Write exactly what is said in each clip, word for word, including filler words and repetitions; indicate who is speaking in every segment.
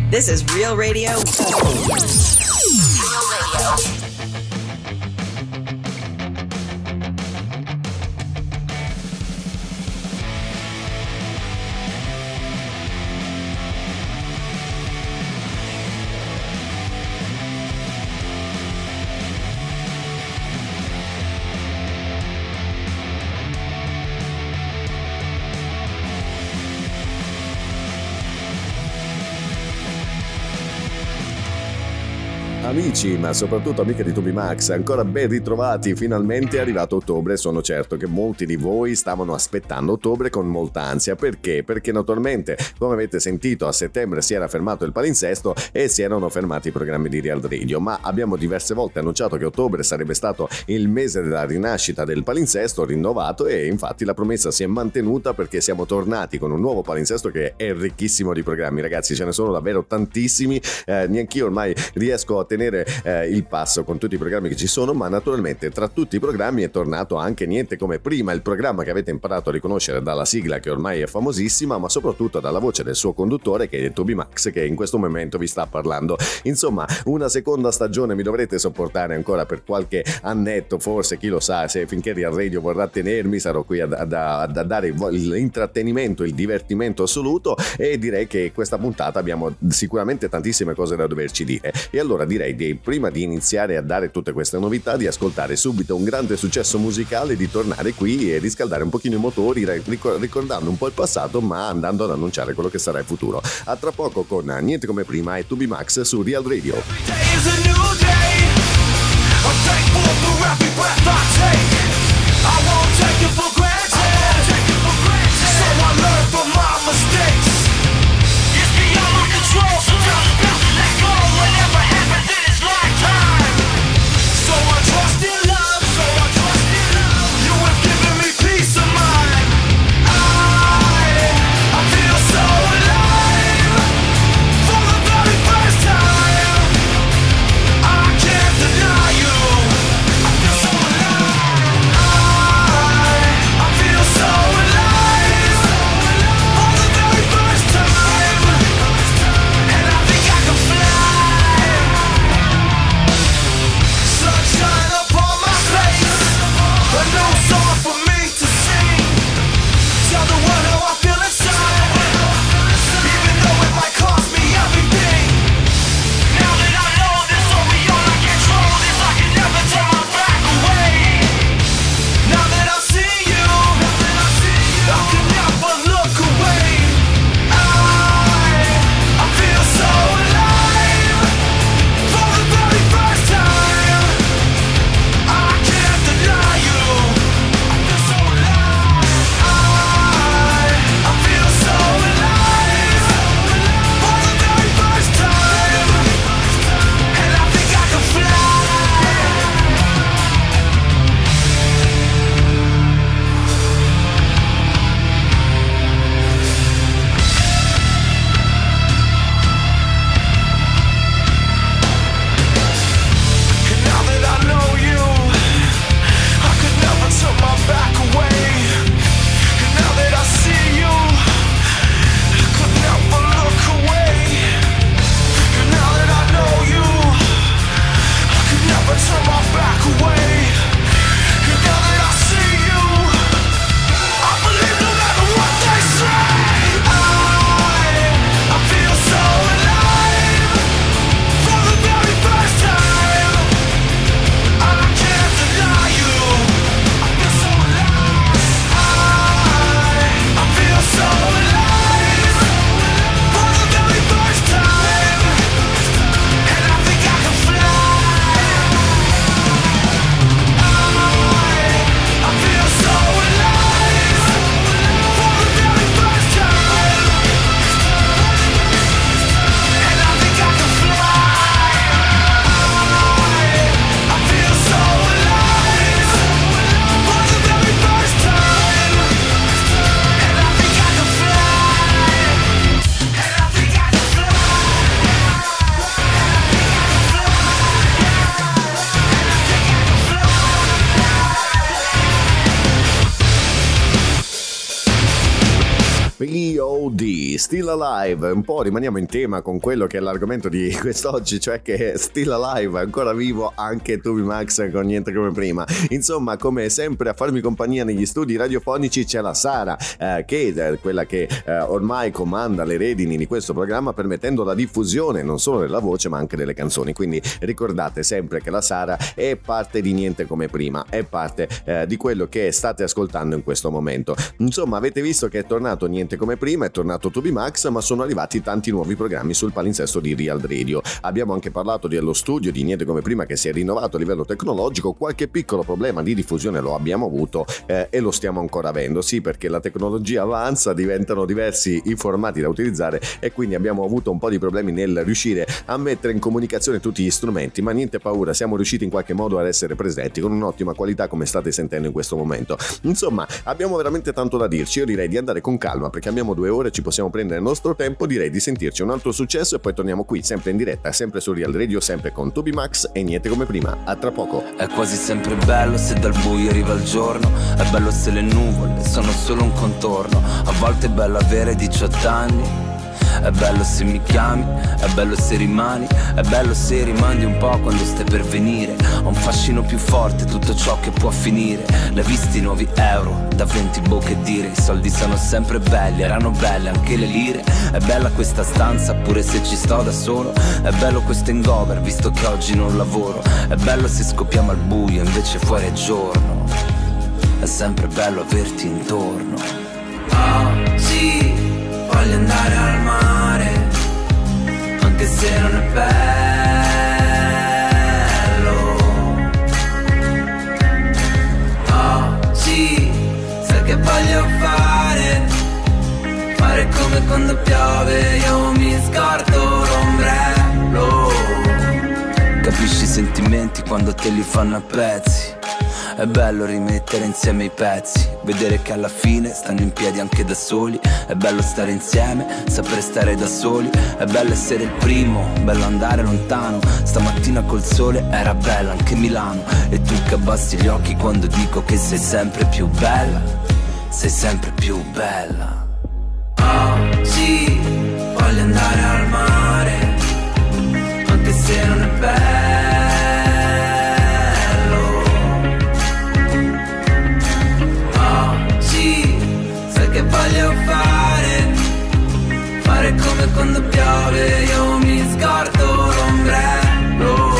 Speaker 1: This is Real Radio. Real Radio.
Speaker 2: Amici, ma soprattutto amiche di Tubi Max, ancora ben ritrovati, finalmente è arrivato ottobre. Sono certo che molti di voi stavano aspettando ottobre con molta ansia. Perché? Perché naturalmente, come avete sentito, a settembre si era fermato il palinsesto e si erano fermati i programmi di Real Radio, ma abbiamo diverse volte annunciato che ottobre sarebbe stato il mese della rinascita del palinsesto rinnovato, e infatti la promessa si è mantenuta, perché siamo tornati con un nuovo palinsesto che è ricchissimo di programmi. Ragazzi, ce ne sono davvero tantissimi, eh, neanch'io ormai riesco a tenere Eh, il passo con tutti i programmi che ci sono, ma naturalmente tra tutti i programmi è tornato anche niente come prima il programma che avete imparato a riconoscere dalla sigla, che ormai è famosissima, ma soprattutto dalla voce del suo conduttore, che è Tubi Max, che in questo momento vi sta parlando. Insomma, una seconda stagione mi dovrete sopportare ancora per qualche annetto, forse, chi lo sa, se finché Real Radio vorrà tenermi sarò qui a, a, a, a dare l'intrattenimento, il divertimento assoluto, e direi che questa puntata abbiamo sicuramente tantissime cose da doverci dire. E allora direi di, prima di iniziare a dare tutte queste novità, di ascoltare subito un grande successo musicale, di tornare qui e riscaldare un pochino i motori, ricordando un po' il passato ma andando ad annunciare quello che sarà il futuro. A tra poco con Niente Come Prima e Tubi Max su Real Radio.
Speaker 3: I
Speaker 2: Still Alive. Un po' rimaniamo in tema con quello che è l'argomento di quest'oggi, cioè che Still Alive, ancora vivo anche Toby Max con Niente Come Prima. Insomma, come sempre a farmi compagnia negli studi radiofonici c'è la Sara, eh, che è quella che eh, ormai comanda le redini di questo programma, permettendo la diffusione non solo della voce ma anche delle canzoni. Quindi ricordate sempre che la Sara è parte di Niente Come Prima, è parte eh, di quello che state ascoltando in questo momento. Insomma, avete visto che è tornato Niente Come Prima, è tornato Toby Max, ma sono arrivati tanti nuovi programmi sul palinsesto di Real Radio. Abbiamo anche parlato dello studio di Niente Come Prima che si è rinnovato a livello tecnologico. Qualche piccolo problema di diffusione lo abbiamo avuto eh, e lo stiamo ancora avendo, sì, perché la tecnologia avanza, diventano diversi i formati da utilizzare e quindi abbiamo avuto un po' di problemi nel riuscire a mettere in comunicazione tutti gli strumenti, ma niente paura, siamo riusciti in qualche modo ad essere presenti con un'ottima qualità, come state sentendo in questo momento. Insomma, abbiamo veramente tanto da dirci. Io direi di andare con calma perché abbiamo due ore, ci possiamo prendere il nostro tempo. Direi di sentirci un altro successo e poi torniamo qui sempre in diretta, sempre su Real Radio, sempre con Toby Max e Niente Come Prima. A tra poco.
Speaker 3: È quasi sempre bello se dal buio arriva il giorno, è bello se le nuvole sono solo un contorno, a volte è bello avere diciotto anni. È bello se mi chiami, è bello se rimani, è bello se rimandi un po' quando stai per venire. Ho un fascino più forte, tutto ciò che può finire. L'hai visti i nuovi euro, da venti bocche dire. I soldi sono sempre belli, erano belle anche le lire. È bella questa stanza, pure se ci sto da solo. È bello questo hangover, visto che oggi non lavoro. È bello se scoppiamo al buio, invece fuori è giorno. È sempre bello averti intorno. Oggi voglio andare al mare, anche se non è bello. Oggi sai che voglio fare, fare come quando piove, io mi scordo l'ombrello. Capisci i sentimenti quando te li fanno a pezzi. È bello rimettere insieme i pezzi, vedere che alla fine stanno in piedi anche da soli. È bello stare insieme, sapere stare da soli. È bello essere il primo, bello andare lontano. Stamattina col sole era bella anche Milano. E tu che abbassi gli occhi quando dico che sei sempre più bella. Sei sempre più bella. Oggi voglio andare al mare, anche se non è bello. Che voglio fare, fare come quando piove, io mi scordo l'ombrello.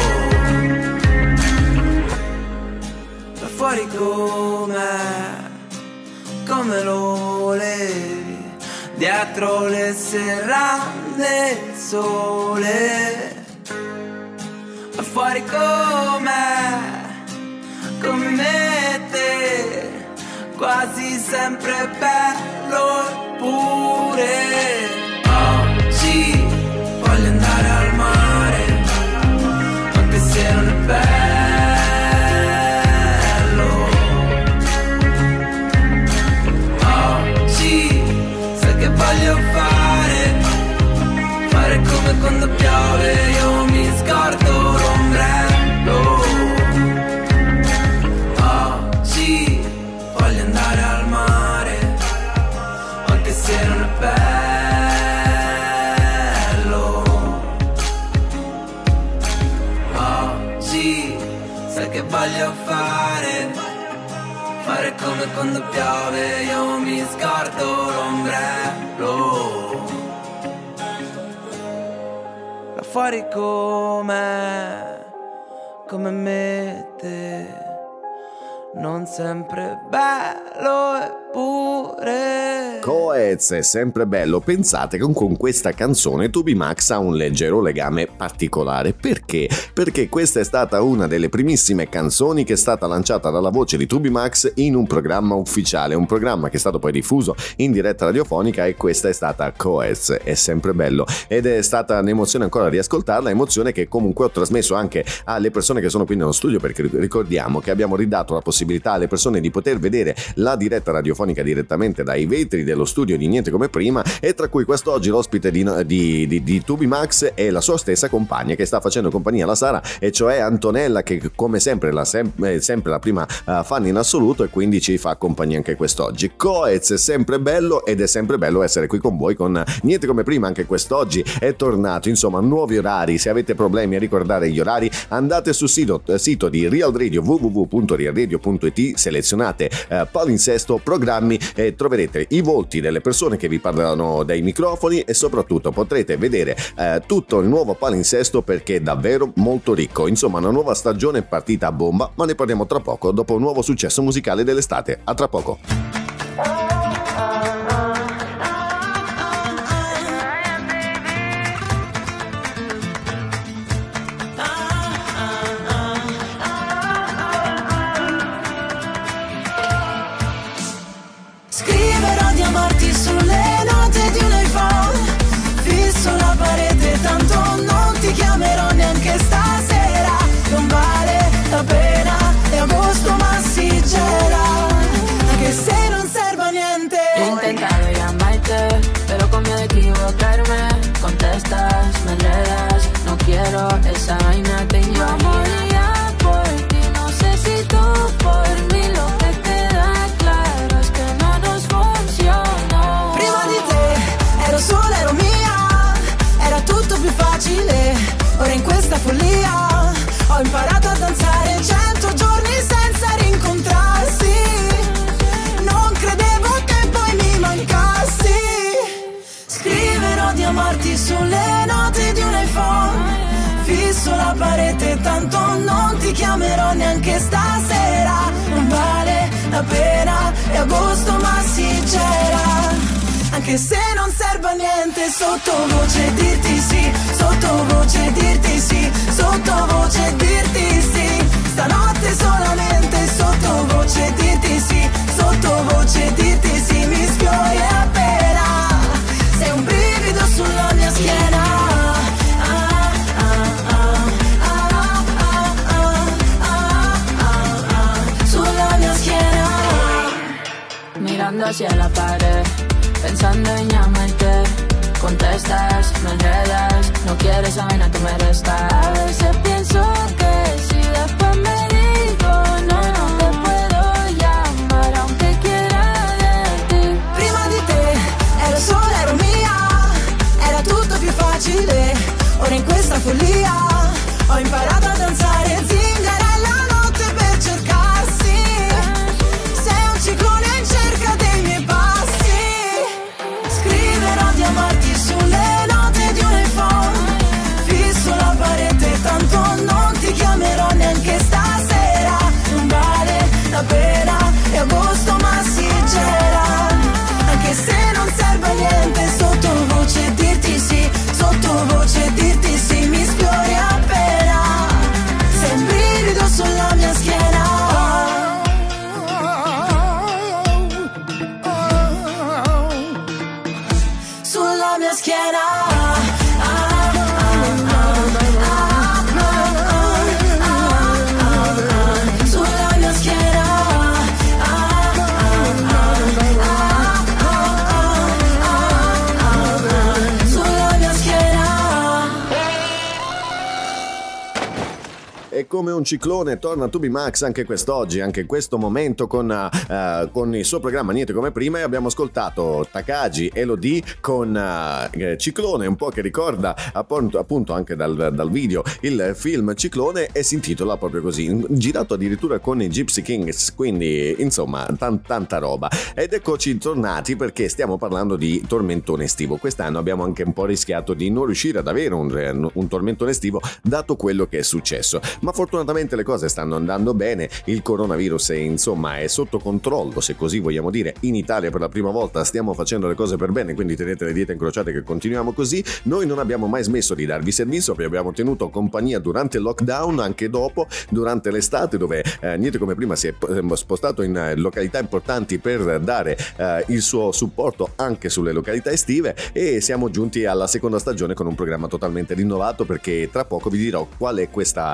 Speaker 3: Da fuori com'è, come lo volevi, dietro le serrande il sole. Da fuori com'è, come me te, quasi sempre bello eppure. Oggi voglio andare al mare, anche se non è bello. Oggi sai che voglio fare, fare come quando piove, io mi scordo l'ombrello. Oggi voglio andare al mare, anche se non è bello. Oggi sai che voglio fare, fare come quando piove, io mi scordo l'ombrello. Là fuori com'è, come mette, non sempre bello eppure.
Speaker 2: Coez è sempre bello. Pensate che con questa canzone Toby Max ha un leggero legame particolare. Perché? Perché questa è stata una delle primissime canzoni che è stata lanciata dalla voce di Toby Max in un programma ufficiale, un programma che è stato poi diffuso in diretta radiofonica, e questa è stata Coez, è sempre bello, ed è stata un'emozione ancora riascoltarla, emozione che comunque ho trasmesso anche alle persone che sono qui nello studio, perché ricordiamo che abbiamo ridato la possibilità alle persone di poter vedere la diretta radiofonica radiofonica direttamente dai vetri dello studio di Niente Come Prima, e tra cui quest'oggi l'ospite di, di, di, di TobyMax è la sua stessa compagna che sta facendo compagnia alla Sara, e cioè Antonella, che come sempre la, sem- è sempre la prima uh, fan in assoluto, e quindi ci fa compagnia anche quest'oggi. Coez è sempre bello, ed è sempre bello essere qui con voi con Niente Come Prima. Anche quest'oggi è tornato, insomma, nuovi orari. Se avete problemi a ricordare gli orari, andate sul sito, sito di Real Radio, w w w punto real radio punto i t, selezionate uh, palinsesto programmi e troverete i volti delle persone che vi parlano dai microfoni, e soprattutto potrete vedere uh, tutto il nuovo palinsesto, perché è davvero molto ricco. Insomma, una nuova stagione è partita a bomba, ma ne parliamo tra poco, dopo un nuovo successo musicale dell'estate. A tra poco.
Speaker 4: Scriverò di amarti sulle note di un iPhone, fisso la parete, tanto non ti chiamerò neanche stasera. Non vale la pena, è agosto ma si gela, anche se non serve a niente.
Speaker 5: He intentado llamarte, pero con miedo a equivocarme. Contestas, me enredas, no quiero esa vaina, te moría por ti. No sé si tú por mí, lo que queda claro es que no nos funcionó.
Speaker 4: Prima di te ero sola, ero mia, era tutto più facile. Ora in questa follia ho imparato a danzare cento giorni senza rincontrarsi. Non credevo che poi mi mancassi. Scriverò di amarti sulle note di un iPhone, fisso la parete, tanto non ti chiamerò neanche stasera. Non vale la pena, è agosto ma si gela, anche se non serve a niente. Sottovoce dirti sì, sottovoce dirti sì, sottovoce dirti sì. Stanotte solamente sottovoce dirti sì, sottovoce dirti sì. Mi sfiori appena, sei un brivido sulla mia schiena. Ah, ah, ah, ah, ah, ah, ah, ah, sulla mia schiena.
Speaker 5: Mirando hacia la pared, pensando en llamarte. Contestas, me enredas, no quieres esa vaina, tú me restas. A veces pienso que si después me digo no, no te puedo llamar aunque quiera de ti.
Speaker 4: Prima di te ero sola, ero mia, era tutto più facile. Ora in questa follia ho imparato a danzare zingarella notte per cercarsi. Sei un ciclone in cerca dei miei passi. Scriverò di amarti sulle note di un iPhone, fisso la parete, tanto non ti chiamerò neanche stasera. Non vale la pena, è agosto ma si gela, anche se non serve a niente. Sottovoce dirti sì, sottovoce dirti sì. Mi sfiori appena, sei un brivido sulla mia schiena. Sulla mia schiena. Sulla mia schiena. Sulla mia schiena.
Speaker 2: E come un ciclone torna TobyMax anche quest'oggi, anche in questo momento con, uh, con il suo programma Niente Come Prima, e abbiamo ascoltato Takagi Elodie con uh, Ciclone, un po' che ricorda appunto, appunto anche dal, dal video il film Ciclone, e si intitola proprio così, girato addirittura con i Gypsy Kings, quindi insomma tan, tanta roba. Ed eccoci tornati, perché stiamo parlando di tormentone estivo. Quest'anno abbiamo anche un po' rischiato di non riuscire ad avere un, un tormentone estivo, dato quello che è successo, ma fortunatamente le cose stanno andando bene. Il coronavirus è, insomma, è sotto controllo, se così vogliamo dire. In Italia per la prima volta stiamo facendo le cose per bene, quindi tenete le dita incrociate che continuiamo così. Noi non abbiamo mai smesso di darvi servizio, vi abbiamo tenuto compagnia durante il lockdown, anche dopo, durante l'estate, dove eh, Niente Come Prima si è spostato in eh, località importanti per dare eh, il suo supporto anche sulle località estive, e siamo giunti alla seconda stagione con un programma totalmente rinnovato, perché tra poco vi dirò qual è questa eh,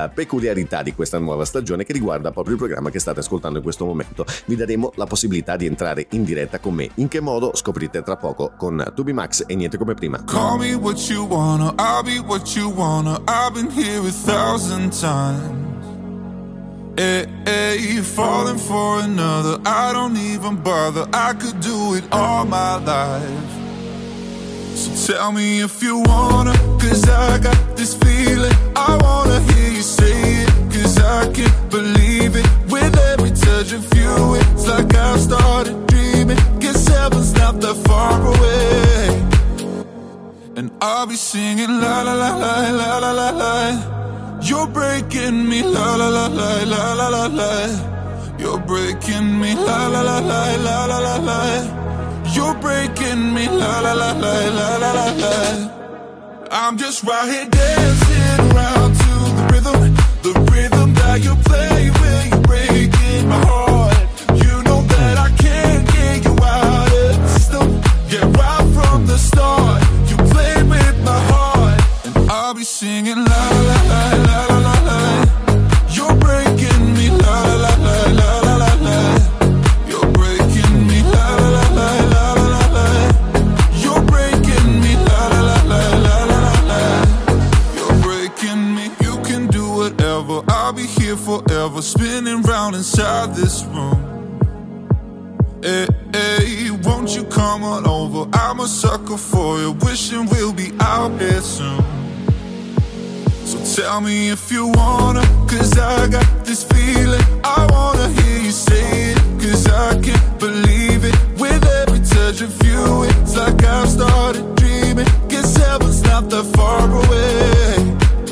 Speaker 2: la peculiarità di questa nuova stagione che riguarda proprio il programma che state ascoltando in questo momento. Vi daremo la possibilità di entrare in diretta con me. In che modo? Scoprite tra poco con Tubi Max e Niente Come Prima.
Speaker 6: Call me what you wanna, I'll be what you wanna. I've been here a thousand times. Hey, hey, falling for another, I don't even bother. I could do it all my life. So tell me if you wanna, cause I got this feeling. I wanna hear you say it, cause I can't believe it. With every touch of you, it's like I've started dreaming. Guess heaven's not that far away. And I'll be singing la la la la la la la la. You're breaking me la la la la la la la la. You're breaking me la la la la la la la la. You're breaking me, la la la la la la la la. I'm just right here dancing around to the rhythm, the rhythm that you play when you're breaking my heart. You know that I can't get you out of the system. Yeah, right from the start, you played with my heart, and I'll be singing la la la la la la la. You're breaking me, la la la la la la la. You're breaking me, la la la la la. I'll be here forever, spinning round inside this room. Hey, hey, won't you come on over? I'm a sucker for you, wishing we'll be out here soon. So tell me if you wanna, cause I got this feeling. I wanna hear you say it, cause I can't believe it. With every touch of you, it's like I've started dreaming. Guess heaven's not that far away.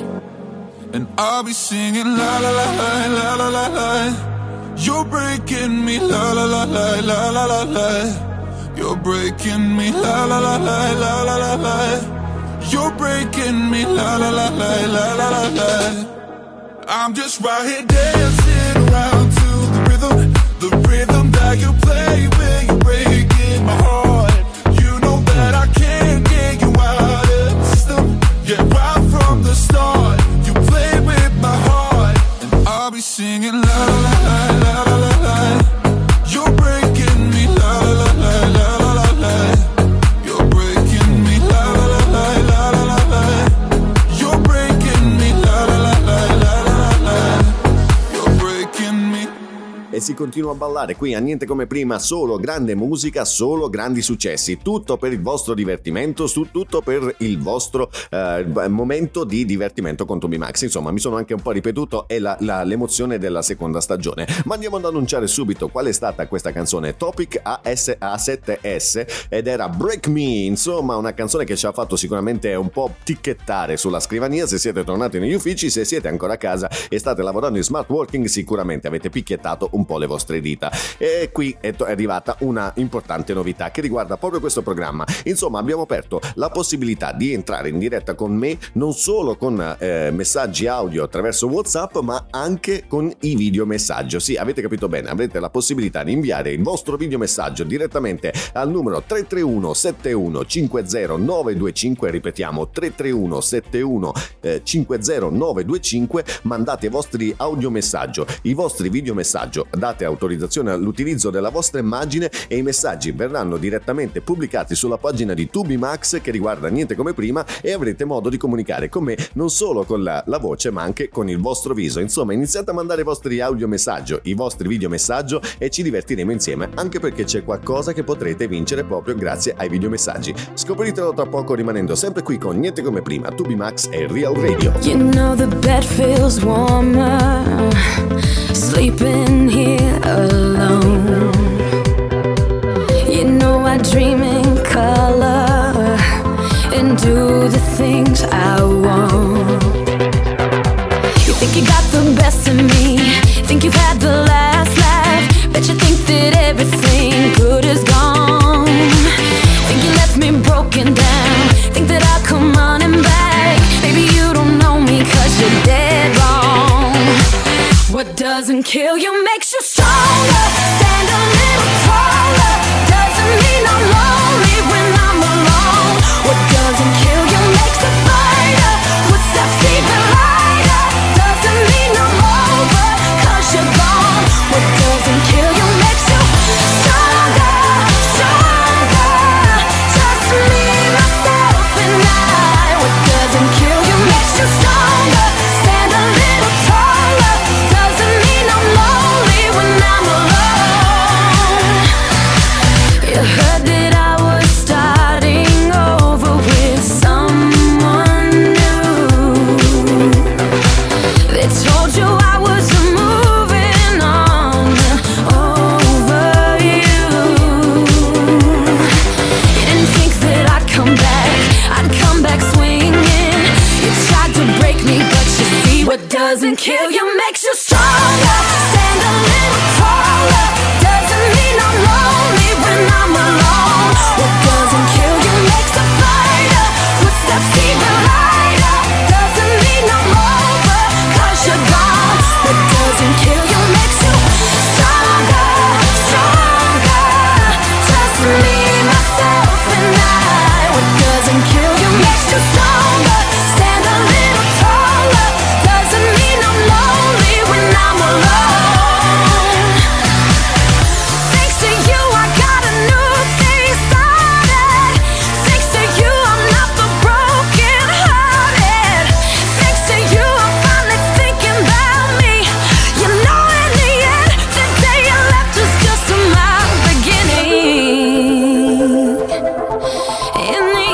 Speaker 6: And I'll be singing la la la la la la la la. You're breaking me la la la la la la la la. You're breaking me la la la la la la la la. You're breaking me la la la la la la la la. I'm just right here dancing around to the rhythm, the rhythm that you play when you're breaking my heart. You know that I can't get you out of the system. Yeah, right from the start. Play with my heart, and I'll be singing la la la la la la la. You're breaking me la la la la la la la. You're breaking me la la la la la la la la. You're breaking me la la la la la la la. You're breaking me.
Speaker 2: E si continua a ballare qui a Niente Come Prima, solo grande musica, solo grandi successi, tutto per il vostro divertimento, su tutto per il vostro eh, momento di divertimento con Tubi Max. Insomma, mi sono anche un po' ripetuto, è la, la, l'emozione della seconda stagione. Ma andiamo ad annunciare subito qual è stata questa canzone. Topic A S A sette S, ed era Break Me, insomma una canzone che ci ha fatto sicuramente un po' ticchettare sulla scrivania. Se siete tornati negli uffici, se siete ancora a casa e state lavorando in smart working, sicuramente avete picchiettato un po' le vostre dita. E qui è arrivata una importante novità che riguarda proprio questo programma. Insomma, abbiamo aperto la possibilità di entrare in diretta con me non solo con eh, messaggi audio attraverso WhatsApp, ma anche con i video messaggio. Sì, avete capito bene, avrete la possibilità di inviare il vostro video messaggio direttamente al numero tre tre uno sette uno cinque zero nove due cinque. Ripetiamo, tre tre uno sette uno cinque zero nove due cinque. Mandate i vostri audio messaggio, i vostri video messaggio, date autorizzazione all'utilizzo della vostra immagine e i messaggi verranno direttamente pubblicati sulla pagina di Tubi Max che riguarda Niente Come Prima, e avrete modo di comunicare con me non solo con la, la voce ma anche con il vostro viso. Insomma, iniziate a mandare i vostri audio messaggio, i vostri video messaggio, e ci divertiremo insieme, anche perché c'è qualcosa che potrete vincere proprio grazie ai video messaggi. Scopritelo tra poco rimanendo sempre qui con Niente Come Prima, Tubi Max e Real Radio.
Speaker 5: You know the bed feels warmer sleeping here alone. You know I dream in color and do the things I want. You think you got the best of me, think you've had the last laugh, bet you think that everything good is gone. Think you left me broken down, think that I'll come running back. Baby, you don't know me 'cause you're dead wrong. What doesn't kill you makes you stronger. Stand a little taller. Doesn't mean I'm lonely when I'm alone. What doesn't kill you makes a fighter. Puts that fever lighter. Doesn't mean doesn't kill you makes you stronger. Stand a little taller. Doesn't mean I'm lonely when I'm alone. What doesn't kill you makes a fighter. Footsteps even lighter. Doesn't mean I'm over, cause you're gone. What doesn't kill you makes you stronger, stronger. Just me, myself and I. What doesn't kill you makes you stronger. Stand a little taller. Doesn't mean I'm lonely when I'm alone. Thanks to you I got a new day started. Thanks to you I'm not the broken hearted. Thanks to you I'm finally thinking about me. You know in the end the day you left was just my beginning. In the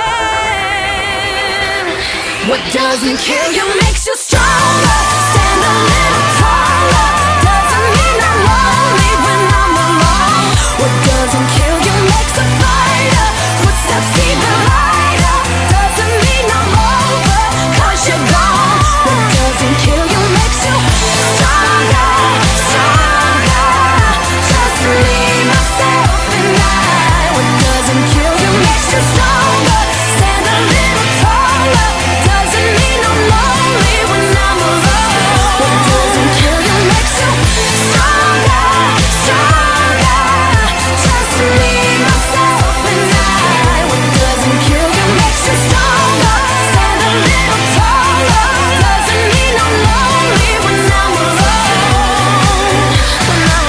Speaker 5: end, what doesn't kill you makes you stronger. Stand a little taller. Doesn't mean I'm lonely when I'm alone. What doesn't kill you makes a fighter. Footsteps even lighter. Doesn't mean I'm over, cause you're gone. What doesn't kill you makes you stronger, stronger. Just me, myself and I. What doesn't kill you makes you stronger. Stand a little taller. Doesn't mean I'm lonely when I'm alone. What doesn't kill you makes you stronger, stronger. Just me, myself and I. What doesn't kill you makes you stronger. Stand a little taller. Doesn't mean I'm lonely when I'm alone. When I'm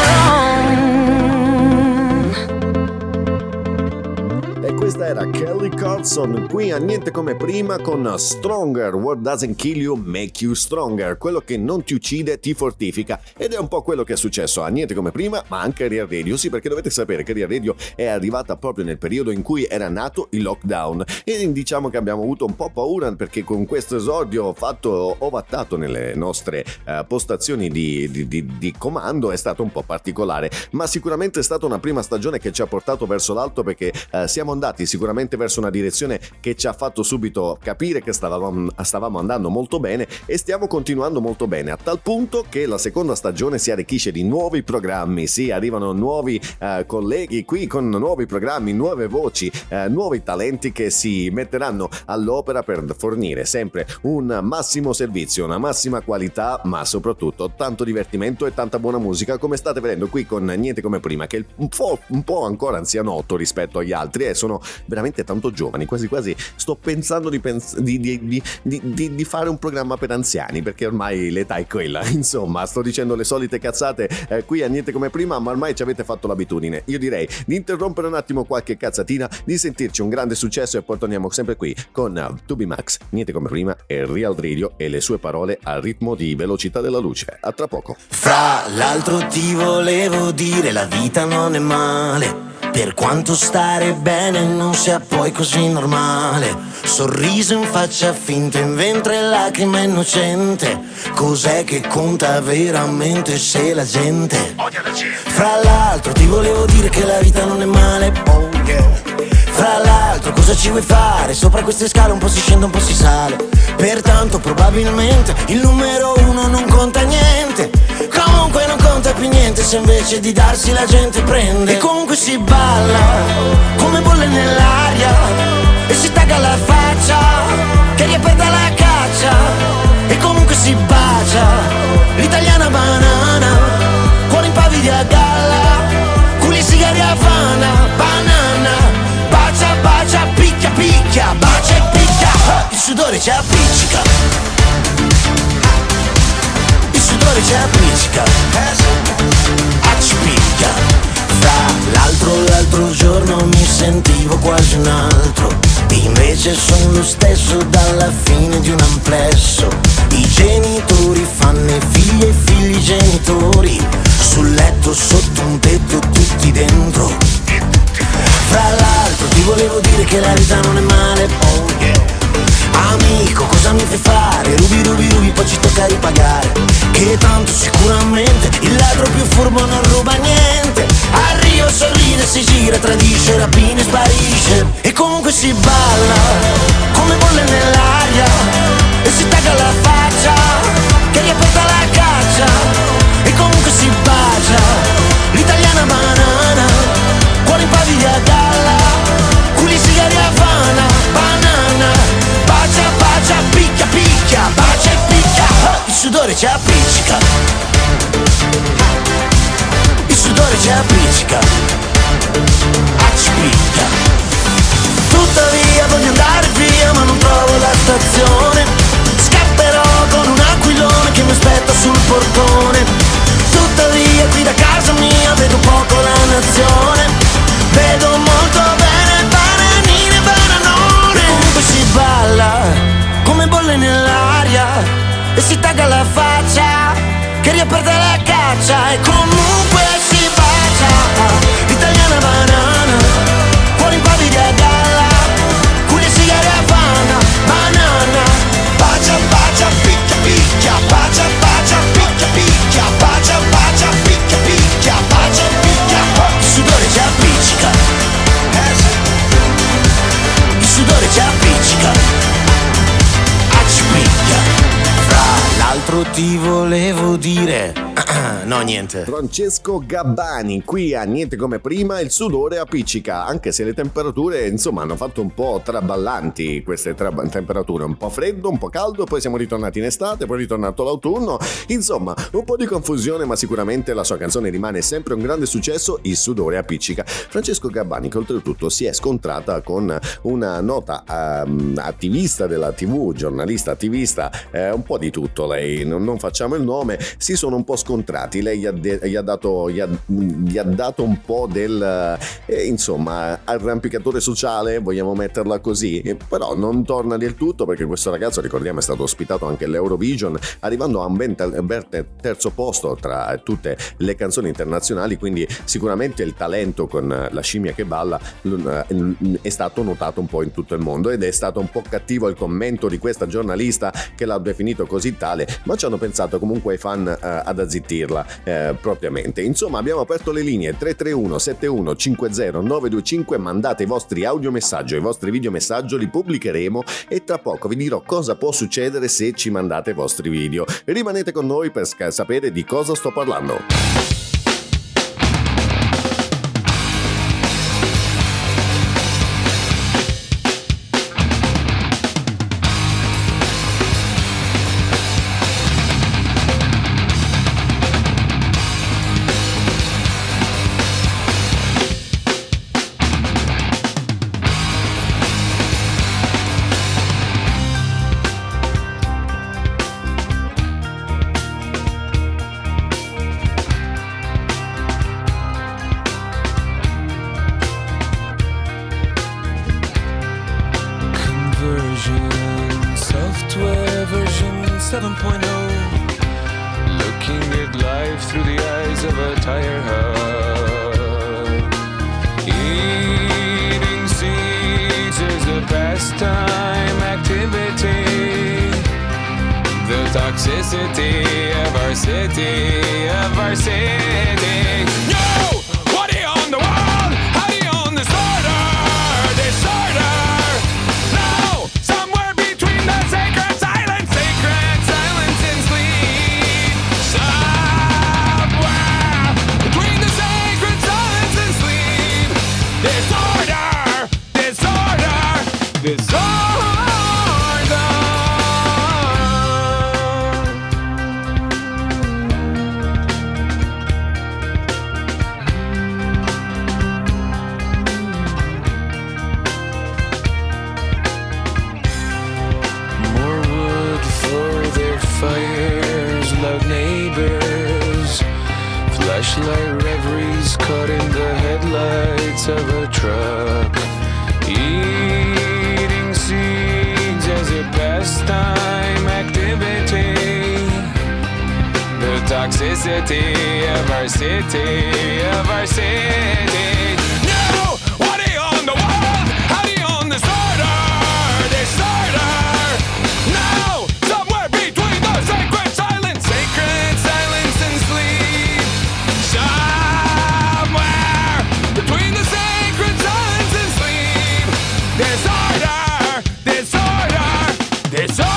Speaker 5: alone.
Speaker 2: E questa era Kelly Clarkson qui a Niente Come Prima con Stronger. What doesn't kill you make you stronger. Quello che non ti uccide ti fortifica, ed è un po' quello che è successo a Niente Come Prima ma anche a Real Radio. Sì, perché dovete sapere che Real Radio è arrivata proprio nel periodo in cui era nato il lockdown, e diciamo che abbiamo avuto un po' paura perché con questo esordio fatto ovattato nelle nostre uh, postazioni di, di, di, di comando è stato un po' particolare, ma sicuramente è stata una prima stagione che ci ha portato verso l'alto, perché uh, siamo andati sicuramente verso una direzione che ci ha fatto subito capire che stavamo, stavamo andando molto bene, e stiamo continuando molto bene, a tal punto che la seconda stagione si arricchisce di nuovi programmi. Sì, arrivano nuovi uh, colleghi qui con nuovi programmi, nuove voci, uh, nuovi talenti che si metteranno all'opera per fornire sempre un massimo servizio, una massima qualità, ma soprattutto tanto divertimento e tanta buona musica, come state vedendo qui con Niente Come Prima, che è un po', un po' ancora anzianotto rispetto agli altri, e sono veramente tanto giovani, quasi quasi sto pensando di, pens- di, di, di, di, di fare un programma per anziani, perché ormai l'età è quella. Insomma, sto dicendo le solite cazzate eh, qui a Niente Come Prima, ma ormai ci avete fatto l'abitudine. Io direi di interrompere un attimo qualche cazzatina, di sentirci un grande successo, e poi torniamo sempre qui con uh, Tubi Max, Niente Come Prima e Real Radio e le sue parole al ritmo di Velocità della Luce. A tra poco.
Speaker 7: Fra l'altro ti volevo dire, la vita non è male, per quanto stare bene non sia poi così normale. Sorriso in faccia finta, in ventre lacrima innocente. Cos'è che conta veramente se la gente odia la gente? Fra l'altro ti volevo dire che la vita non è male, oh yeah. Fra l'altro cosa ci vuoi fare? Sopra queste scale un po' si scende, un po' si sale. Pertanto probabilmente il numero uno non conta niente. Comunque non conta più niente se invece di darsi la gente prende. E comunque si balla come bolle nell'aria, e si tagga la faccia che riaperta la caccia. E comunque si bacia l'italiana banana, cuore in pavidi a galla, culi sigari a Havana, banana. Bacia, bacia, picchia, picchia, bacia e picchia. Il sudore ci appiccica, il sudore ci appiccica, ah, ci picchia. Fra l'altro l'altro giorno mi sentivo quasi un altro, invece sono lo stesso dalla fine di un amplesso. I genitori fanno i figli e i figli genitori, sul letto sotto un tetto tutti dentro. Fra l'altro ti volevo dire che la vita non è male, oh yeah. Amico, cosa mi fai fare? Rubi, rubi, rubi, poi ci tocca ripagare. Che tanto sicuramente il ladro più furbo non ruba niente. A Rio sorride, si gira, tradisce, rapina e sparisce. E comunque si balla come bolle nell'aria, e si tagga la faccia che riapre sudore ci appiccica, il sudore ci appiccica, accipicca. Tuttavia voglio andare via ma non trovo la stazione, scapperò con un aquilone che mi aspetta sul portone. Tuttavia qui da casa mia vedo poco la nazione, vedo molto bene bananine, bananone. E comunque si balla come bolle nell'aria e si taglia la faccia che riaperte la caccia. E comunque si bacia l'italiana banana, fuori impavidi a galla, curia sigari a Havana, banana. Bacia, bacia, picchia, picchia, bacia, bacia, picchia, picchia, bacia, bacia, picchia, picchia, bacia, picchia. Il sudore ci appiccica, il sudore ci appiccica, accipicchia. Fra l'altro ti volevo dire, no niente.
Speaker 2: Francesco Gabbani, qui a Niente Come Prima, il sudore appiccica, anche se le temperature insomma hanno fatto un po' traballanti queste tra- temperature, un po' freddo, un po' caldo, poi siamo ritornati in estate, poi è ritornato l'autunno, insomma un po' di confusione, ma sicuramente la sua canzone rimane sempre un grande successo, il sudore appiccica. Francesco Gabbani che oltretutto si è scontrata con una nota um, attivista della tivù, giornalista attivista, eh, un po' di tutto lei, non, non facciamo il nome, si sono un po' scontrati, lei gli ha, de- gli ha, dato, gli ha, gli ha dato un po' del eh, insomma arrampicatore sociale, vogliamo metterla così, eh, però non torna del tutto perché questo ragazzo, ricordiamo, è stato ospitato anche all'Eurovision, arrivando a un ben ter- terzo posto tra tutte le canzoni internazionali, quindi sicuramente il talento con la scimmia che balla è stato notato un po' in tutto il mondo, ed è stato un po' cattivo il commento di questa giornalista che l'ha definito così tale, ma ci hanno pensato comunque ai fan eh, ad azzittirla eh, propriamente. Insomma, abbiamo aperto le linee tre tre uno sette uno cinque zero nove due cinque, mandate i vostri audiomessaggi, i vostri videomessaggi, li pubblicheremo e tra poco vi dirò cosa può succedere se ci mandate i vostri video. Rimanete con noi per sc- sapere di cosa sto parlando.
Speaker 8: seven point oh, looking at life through the eyes of a tire hub. Eating seeds is a pastime activity. The toxicity of our city, of our city. No! What do you own the world? How do you own disorder? Disorder! No! Somewhere between the sacred silence, sacred silence and sleep. Somewhere between the sacred silence and sleep. Disorder! Disorder! Disorder! Fires, loud neighbors, flashlight reveries caught in the headlights of a truck. Eating seeds as a pastime activity. The toxicity of our city, of our city. No! What do you own the world? How do you own disorder? Disorder! No! Somewhere between the sacred silence, sacred silence and sleep. Somewhere between the sacred silence and sleep. Disorder, disorder, disorder.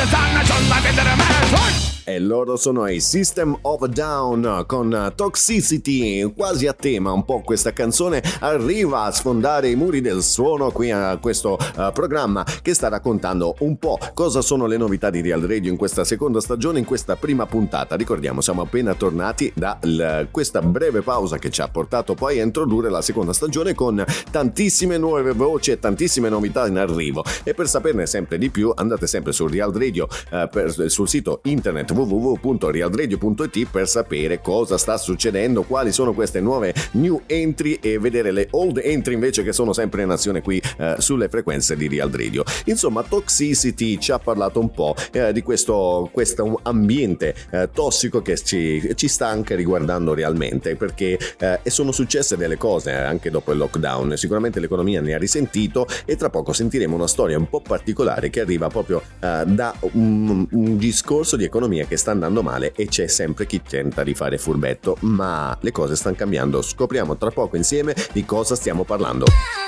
Speaker 2: E loro sono i System of a Down con Toxicity, quasi a tema un po' questa canzone arriva a sfondare i muri del suono qui a questo uh, programma che sta raccontando un po' cosa sono le novità di Real Radio in questa seconda stagione, in questa prima puntata. Ricordiamo, siamo appena tornati da l- questa breve pausa che ci ha portato poi a introdurre la seconda stagione con tantissime nuove voci e tantissime novità in arrivo, e per saperne sempre di più andate sempre su Real Radio, uh, per, sul sito internet w w w punto real radio punto i t per sapere cosa sta succedendo, quali sono queste nuove new entry e vedere le old entry invece che sono sempre in azione qui eh, sulle frequenze di Real Radio. Insomma, Toxicity ci ha parlato un po' eh, di questo, questo ambiente eh, tossico che ci, ci sta anche riguardando realmente, perché eh, sono successe delle cose anche dopo il lockdown. Sicuramente l'economia ne ha risentito e tra poco sentiremo una storia un po' particolare che arriva proprio eh, da un, un discorso di economia che sta andando male e c'è sempre chi tenta di fare furbetto, ma le cose stanno cambiando. Scopriamo tra poco insieme di cosa stiamo parlando.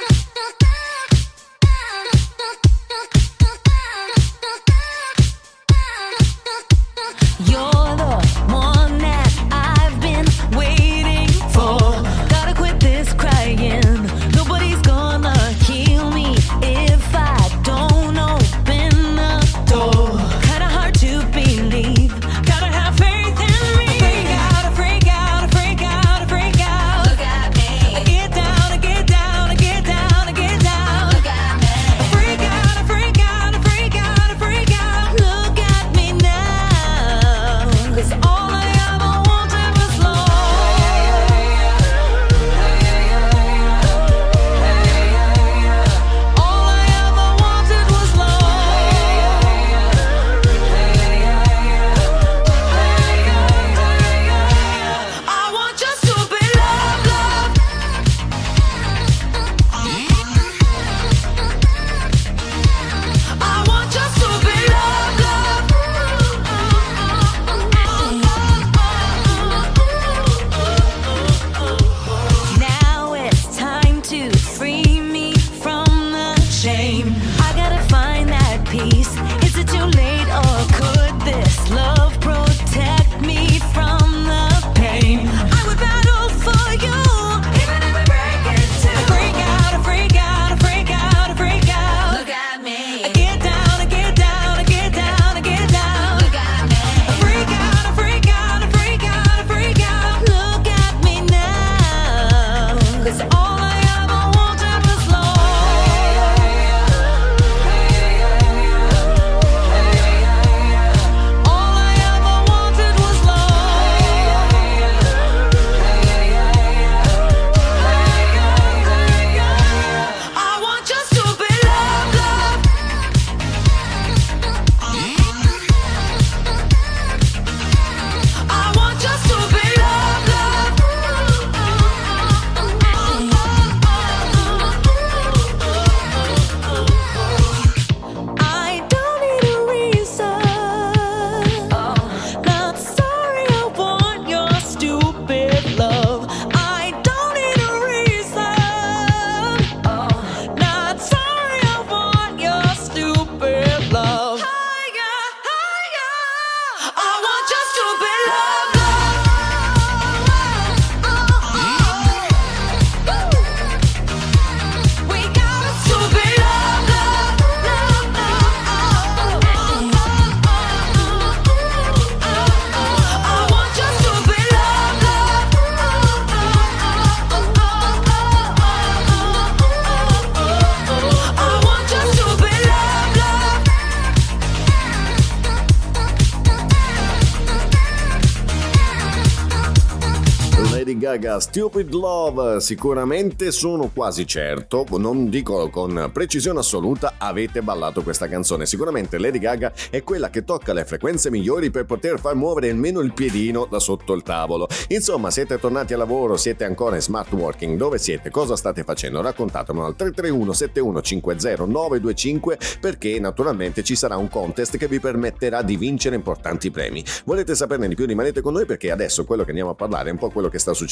Speaker 2: Gaga, Stupid Love, sicuramente sono quasi certo, non dico con precisione assoluta, avete ballato questa canzone. Sicuramente Lady Gaga è quella che tocca le frequenze migliori per poter far muovere almeno il piedino da sotto il tavolo. Insomma, siete tornati a lavoro, siete ancora in smart working, dove siete? Cosa state facendo? Raccontatemelo al tre tre uno sette uno cinque zero nove due cinque, perché naturalmente ci sarà un contest che vi permetterà di vincere importanti premi. Volete saperne di più? Rimanete con noi, perché adesso quello che andiamo a parlare è un po' quello che sta succedendo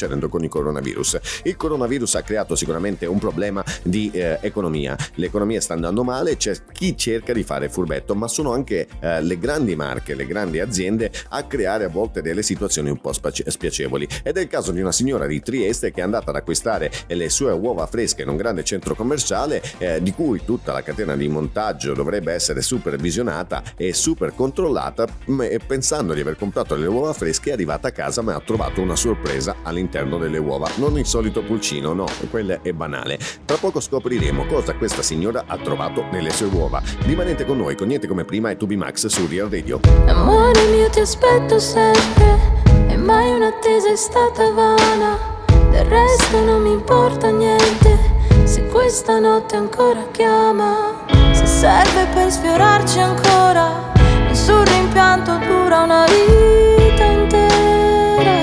Speaker 2: succedendo con il coronavirus. Il coronavirus ha creato sicuramente un problema di eh, economia. L'economia sta andando male, c'è chi cerca di fare furbetto, ma sono anche eh, le grandi marche, le grandi aziende a creare a volte delle situazioni un po' spaci- spiacevoli. Ed è il caso di una signora di Trieste che è andata ad acquistare le sue uova fresche in un grande centro commerciale eh, di cui tutta la catena di montaggio dovrebbe essere supervisionata e super controllata, e pensando di aver comprato le uova fresche è arrivata a casa ma ha trovato una sorpresa all'interno delle uova, non il solito pulcino, no, quello è banale. Tra poco scopriremo cosa questa signora ha trovato nelle sue uova. Rimanete con noi, con Niente Come Prima e tubi Max su Real Radio.
Speaker 5: Amore mio, ti aspetto sempre e mai un'attesa è stata vana. Del resto non mi importa niente se questa notte ancora chiama. Se serve per sfiorarci ancora, nessun rimpianto dura una vita intera.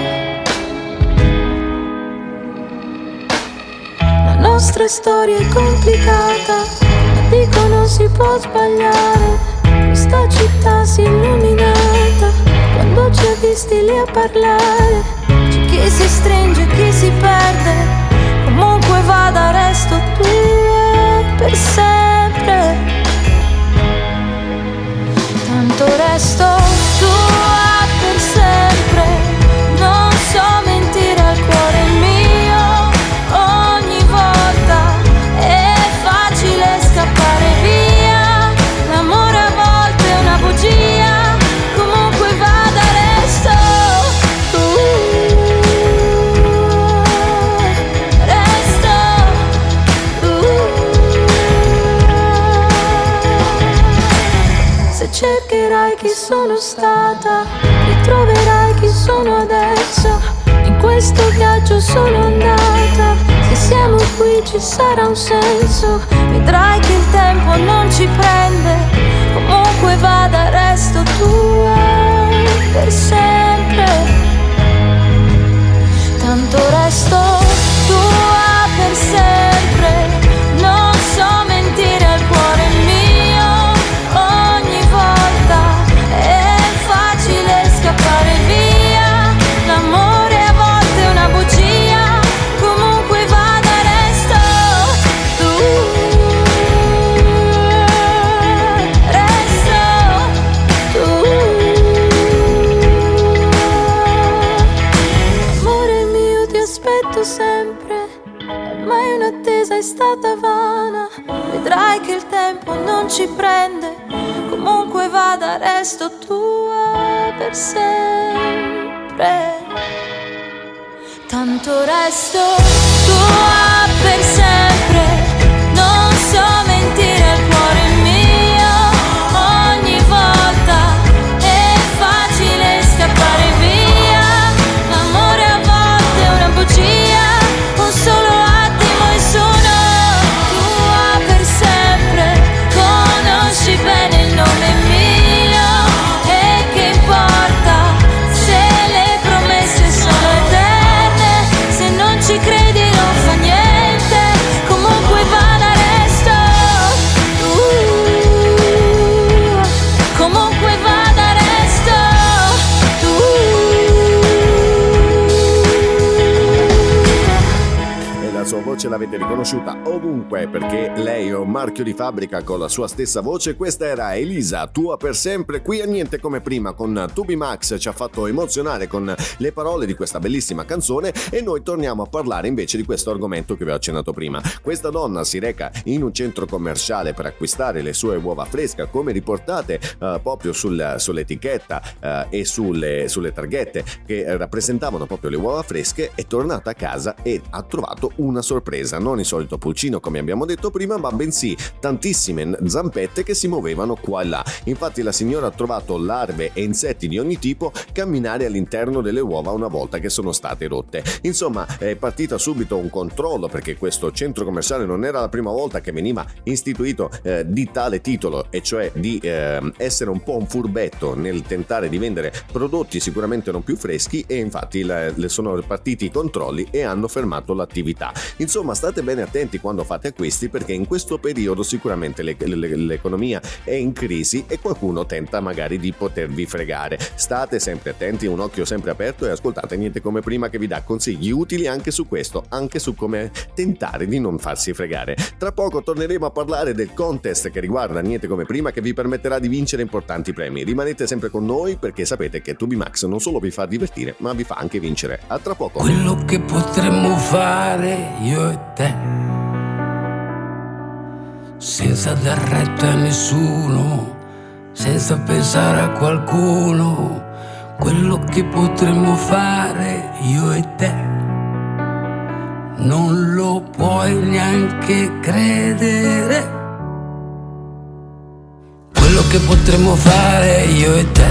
Speaker 5: La nostra storia è complicata, ma dicono si può sbagliare. Questa città si è illuminata quando ci ha visti lì a parlare. C'è chi si stringe, chi si perde, comunque vada resto tua per sempre. Tanto resto tua per sempre. Non so mentire al cuore mio, ogni volta è facile scappare via. L'amore a volte è una bugia, comunque vada resto tu. Resto tu. Se cercherai chi sono stata, ritroverai chi sono adesso. In questo viaggio sono andata, se siamo qui ci sarà un senso. Vedrai che il tempo non ci prende, comunque vada resto tua per sempre. Tanto resto tua per sempre. Non so mentire al cuore mio, ogni volta è facile scappare via. L'amore a volte è una bugia, comunque vada resto tu. Resto tu. Amore mio, ti aspetto sempre, mai un'attesa è stata vana. Vedrai che il tempo non ci prende, comunque vada resto tua per sempre. Tanto resto tua per sempre. Non so mentire al cuore mio, ogni volta è facile scappare via. L'amore a volte è una bugia, un solo attimo e sono tua per sempre. Conosci bene il nome mio, e che importa se le promesse sono eterne. Se non ci credi non fa niente, comunque vada resto tu. Comunque vada resto tu.
Speaker 2: E la sua voce l'avete riconosciuta ovunque, perché lei è un marchio di fabbrica con la sua stessa voce. Questa era Elisa, tua per sempre, qui a Niente Come Prima con tubi Max. Ci ha fatto emozionare con le parole di questa bellissima canzone e noi torniamo a parlare invece di questo argomento che vi ho accennato prima. Questa donna si reca in un centro commerciale per acquistare le sue uova fresche, come riportate uh, proprio sul, sull'etichetta uh, e sulle, sulle targhette che rappresentavano proprio le uova fresche. È tornata a casa e ha trovato una sorpresa, non il solito pulcino come abbiamo detto prima, ma bensì tantissime zampette che si muovevano qua e là. Infatti la signora ha trovato larve e insetti di ogni tipo camminare all'interno delle uova una volta che sono state rotte. Insomma, è partita subito un controllo, perché questo centro commerciale non era la prima volta che veniva istituito eh, di tale titolo, e cioè di eh, essere un po' un furbetto nel tentare di vendere prodotti sicuramente non più freschi, e infatti le, le sono partiti i controlli e hanno fermato l'attività. Insomma, Insomma, state bene attenti quando fate acquisti, perché in questo periodo sicuramente le, le, l'economia è in crisi e qualcuno tenta magari di potervi fregare. State sempre attenti, un occhio sempre aperto, e ascoltate Niente Come Prima, che vi dà consigli utili anche su questo, anche su come tentare di non farsi fregare. Tra poco torneremo a parlare del contest che riguarda Niente Come Prima, che vi permetterà di vincere importanti premi. Rimanete sempre con noi, perché sapete che tubi Max non solo vi fa divertire, ma vi fa anche vincere. A tra poco.
Speaker 9: Quello che potremmo fare io e te, senza dar retta a nessuno, senza pensare a qualcuno. Quello che potremmo fare io e te, non lo puoi neanche credere. Quello che potremmo fare io e te,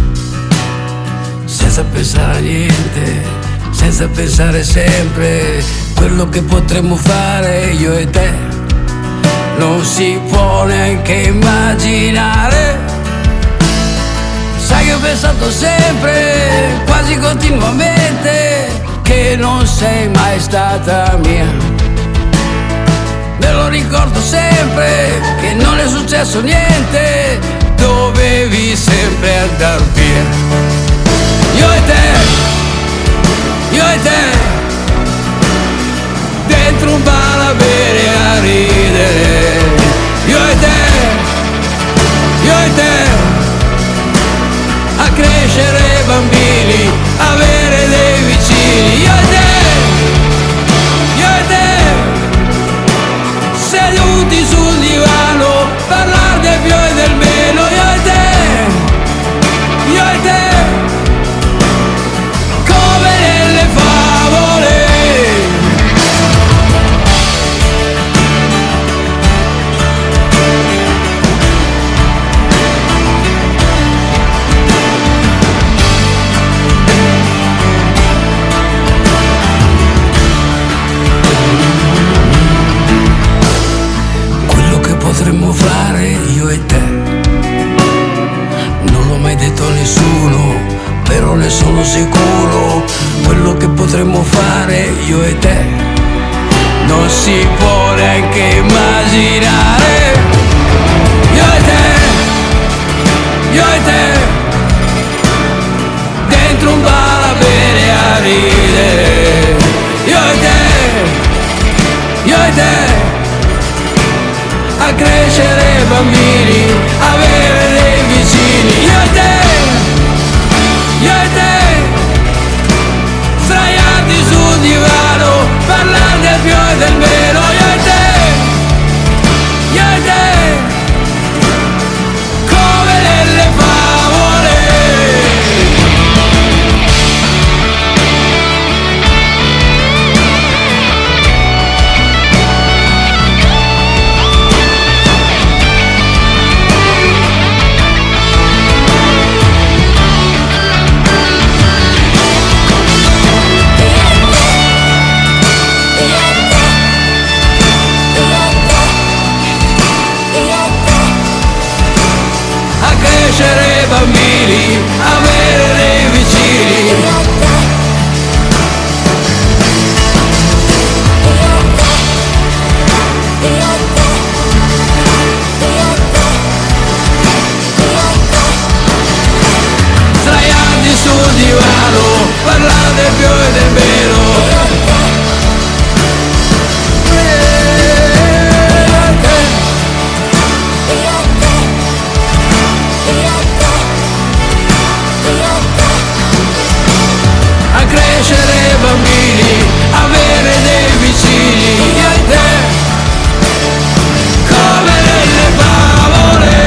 Speaker 9: senza pensare a niente, senza pensare sempre. Quello che potremmo fare io e te, non si può neanche immaginare. Sai che ho pensato sempre, quasi continuamente, che non sei mai stata mia. Me lo ricordo sempre, che non è successo niente, dovevi sempre andar via. Io e te, io e te, dentro un bar a bere e a ridere. Io e te, io e te, a crescere bambini, avere dei vicini. Io e te, io e te, seduti sul divano, parlare del più e del meno. Io e te, io e te, come nelle favole. Potremmo fare io e te, non l'ho mai detto a nessuno, però ne sono sicuro. Quello che potremmo fare io e te, non si può neanche immaginare. Io e te, io e te, dentro un bar a bere e a ridere. Io e te, io e te, a crescere bambini, avere dei vicini. Io e te, io e te, sdraiarti sul divano, parlare del più e del meno. Io e te, io e te, come nelle favole. Crescere bambini, avere dei vicini. Sdraiarti sul divano, parlare del più e del meno. A crescere bambini, avere dei vicini. Io e te, come nelle favole.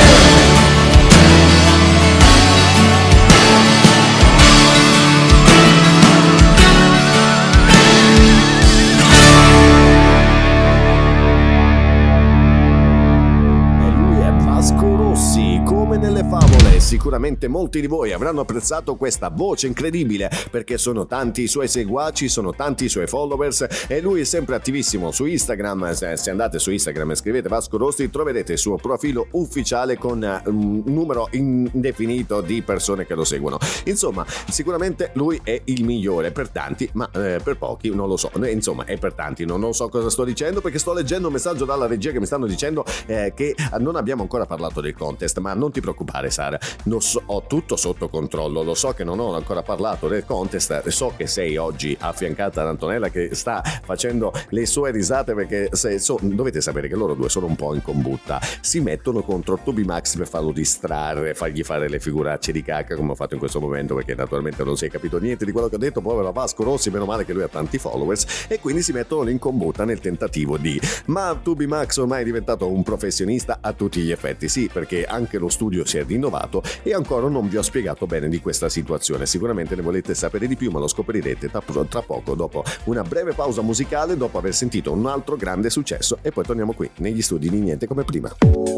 Speaker 2: Sicuramente molti di voi avranno apprezzato questa voce incredibile, perché sono tanti i suoi seguaci, sono tanti i suoi followers e lui è sempre attivissimo su Instagram. Se andate su Instagram e scrivete Vasco Rossi troverete il suo profilo ufficiale con un numero indefinito di persone che lo seguono. Insomma, sicuramente lui è il migliore per tanti, ma eh, per pochi non lo so. Insomma, è per tanti, non, non so cosa sto dicendo, perché sto leggendo un messaggio dalla regia che mi stanno dicendo eh, che non abbiamo ancora parlato del contest, ma non ti preoccupare Sara, non so, ho tutto sotto controllo, lo so che non ho ancora parlato del contest, so che sei oggi affiancata ad Antonella che sta facendo le sue risate, perché se, so, dovete sapere che loro due sono un po' in combutta, si mettono contro Toby Max per farlo distrarre, fargli fare le figuracce di cacca come ho fatto in questo momento, perché naturalmente non si è capito niente di quello che ho detto, povero Vasco Rossi, meno male che lui ha tanti followers, e quindi si mettono in combutta nel tentativo di, ma Toby Max ormai è diventato un professionista a tutti gli effetti, sì, perché anche lo studio si è rinnovato e ancora non vi ho spiegato bene di questa situazione, sicuramente ne volete sapere di più, ma lo scoprirete tra, tra poco, dopo una breve pausa musicale, dopo aver sentito un altro grande successo, e poi torniamo qui negli studi di Niente Come Prima.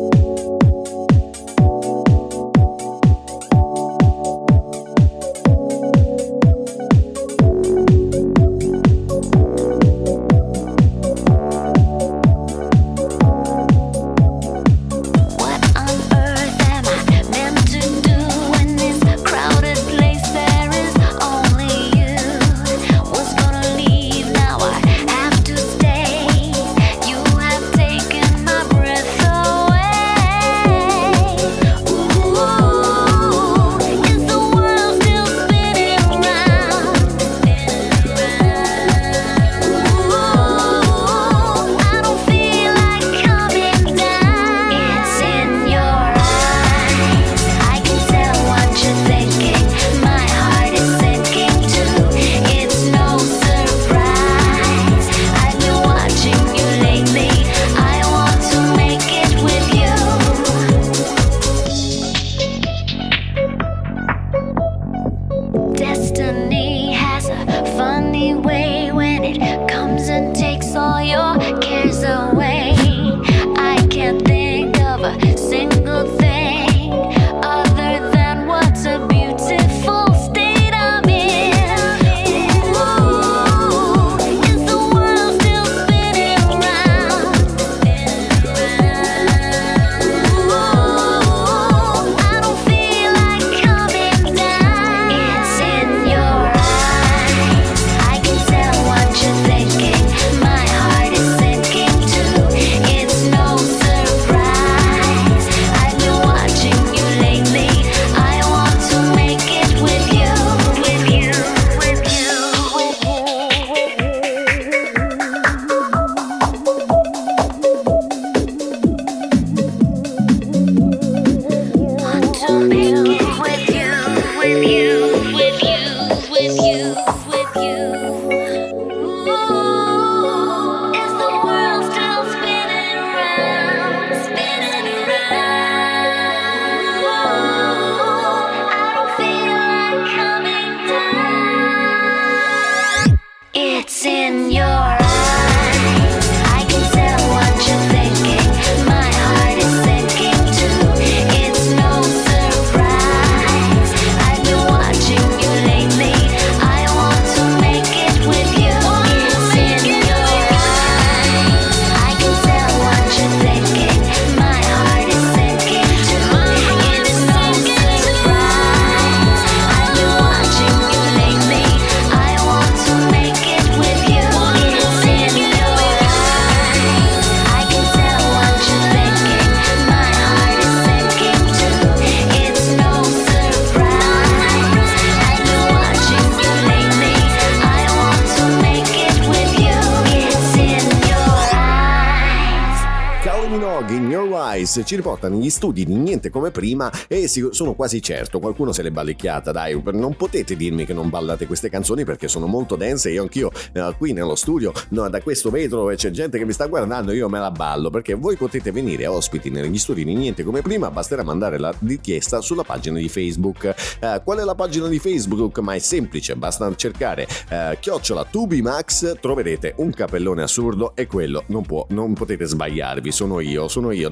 Speaker 2: Ci riporta negli studi di Niente Come Prima e sono quasi certo qualcuno se l'è ballicchiata, dai, non potete dirmi che non ballate queste canzoni perché sono molto dense e io anch'io eh, qui nello studio, no, da questo vetro e c'è gente che mi sta guardando, io me la ballo, perché voi potete venire ospiti negli studi di Niente Come Prima, basterà mandare la richiesta sulla pagina di Facebook. Eh, qual è la pagina di Facebook? Ma è semplice, basta cercare eh, chiocciola Toby Max, troverete un capellone assurdo e quello non può, non potete sbagliarvi, sono io, sono io, mandate la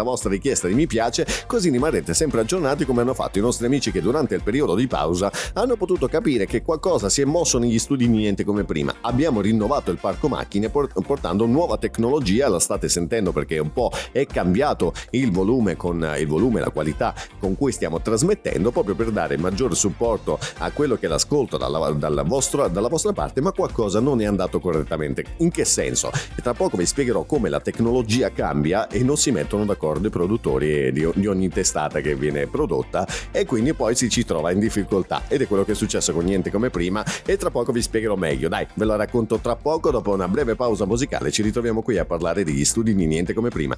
Speaker 2: vostra richiesta di mi piace, così rimarrete sempre aggiornati come hanno fatto i nostri amici che durante il periodo di pausa hanno potuto capire che qualcosa si è mosso negli studi di Niente Come Prima. Abbiamo rinnovato il parco macchine portando nuova tecnologia, la state sentendo perché un po' è cambiato il volume con il volume, la qualità con cui stiamo trasmettendo, proprio per dare maggior supporto a quello che è l'ascolto dalla, dalla, vostra, dalla vostra parte, ma qualcosa non è andato correttamente. In che senso? E tra poco vi spiegherò come la tecnologia cambia e non si mettono d'accordo i produttori di, di ogni testata che viene prodotta, e quindi poi si ci trova in difficoltà, ed è quello che è successo con Niente Come Prima, e tra poco vi spiegherò meglio. Dai, ve lo racconto tra poco, dopo una breve pausa musicale ci ritroviamo qui a parlare degli studi di Niente Come Prima.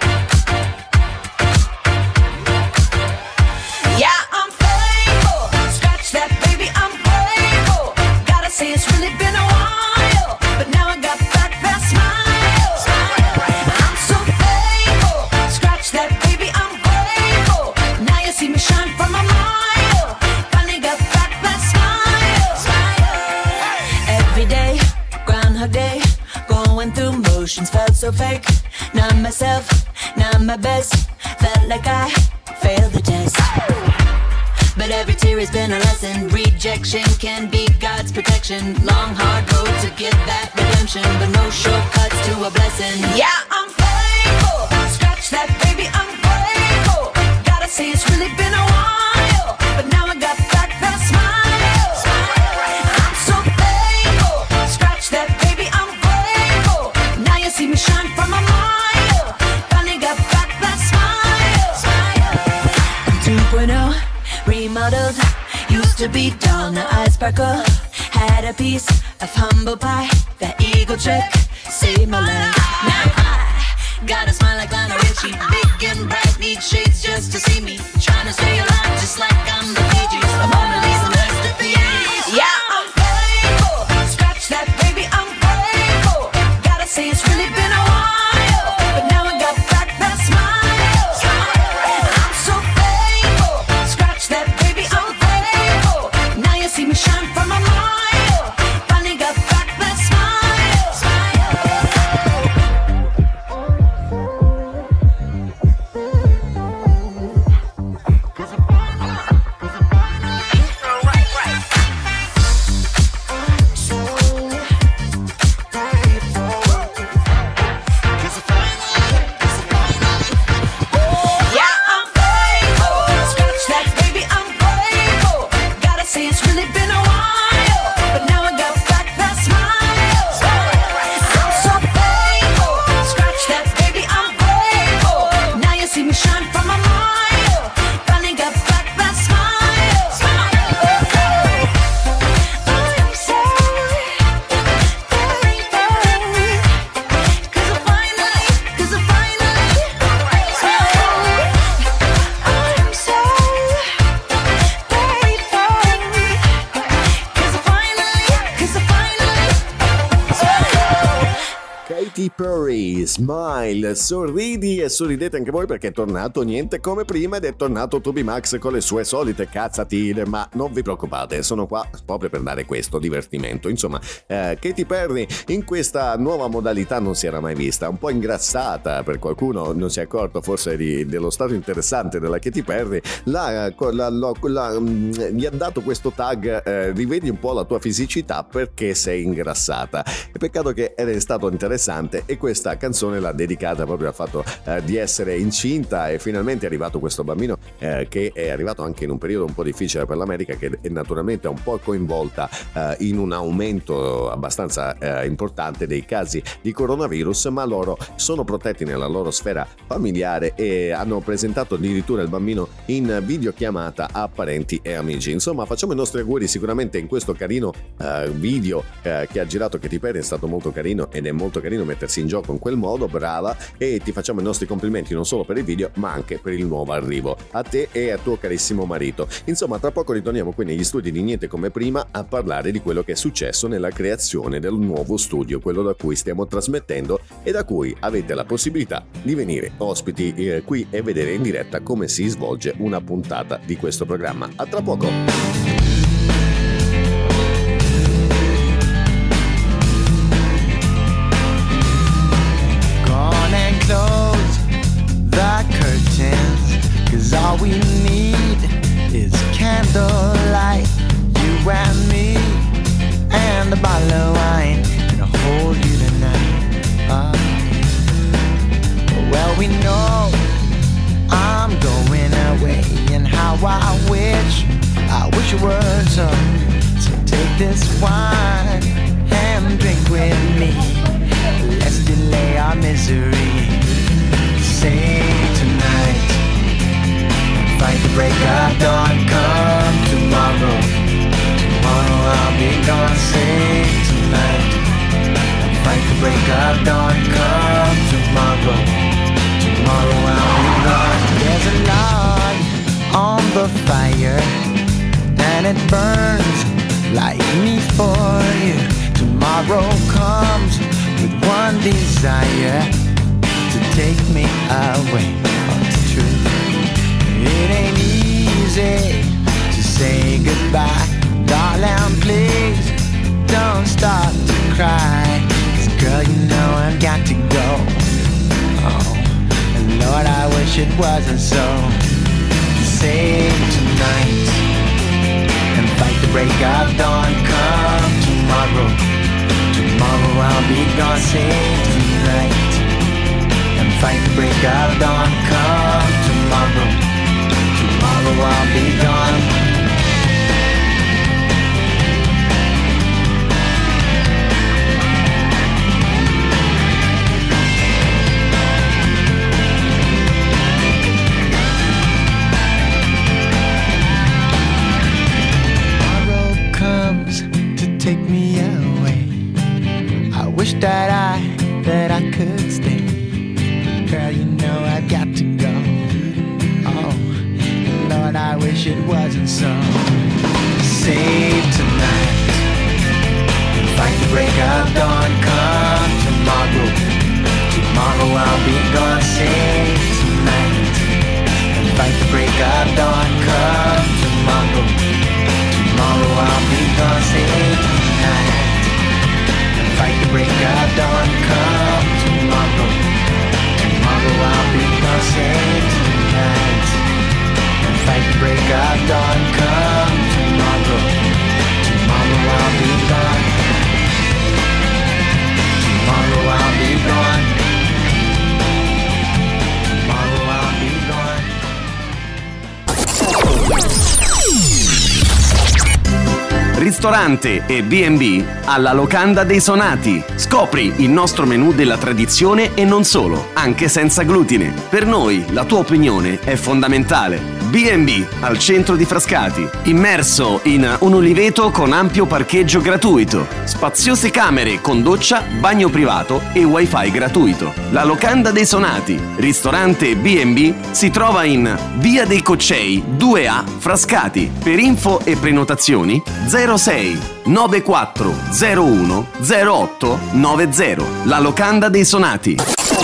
Speaker 4: Felt so fake, not myself, not my best. Felt like I failed the test. But every tear has been a lesson. Rejection can be God's protection. Long hard road to get that redemption, but no shortcuts to a blessing. Yeah, I'm faithful. Scratch that, baby, I'm grateful. Gotta say it's really been a while, but now I got back that smile. I'm so thankful. Scratch that, baby, I'm grateful. Now you see me shine from a mile. Finally got back that smile. two point oh, remodeled. Used to be dull, now I sparkle. Had a piece of humble pie. That eagle trick saved my life. Now I got a smile like Lionel Richie. Big and bright, need shades just to see me. Trying to stay alive just like I'm the Bee Gees. A Mona Lisa masterpiece. Yeah, I'm faithful. Scratch that, baby, I'm grateful. Gotta say it's really been a while, but now I got back that smile. I'm so thankful. Scratch that, baby, I'm grateful. Now you see me shine from a mile. Finally got back that smile. Yeah, I'm faithful. Scratch that, baby, I'm grateful. Gotta say it's really been a while, but now I got back that smile. I'm so thankful. Scratch that, baby, I'm grateful. Now you see me shine from a mile. Finally got back that smile. I'm so thankful. 'Cause I finally, 'cause I finally, I'm so grateful. 'Cause I finally, 'cause I finally.
Speaker 2: Katy Perry, Smile, sorridi e sorridete anche voi perché è tornato Niente Come Prima ed è tornato Toby Max con le sue solite cazzatine, ma non vi preoccupate, sono qua proprio per dare questo divertimento. Insomma, eh, Katy Perry in questa nuova modalità non si era mai vista, un po' ingrassata, per qualcuno non si è accorto forse di, dello stato interessante della Katy Perry, la, la, la, la, gli ha dato questo tag, eh, rivedi un po' la tua fisicità perché sei ingrassata. È peccato che era stato interessante, e questa canzone l'ha dedicata proprio al fatto eh, di essere incinta, e finalmente è arrivato questo bambino eh, che è arrivato anche in un periodo un po' difficile per l'America, che è naturalmente un po' coinvolta eh, in un aumento abbastanza eh, importante dei casi di coronavirus, ma loro sono protetti nella loro sfera familiare e hanno presentato addirittura il bambino in videochiamata a parenti e amici. Insomma, facciamo i nostri auguri sicuramente in questo carino eh, video eh, che ha girato Katy Perry. È stato molto carino ed è molto carino mettersi in gioco in quel modo, brava, e ti facciamo i nostri complimenti non solo per il video ma anche per il nuovo arrivo, a te e a tuo carissimo marito. Insomma, tra poco ritorniamo qui negli studi di Niente Come Prima a parlare di quello che è successo nella creazione del nuovo studio, quello da cui stiamo trasmettendo e da cui avete la possibilità di venire ospiti eh, qui e vedere in diretta come si svolge una puntata di questo programma. A tra poco.
Speaker 10: Close the all we need is candlelight, you and me, and a bottle of wine, and I'll hold you tonight. Oh. Well, we know I'm going away, and how I wish, I wish it were so. So take this wine and drink with me. Let's delay our misery. Say tonight, fight the break of dawn. Come tomorrow, tomorrow I'll be gone. Say tonight, fight the break of dawn. Come tomorrow, tomorrow I'll be gone. There's a log on the fire, and it burns like me for you. Tomorrow comes with one desire, to take me away. Oh, it's true. It ain't easy to say goodbye. Darling, please don't start to cry. 'Cause girl, you know I've got to go. Oh, and Lord, I wish it wasn't so. Save tonight and fight the break of dawn. Come tomorrow, tomorrow I'll be gone. Save tonight and fight the break of dawn. Come tomorrow, tomorrow I'll be gone. Take me away. I wish that I, that I could stay. Girl, you know I've got to go. Oh, Lord, I wish it wasn't so. Save tonight, fight the break of dawn. Come tomorrow, tomorrow I'll be gone. Save tonight, and fight the break of dawn. Come tomorrow, tomorrow I'll be gone. Save tonight and fight the break of dawn. Come tomorrow, tomorrow I'll be gone. Save tonight and fight the break of dawn. Come tomorrow, tomorrow I'll be gone. Tomorrow I'll be gone. Tomorrow I'll be gone.
Speaker 11: Ristorante e bi e bi alla Locanda dei Sonati. Scopri il nostro menù della tradizione e non solo, anche senza glutine. Per noi la tua opinione è fondamentale. bi e bi al centro di Frascati, immerso in un uliveto con ampio parcheggio gratuito, spaziose camere con doccia, bagno privato e wifi gratuito. La Locanda dei Sonati, ristorante e bi e bi, si trova in via dei Coccei due A Frascati. Per info e prenotazioni zero sei nove quattro zero uno zero otto nove zero. La Locanda dei Sonati.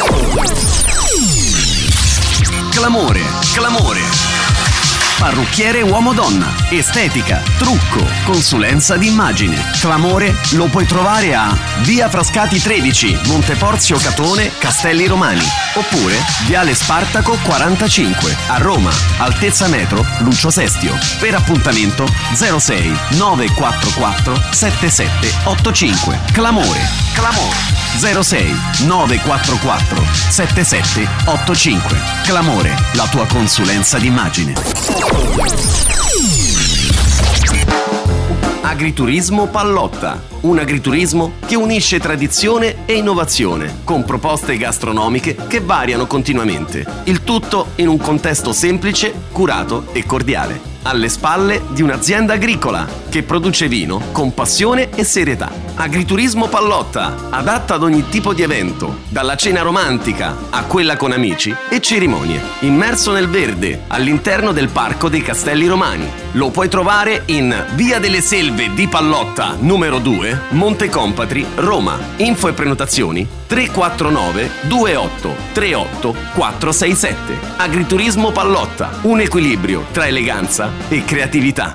Speaker 11: Clamore, clamore. Parrucchiere uomo-donna, estetica, trucco, consulenza d'immagine. Clamore lo puoi trovare a via Frascati tredici, Monteporzio Catone, Castelli Romani, oppure viale Spartaco quarantacinque a Roma, altezza metro Lucio Sestio. Per appuntamento zero sei nove quattro quattro sette sette otto cinque. Clamore, clamore. zero sei nove quattro quattro sette sette otto cinque. Clamore, la tua consulenza d'immagine. Agriturismo Pallotta, un agriturismo che unisce tradizione e innovazione, con proposte gastronomiche che variano continuamente. Il tutto in un contesto semplice, curato e cordiale, alle spalle di un'azienda agricola che produce vino con passione e serietà. Agriturismo Pallotta, adatta ad ogni tipo di evento, dalla cena romantica a quella con amici e cerimonie. Immerso nel verde, all'interno del Parco dei Castelli Romani. Lo puoi trovare in Via delle Selve di Pallotta, numero due, Monte Compatri, Roma. Info e prenotazioni tre quattro nove due otto tre otto quattro sei sette. Agriturismo Pallotta, un equilibrio tra eleganza e creatività.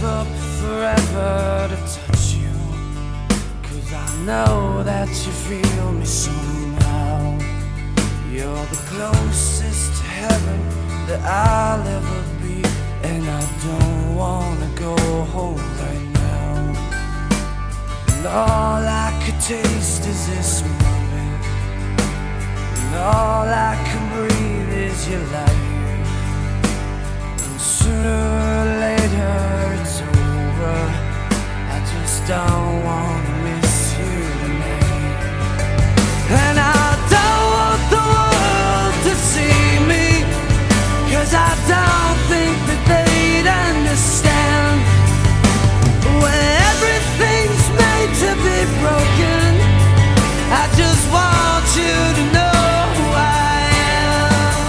Speaker 9: give up forever to touch you, 'cause I know that you feel me somehow. You're the closest to heaven that I'll ever be, and I don't wanna go home right now. And all I could taste is this moment, and all I can breathe is your life. And sooner or later it's over, I just don't wanna miss you tonight. And I don't want the world to see me, 'cause I don't think that they'd understand. When everything's made to be broken, I just want you to know who I am.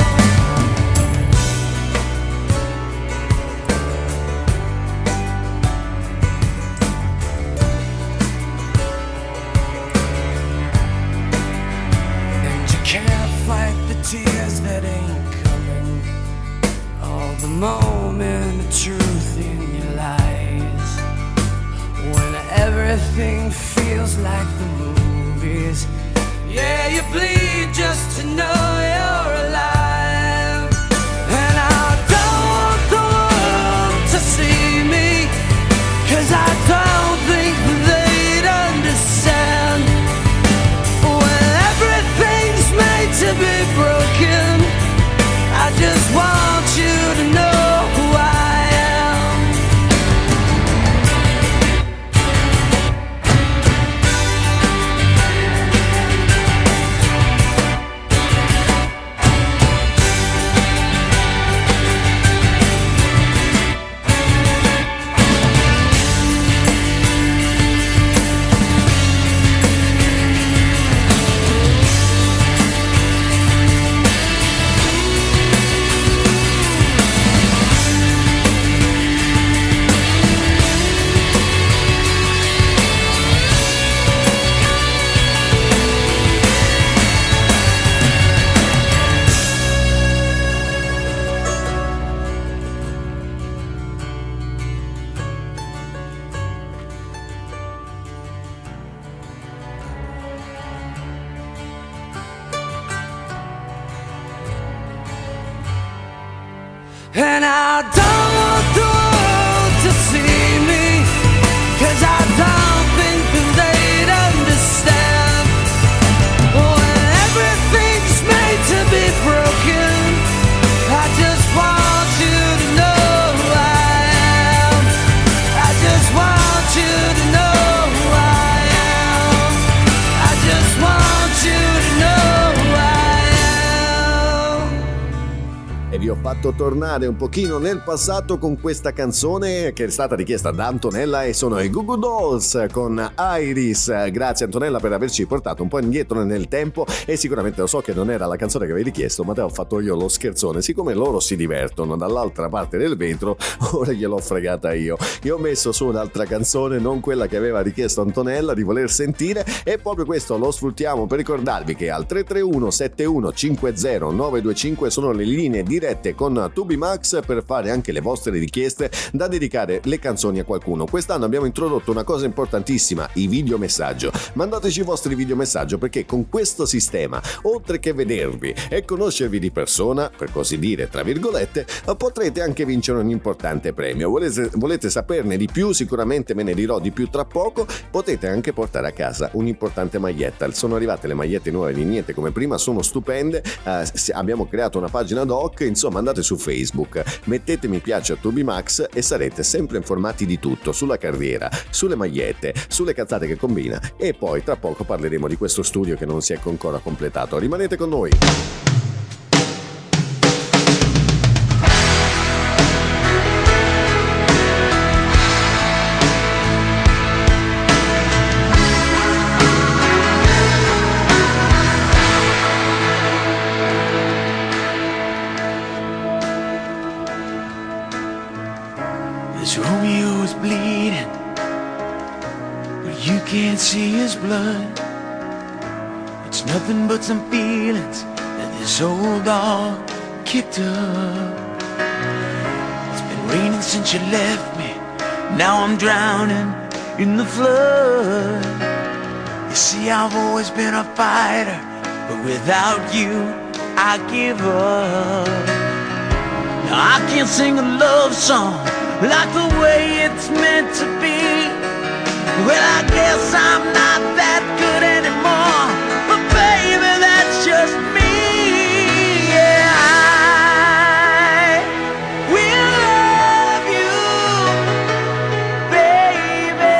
Speaker 9: And you can't fight the tears that ain't coming, all the moment of truth in your lies. When everything feels like the movies, yeah, you bleed just to know you're alive. And I don't want the world to see me, 'cause I don't think they'd understand. When everything's made to be broken, I just want you to know who I am. And I don't want the world to see me, 'cause I don't think that they'd understand. When everything's made to be broken, I just want you to know who I am. I just want you to know who I am. I just want you to know who I am.
Speaker 2: E vi ho fatto tornare un pochino nel passato con questa canzone che è stata richiesta da Antonella, e sono i Goo Goo Dolls con Iris. Grazie Antonella per averci portato un po' indietro nel tempo, e sicuramente lo so che non era la canzone che avevi richiesto, ma te ho fatto io lo scherzone. Siccome loro si divertono dall'altra parte del vetro, ora gliel'ho fregata io. Io ho messo su un'altra canzone, non quella che aveva richiesto Antonella di voler sentire, e proprio questo lo sfruttiamo per ricordarvi che al tre tre uno sette uno cinque zero nove due cinque sono le linee dirette con Tubi Max per fare anche le vostre richieste da dedicare le canzoni a qualcuno. Quest'anno abbiamo introdotto una cosa importantissima, i videomessaggio. Mandateci i vostri videomessaggio, perché con questo sistema, oltre che vedervi e conoscervi di persona, per così dire, tra virgolette, potrete anche vincere un importante premio. Volete, volete saperne di più? Sicuramente me ne dirò di più tra poco. Potete anche portare a casa un'importante maglietta. Sono arrivate le magliette nuove di Niente Come Prima, sono stupende. Eh, abbiamo creato una pagina ad hoc, insomma andate su Facebook, mettete mi piace a Tubi Max e sarete sempre informati di tutto, sulla carriera, sulle magliette, sulle cazzate che combina, e poi tra poco parleremo di questo studio che non si è ancora completato. Rimanete con noi.
Speaker 10: As Romeo is bleeding, but you can't see his blood. It's nothing but some feelings that this old dog kicked up. It's been raining since you left me, Now I'm drowning in the flood. You see, I've always been a fighter, but without you, I give up. Now I can't sing a love song like the way it's meant to be. Well, I guess I'm not that good anymore, but baby, that's just me. Yeah, I will love you, baby,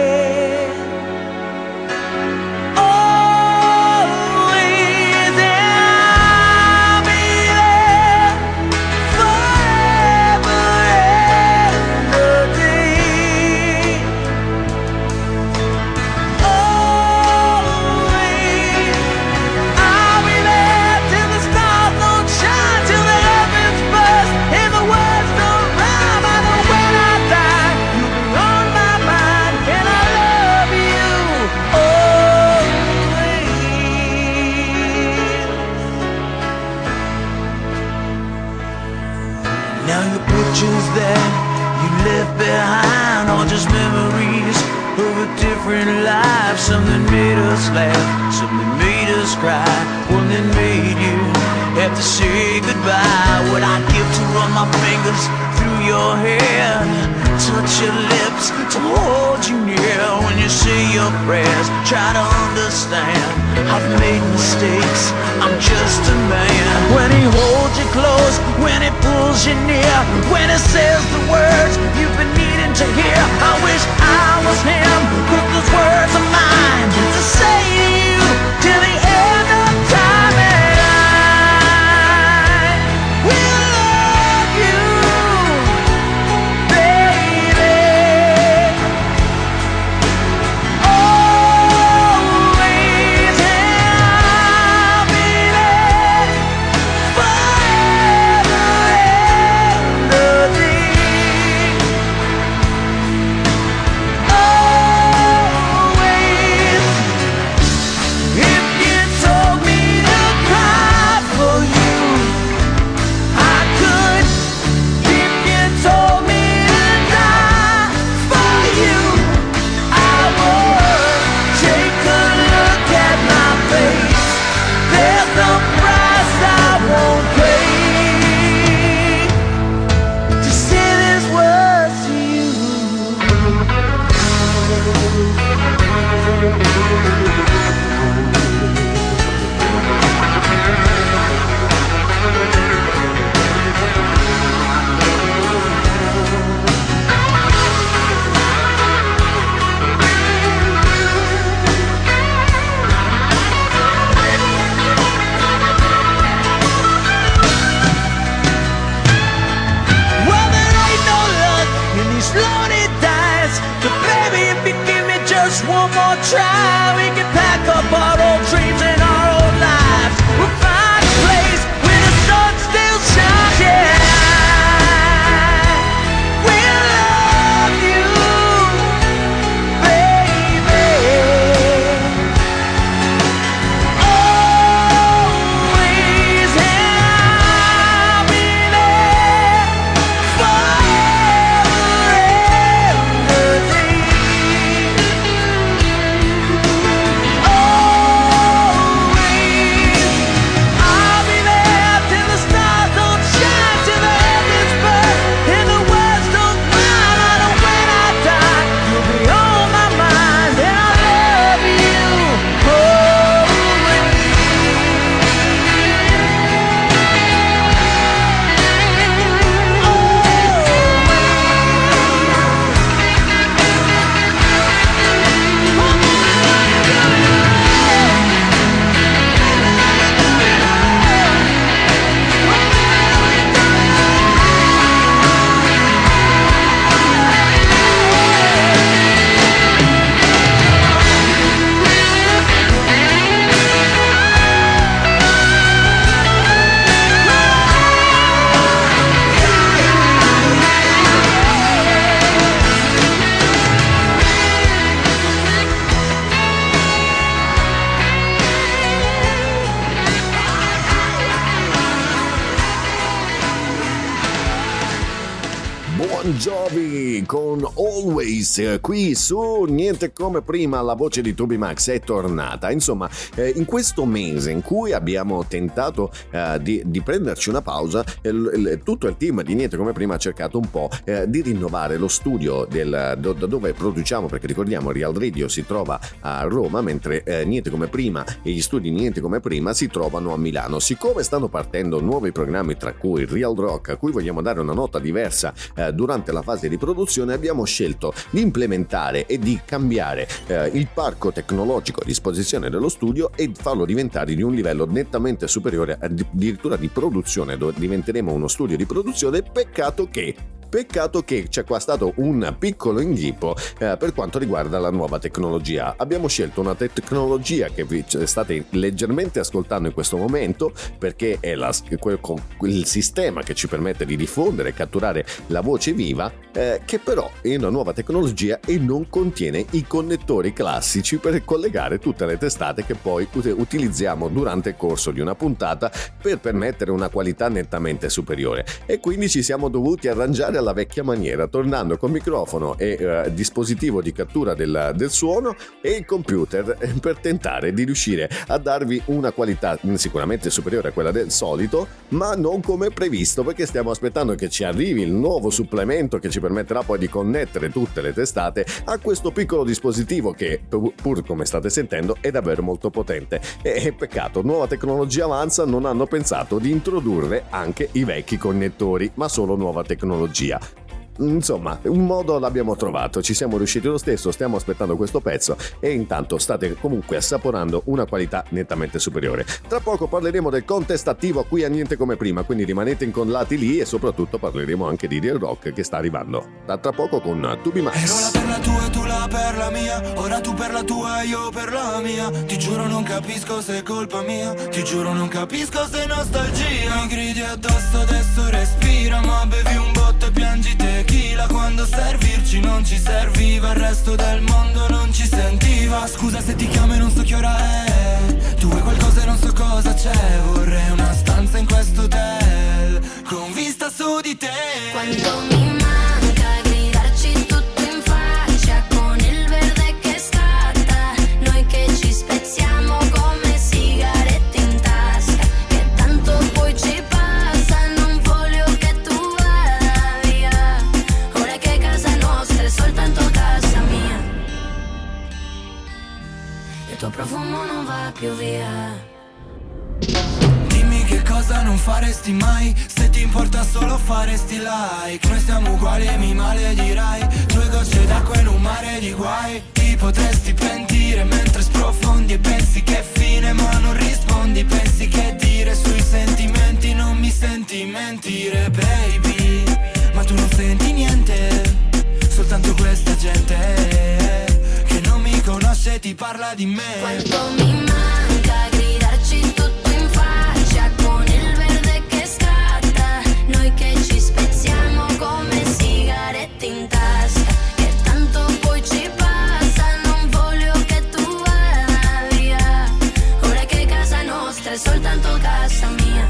Speaker 10: always, and I'll be there forever and a day. Always, I'll be there till the stars don't shine, till the heavens burst and the words don't rhyme. I know when I die, you'll be on my mind, and I love you always. Now your pictures that you left behind are just memories of a different life. Something made us laugh, something made us cry, one that made you have to say goodbye. What I'd give to run my fingers through your hair, touch your lips, to hold you near when you say your prayers. Try to understand, I've made mistakes, I'm just a man. When he holds you close, when he pulls you near, when he says the words you've been needing to hear, I wish I was him, but those words are mine to say to you till the end of time. And I will love you, baby, always, and I'll be there forever and a day. Always,
Speaker 2: Always, qui su Niente Come Prima. La voce di Toby Max è tornata. Insomma, eh, in questo mese in cui abbiamo tentato eh, di, di prenderci una pausa, il, il, tutto il team di Niente Come Prima ha cercato un po' eh, di rinnovare lo studio del, do, da dove produciamo, perché ricordiamo Real Radio si trova a Roma, mentre eh, Niente Come Prima e gli studi Niente Come Prima si trovano a Milano. Siccome stanno partendo nuovi programmi, tra cui Real Rock, a cui vogliamo dare una nota diversa eh, durante la fase di produzione, abbiamo scelto di implementare e di cambiare eh, il parco tecnologico a disposizione dello studio e farlo diventare di un livello nettamente superiore, addirittura di produzione, dove diventeremo uno studio di produzione. Peccato che Peccato che c'è qua stato un piccolo inghippo eh, per quanto riguarda la nuova tecnologia. Abbiamo scelto una te- tecnologia che vi state leggermente ascoltando in questo momento, perché è la, quel, quel sistema che ci permette di diffondere e catturare la voce viva, eh, che però è una nuova tecnologia e non contiene i connettori classici per collegare tutte le testate che poi ut- utilizziamo durante il corso di una puntata per permettere una qualità nettamente superiore. E quindi ci siamo dovuti arrangiare alla vecchia maniera, tornando con microfono e eh, dispositivo di cattura del, del suono e il computer eh, per tentare di riuscire a darvi una qualità sicuramente superiore a quella del solito, ma non come previsto, perché stiamo aspettando che ci arrivi il nuovo supplemento che ci permetterà poi di connettere tutte le testate a questo piccolo dispositivo che, pur come state sentendo, è davvero molto potente. E peccato, nuova tecnologia avanza, non hanno pensato di introdurre anche i vecchi connettori, ma solo nuova tecnologia. Insomma, un modo l'abbiamo trovato, ci siamo riusciti lo stesso, stiamo aspettando questo pezzo e intanto state comunque assaporando una qualità nettamente superiore. Tra poco parleremo del contest attivo qui a Niente Come Prima, quindi rimanete incollati lì e soprattutto parleremo anche di Real Rock che sta arrivando. Da tra poco con Toby Max.
Speaker 12: Ero la per la tua e tu la per la mia, ora tu per la tua e io per la mia. Ti giuro non capisco se è colpa mia, ti giuro non capisco se è nostalgia. Mi gridi addosso, adesso respira, ma bevi un botto e piangi te. Quando servirci non ci serviva, il resto del mondo non ci sentiva. Scusa se ti chiamo e non so che ora è, tu vuoi qualcosa e non so cosa c'è. Vorrei una stanza in questo hotel con vista su di te.
Speaker 5: Quando mi manca gridarci tutto in faccia con il verde che scatta, noi che ci spezziamo come sigarette in tasca, che tanto poi ci passa, non voglio che tu vada via. Ora che casa nostra è soltanto casa mia, il tuo profumo non va più via.
Speaker 12: Dimmi che cosa non faresti mai, se ti importa solo faresti like. Noi siamo uguali e mi maledirai, due gocce d'acqua in un mare di guai. Ti potresti pentire mentre sprofondi e pensi che è fine ma non rispondi. Pensi che dire sui sentimenti, non mi senti mentire baby, ma tu non senti niente, soltanto questa gente che non mi conosce ti parla di me.
Speaker 5: Quanto mi manca gridarci tutto in faccia con il verde che scatta, noi che ci spezziamo come sigarette in tasca, che tanto poi ci passa, non voglio che tu vada via. Ora che casa nostra è soltanto casa mia,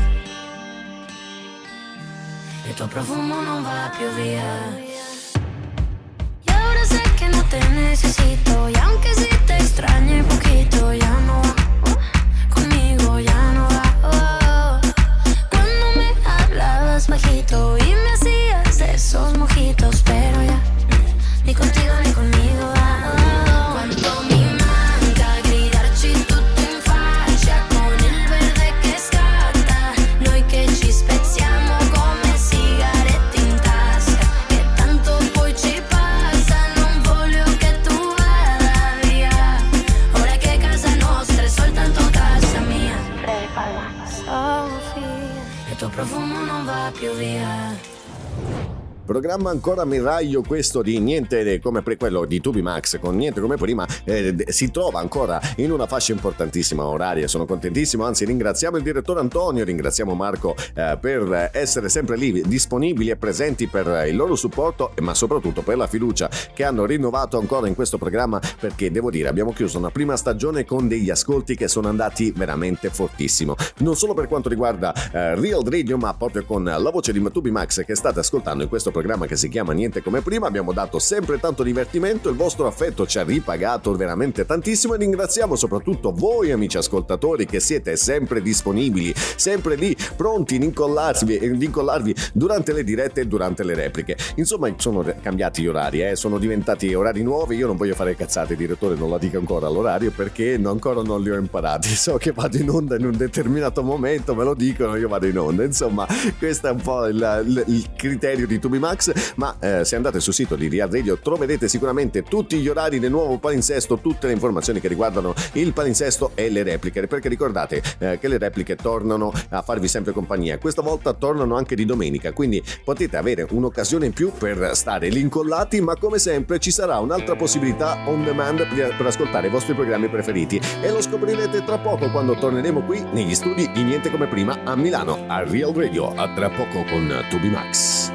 Speaker 5: il tuo profumo non va più via. Y ahora sé que no te necesito, y aunque si te extrañe poquito, ya no va, conmigo ya no va. Oh. Cuando me hablabas bajito y me hacías esos mojitos, pero ya ni contigo ni conmigo va. Oh. Cuánto mi manca gridarci tutto in faccia con il verde che scatta, noi che ci spezziamo come sigarette in tasca, che tanto poi ci passa, non voglio che tu vada via. Ora che casa nostra è soltanto casa mia, Sofia, il tuo profumo non va più via.
Speaker 2: Programma ancora miraglio questo di Niente Come Prima, quello di Toby Max con Niente Come Prima, eh, si trova ancora in una fascia importantissima oraria. Sono contentissimo, anzi ringraziamo il direttore Antonio, ringraziamo Marco eh, per essere sempre lì disponibili e presenti per il loro supporto, ma soprattutto per la fiducia che hanno rinnovato ancora in questo programma, perché devo dire abbiamo chiuso una prima stagione con degli ascolti che sono andati veramente fortissimo, non solo per quanto riguarda eh, Real Radio, ma proprio con la voce di Toby Max che state ascoltando in questo programma programma che si chiama Niente Come Prima. Abbiamo dato sempre tanto divertimento, il vostro affetto ci ha ripagato veramente tantissimo e ringraziamo soprattutto voi amici ascoltatori che siete sempre disponibili, sempre lì pronti ad incollarvi, ad incollarvi durante le dirette e durante le repliche. Insomma, sono cambiati gli orari, eh? sono diventati orari nuovi. Io non voglio fare cazzate, direttore, non la dica ancora l'orario perché ancora non li ho imparati. So che vado in onda in un determinato momento, me lo dicono, io vado in onda. Insomma, questo è un po' il, il, il criterio di Tubi Max, ma eh, se andate sul sito di Real Radio troverete sicuramente tutti gli orari del nuovo palinsesto, tutte le informazioni che riguardano il palinsesto e le repliche, perché ricordate eh, che le repliche tornano a farvi sempre compagnia. Questa volta tornano anche di domenica, quindi potete avere un'occasione in più per stare lì incollati, ma come sempre ci sarà un'altra possibilità on demand per, per ascoltare i vostri programmi preferiti e lo scoprirete tra poco quando torneremo qui negli studi di Niente Come Prima a Milano, a Real Radio. A tra poco con Tubi Max.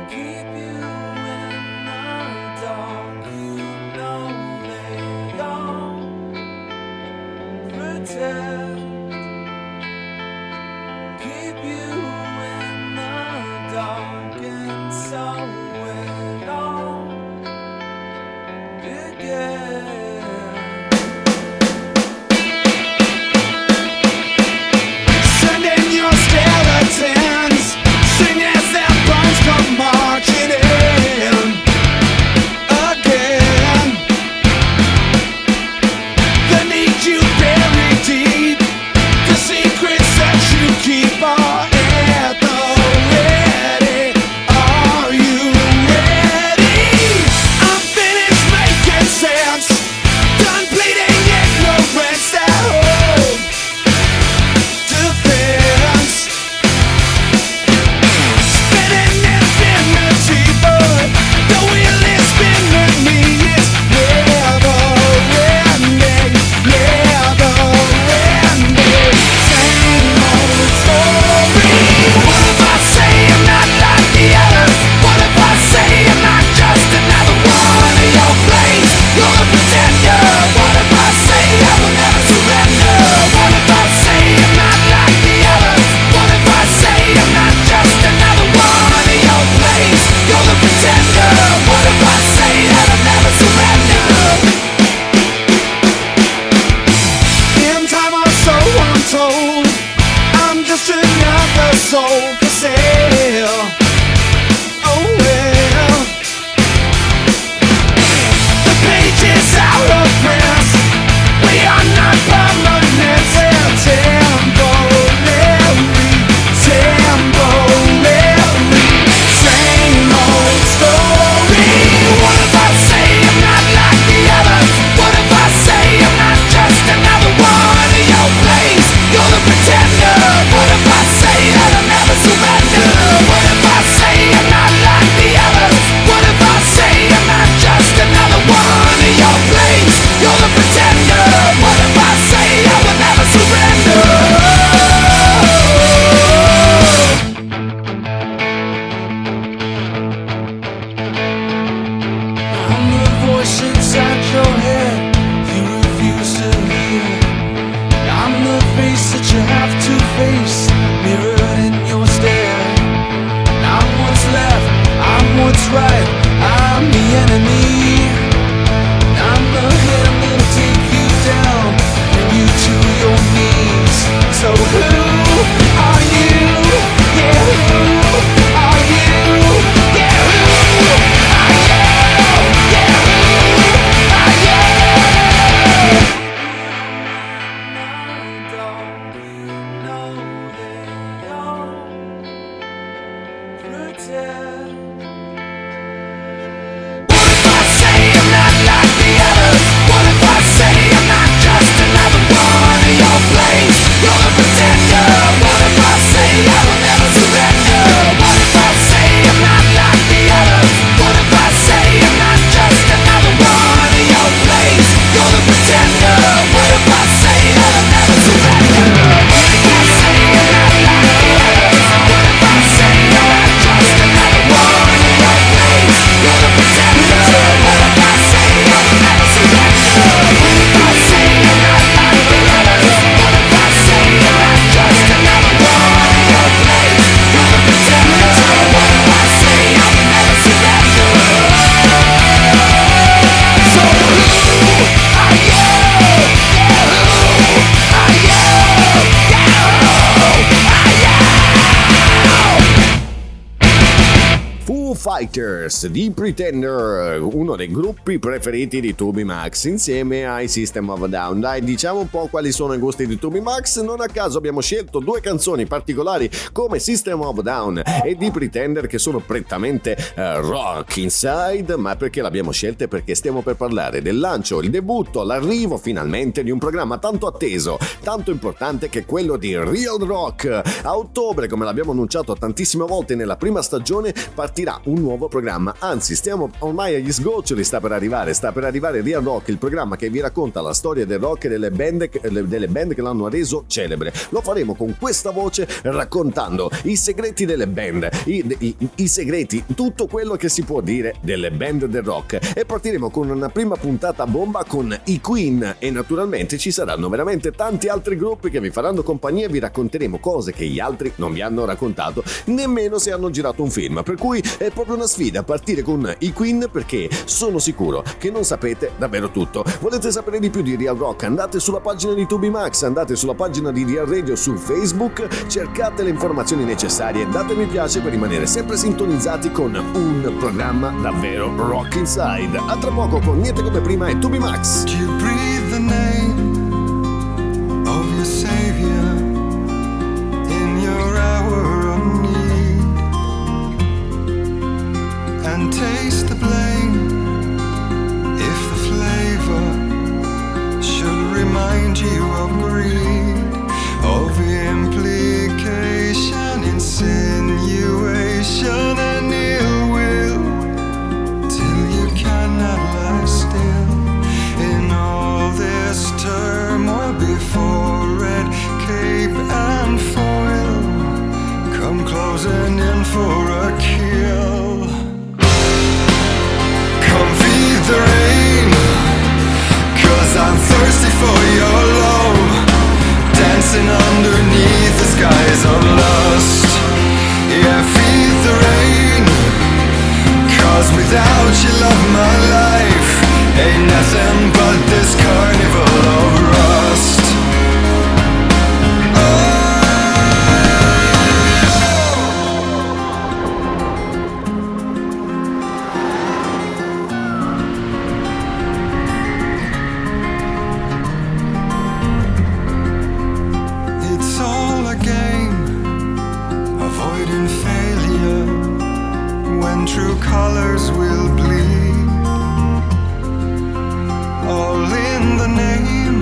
Speaker 13: Sense
Speaker 2: Fighters di Pretender, uno dei gruppi preferiti di TobyMax insieme ai System of a Down. Dai, diciamo un po' quali sono i gusti di TobyMax. Non a caso abbiamo scelto due canzoni particolari come System of a Down e di Pretender, che sono prettamente uh, rock inside, ma perché l'abbiamo scelte? Perché stiamo per parlare del lancio, il debutto, l'arrivo finalmente di un programma tanto atteso, tanto importante, che è quello di Real Rock. A ottobre, come l'abbiamo annunciato tantissime volte nella prima stagione, partirà un nuovo programma, anzi stiamo ormai agli sgoccioli, sta per arrivare, sta per arrivare Real Rock, il programma che vi racconta la storia del rock e delle band, delle band che l'hanno reso celebre. Lo faremo con questa voce, raccontando i segreti delle band, i, i, i segreti, tutto quello che si può dire delle band del rock, e partiremo con una prima puntata bomba con i Queen, e naturalmente ci saranno veramente tanti altri gruppi che vi faranno compagnia e vi racconteremo cose che gli altri non vi hanno raccontato, nemmeno se hanno girato un film, per cui è proprio una sfida partire con i Queen, perché sono sicuro che non sapete davvero tutto. Volete sapere di più di Real Rock? Andate sulla pagina di TobyMax, andate sulla pagina di Real Radio su Facebook, cercate le informazioni necessarie, date mi piace per rimanere sempre sintonizzati con un programma davvero rock inside. A tra poco con Niente Come Prima e TobyMax.
Speaker 12: Do you breathe the name of your savior in your hour of need, and taste the blame if the flavor should remind you of greed, of implication, insinuation and ill will, till you cannot lie still in all this turmoil before red cape and foil come closing in for a kill. Come feed the rain, 'cause I'm thirsty for your love, dancing underneath the skies of lust. Yeah, feed the rain, 'cause without you love my life ain't nothing but this carnival of rust. It's all a game, avoiding failure when true colors will bleed, all in the name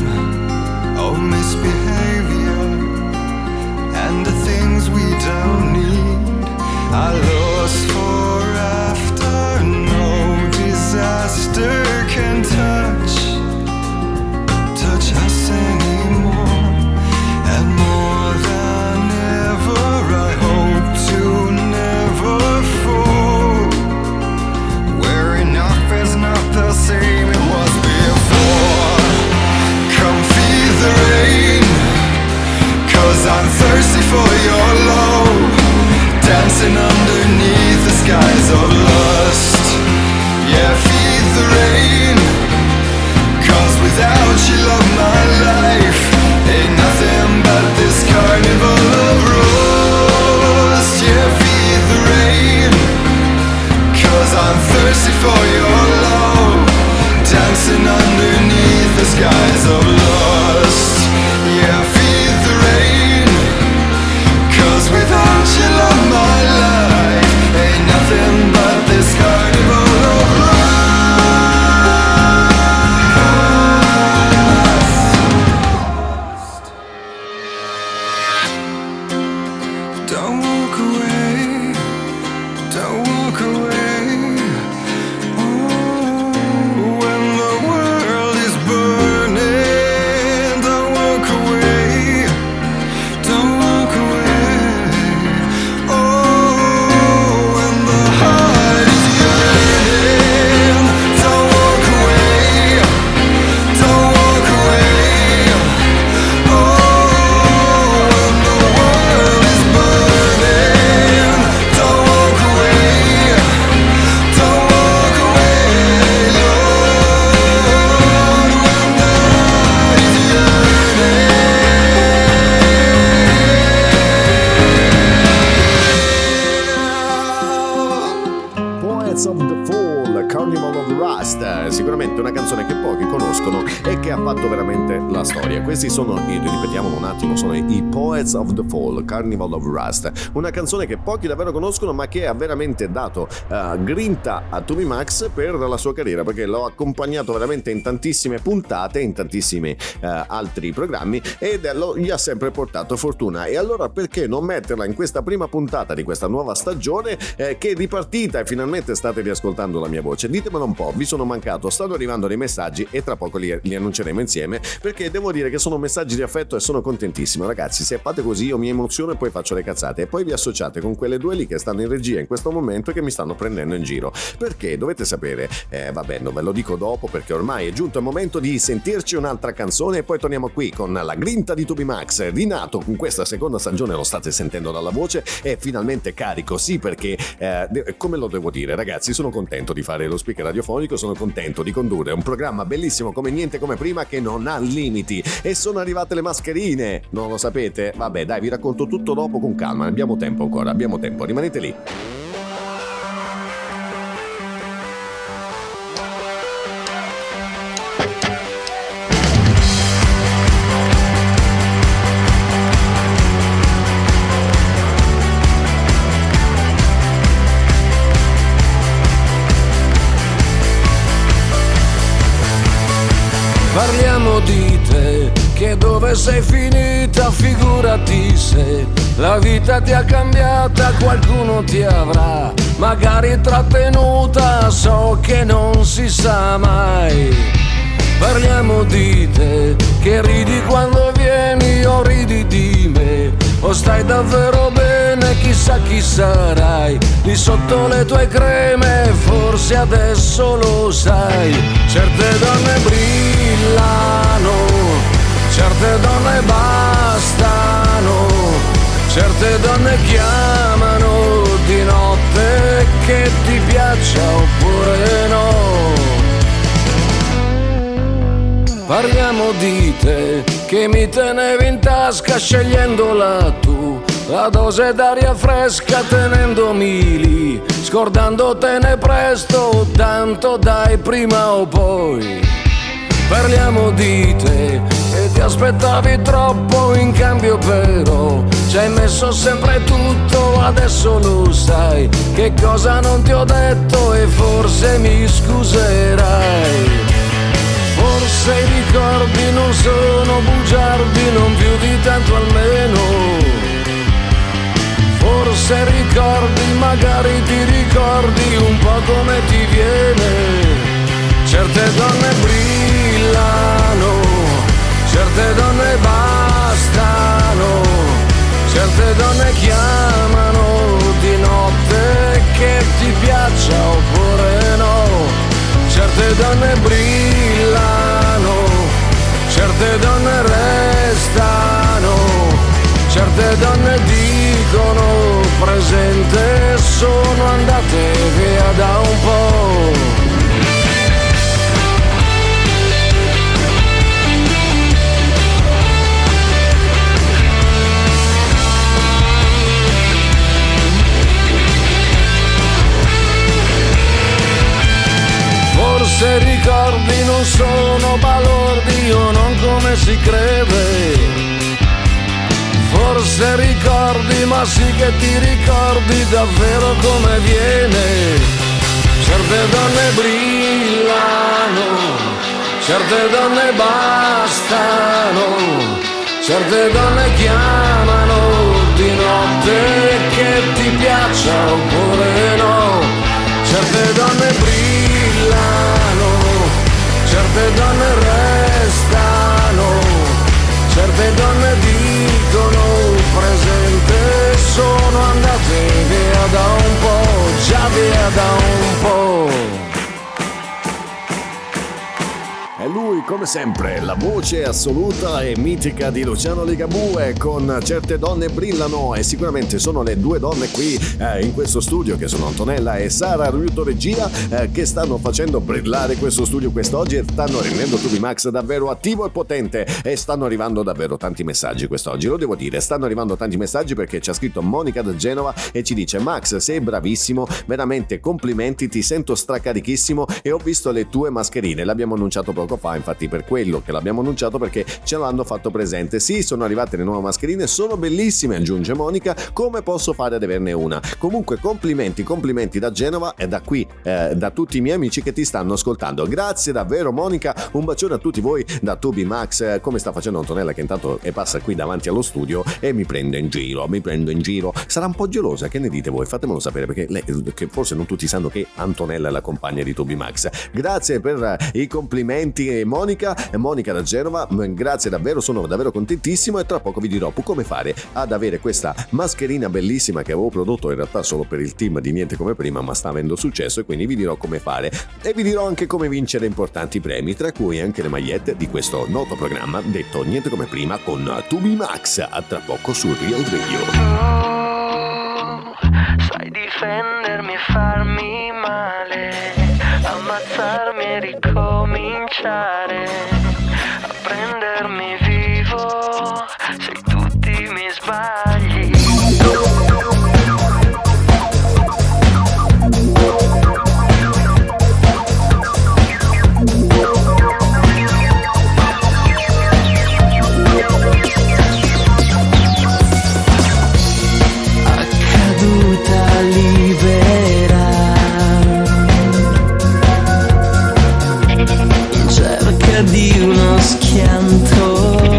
Speaker 2: che pochi conoscono e che ha fatto veramente la storia. Questi sono, ripetiamolo un attimo, sono i Poets of the Fall, Carnival of Rust, una canzone che pochi davvero conoscono ma che ha veramente dato uh, grinta a TobyMac per la sua carriera, perché l'ho accompagnato veramente in tantissime puntate, in tantissimi uh, altri programmi, ed lo, gli ha sempre portato fortuna. E allora perché non metterla in questa prima puntata di questa nuova stagione eh, che è ripartita e finalmente state riascoltando la mia voce? Ditemelo un po', vi sono mancato, stanno arrivando dei messaggi e tra poco li, li annunceremo insieme, perché devo dire che sono messaggi di affetto e sono contentissimo. Ragazzi, se fate così io mi emoziono e poi faccio le cazzate, e poi vi associate con quelle due lì che stanno in regia in questo momento e che mi stanno prendendo in giro, perché dovete sapere, eh, vabbè, non ve lo dico dopo perché ormai è giunto il momento di sentirci un'altra canzone e poi torniamo qui con la grinta di TobyMac, rinato con questa seconda stagione, lo state sentendo dalla voce, è finalmente carico, sì, perché eh, come lo devo dire, ragazzi, sono contento di fare lo speaker radiofonico, sono contento di condurre un programma bellissimo come niente come prima, che non ha limiti, e sono arrivate le mascherine, non lo sapete? Vabbè, dai, vi racconto tutto dopo con calma, abbiamo tempo ancora, abbiamo tempo, rimanete lì.
Speaker 9: Parliamo di te, che dove sei finita, figurati se la vita ti ha cambiata, qualcuno ti avrà magari trattenuta, so che non si sa mai. Parliamo di te, che ridi quando vieni o ridi di me, o stai davvero bene, chissà chi sarai, lì sotto le tue creme, forse adesso lo sai. Certe donne brillano, certe donne bastano, certe donne chiamano di notte, che ti piaccia oppure no. Parliamo di te, che mi tenevi in tasca scegliendola tu, la dose d'aria fresca tenendomi lì, scordandotene presto, tanto dai prima o poi. Parliamo di te, e ti aspettavi troppo, in cambio però ci hai messo sempre tutto, adesso lo sai, che cosa non ti ho detto e forse mi scuserai. Forse i ricordi non sono bugiardi, non più di tanto almeno. Forse ricordi, magari ti ricordi un po' come ti viene. Certe donne brillano, certe donne bastano, certe donne chiamano di notte, che ti piaccia oppure no. Certe donne brillano, certe donne restano, certe donne dicono presente, sono andate via da un po'. Forse ricordi non sono balordi o non come si crede. Forse ricordi, ma sì che ti ricordi davvero come viene. Certe donne brillano, certe donne bastano, certe donne chiamano di notte, che ti piaccia oppure no. Certe donne brillano, certe donne restano, certe donne dicono presente, sono andate via da un po', già via da un po'.
Speaker 2: È lui, come sempre, la voce assoluta e mitica di Luciano Ligabue con Certe donne brillano, e sicuramente sono le due donne qui eh, in questo studio, che sono Antonella e Sara Riuto Regia, eh, che stanno facendo brillare questo studio quest'oggi e stanno rendendo Tubi Max davvero attivo e potente, e stanno arrivando davvero tanti messaggi quest'oggi, lo devo dire, stanno arrivando tanti messaggi perché ci ha scritto Monica da Genova e ci dice: Max, sei bravissimo, veramente complimenti, ti sento stracarichissimo e ho visto le tue mascherine, l'abbiamo annunciato poco fa, infatti per quello che l'abbiamo annunciato, perché ce l'hanno fatto presente. Sì, sono arrivate le nuove mascherine, sono bellissime, aggiunge Monica, come posso fare ad averne una? Comunque complimenti, complimenti da Genova e da qui, eh, da tutti i miei amici che ti stanno ascoltando. Grazie davvero Monica, un bacione a tutti voi da Tubi Max, eh, come sta facendo Antonella, che intanto è passa qui davanti allo studio e mi prende in giro, mi prendo in giro. Sarà un po' gelosa, che ne dite voi? Fatemelo sapere, perché lei, che forse non tutti sanno che Antonella è la compagna di Tubi Max. Grazie per i complimenti Monica, Monica da Genova, grazie davvero, sono davvero contentissimo e tra poco vi dirò come fare ad avere questa mascherina bellissima che avevo prodotto in realtà solo per il team di Niente Come Prima, ma sta avendo successo, e quindi vi dirò come fare e vi dirò anche come vincere importanti premi, tra cui anche le magliette di questo noto programma detto Niente Come Prima con Tubi Max. A tra poco su Real Radio.
Speaker 13: Sai difendermi e farmi male, ammazzarmi e ricominciare, a prendermi vivo se tutti mi sbagli.
Speaker 12: Di uno schianto,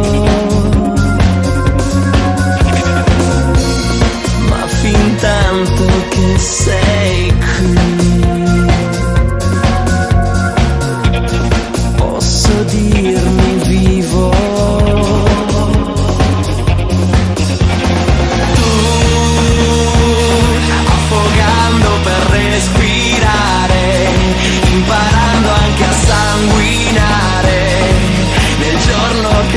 Speaker 12: ma fin tanto che sei qui, posso dirmi vivo. Tu, affogando per respirare, imparando anche a sanguinare, nel giorno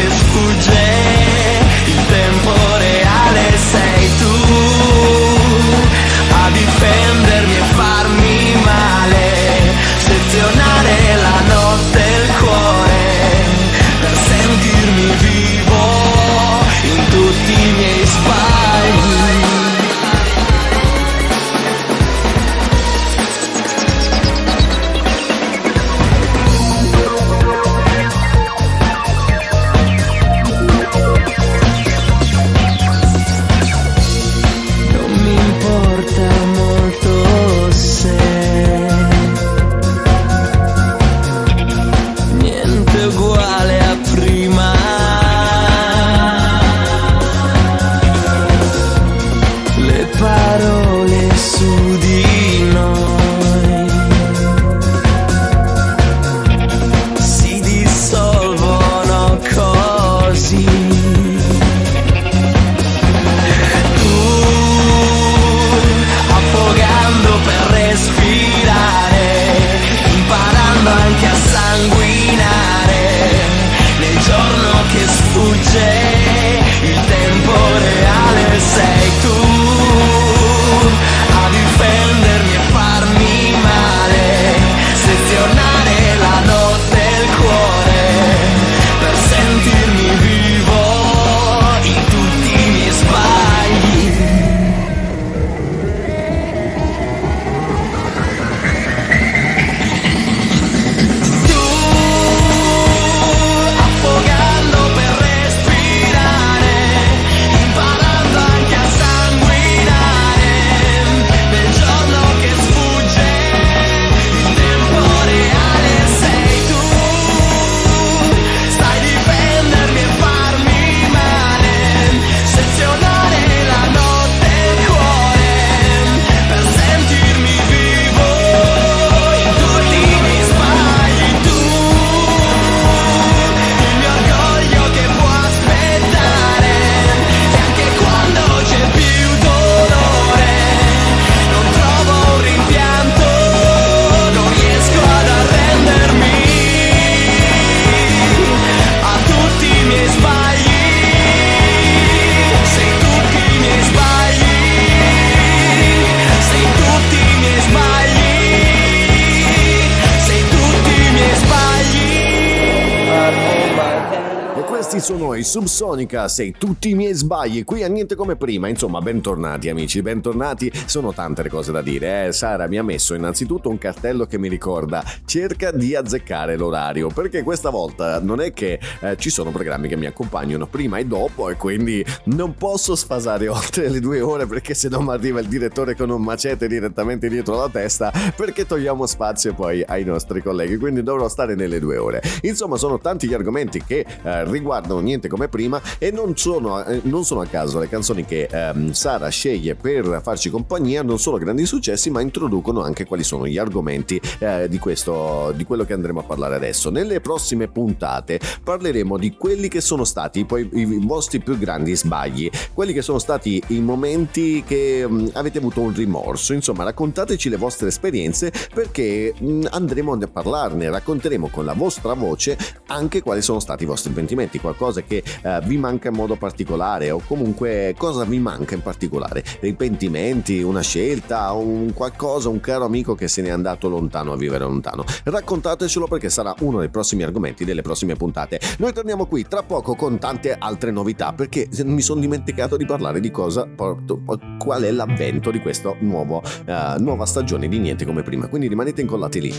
Speaker 2: Questi sono i Subsonica, sei tutti i miei sbagli, qui a Niente Come Prima. Insomma, bentornati amici, bentornati. Sono tante le cose da dire, eh. Sara mi ha messo innanzitutto un cartello che mi ricorda: cerca di azzeccare l'orario, perché questa volta non è che eh, ci sono programmi che mi accompagnano prima e dopo, e quindi non posso sfasare oltre le due ore, perché se no mi arriva il direttore con un macete direttamente dietro la testa, perché togliamo spazio poi ai nostri colleghi, quindi dovrò stare nelle due ore. Insomma, sono tanti gli argomenti che eh, riguardano Niente Come Prima, e non sono, eh, non sono a caso le canzoni che ehm, Sara sceglie per farci compagnia. Non solo grandi successi, ma introducono anche quali sono gli argomenti eh, di questo, di quello che andremo a parlare adesso. Nelle prossime puntate parleremo di quelli che sono stati poi i vostri più grandi sbagli, quelli che sono stati i momenti che mh, avete avuto un rimorso. Insomma, raccontateci le vostre esperienze, perché mh, andremo a parlarne, racconteremo con la vostra voce anche quali sono stati i vostri pentimenti, qualcosa che eh, vi manca in modo particolare, o comunque cosa vi manca in particolare, dei pentimenti, una scelta, un qualcosa, un caro amico che se n'è andato lontano a vivere lontano. Raccontatecelo, perché sarà uno dei prossimi argomenti delle prossime puntate. Noi torniamo qui tra poco con tante altre novità, perché mi sono dimenticato di parlare di cosa porto, qual è l'avvento di questa nuovo, uh, nuova stagione di Niente Come Prima, quindi rimanete incollati lì.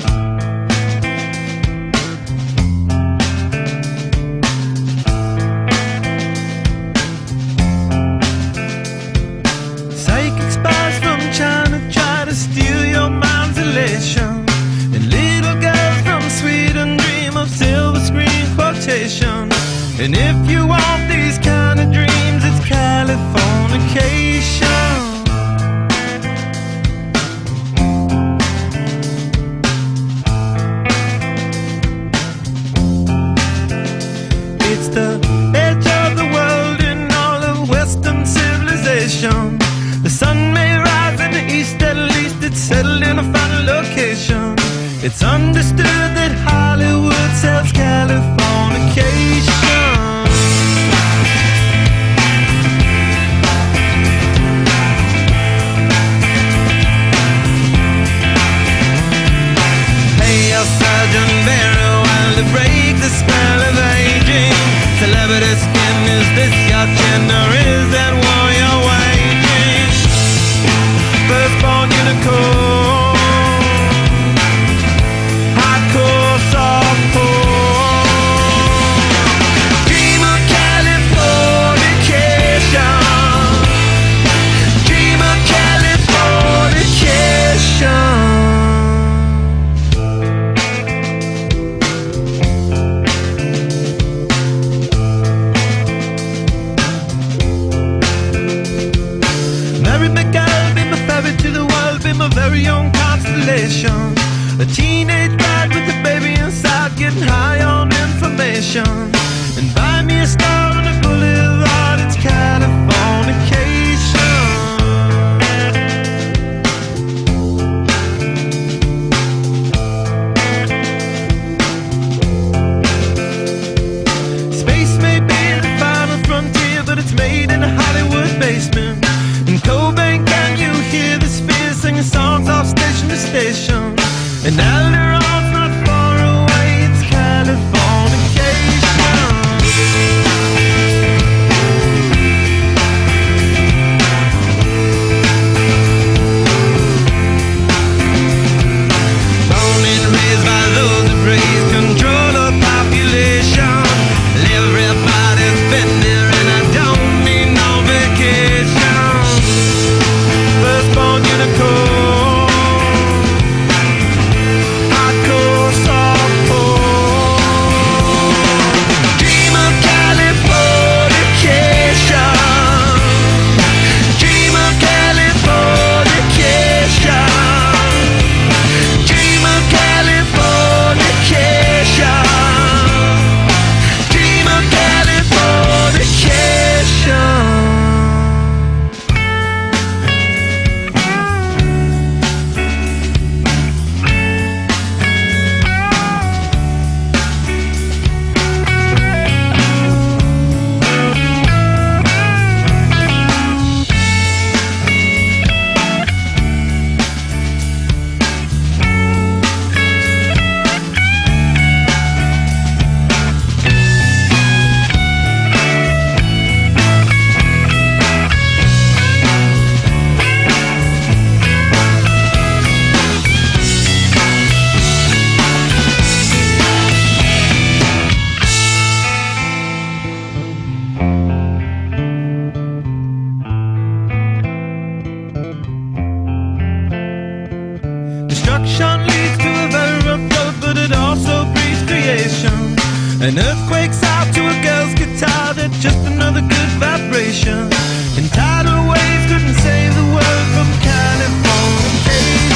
Speaker 10: And little girls from Sweden dream of silver screen quotation. And if you want these kind of dreams, it's Californication. It's the edge of the world in all of Western civilization. The sun may rise in the east, at least it's settled in a final location. It's understood that Hollywood sells Californication. Hey, your Sergeant Barrow, while to break the spell of aging. Celebrity skin, is this your chin, or is that war you're waging? Firstborn unicorn, hardcore softcore. Dream of Californication, dream of Californication. Mary McGill, be my ferry to the world, be my very own constellation. A teenage bride with a baby inside, getting high on information. And buy me a star on the boulevard, it's Californication. Space may be the final frontier, but it's made in a Hollywood basement. In Cobain, can you hear the spheres singing songs off station to station? And Alderon's not far away, it's Californication.
Speaker 14: An earthquake's out to a girl's guitar, they're just another good vibration. And tidal waves couldn't save the world from Californication.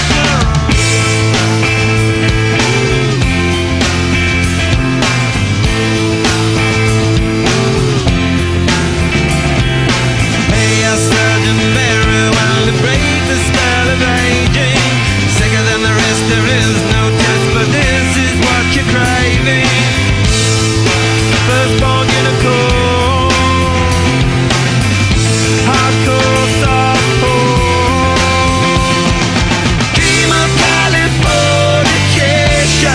Speaker 14: May I surgeon very well to break the spell of aging. Sicker than the rest, there is no test, but this is what you're craving. Firstborn unicorn, hardcore softcore. Dream of Californication.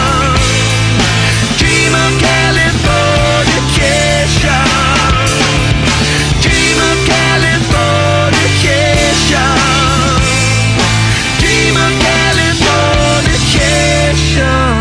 Speaker 14: Dream of Californication. Dream of Californication. Dream of Californication.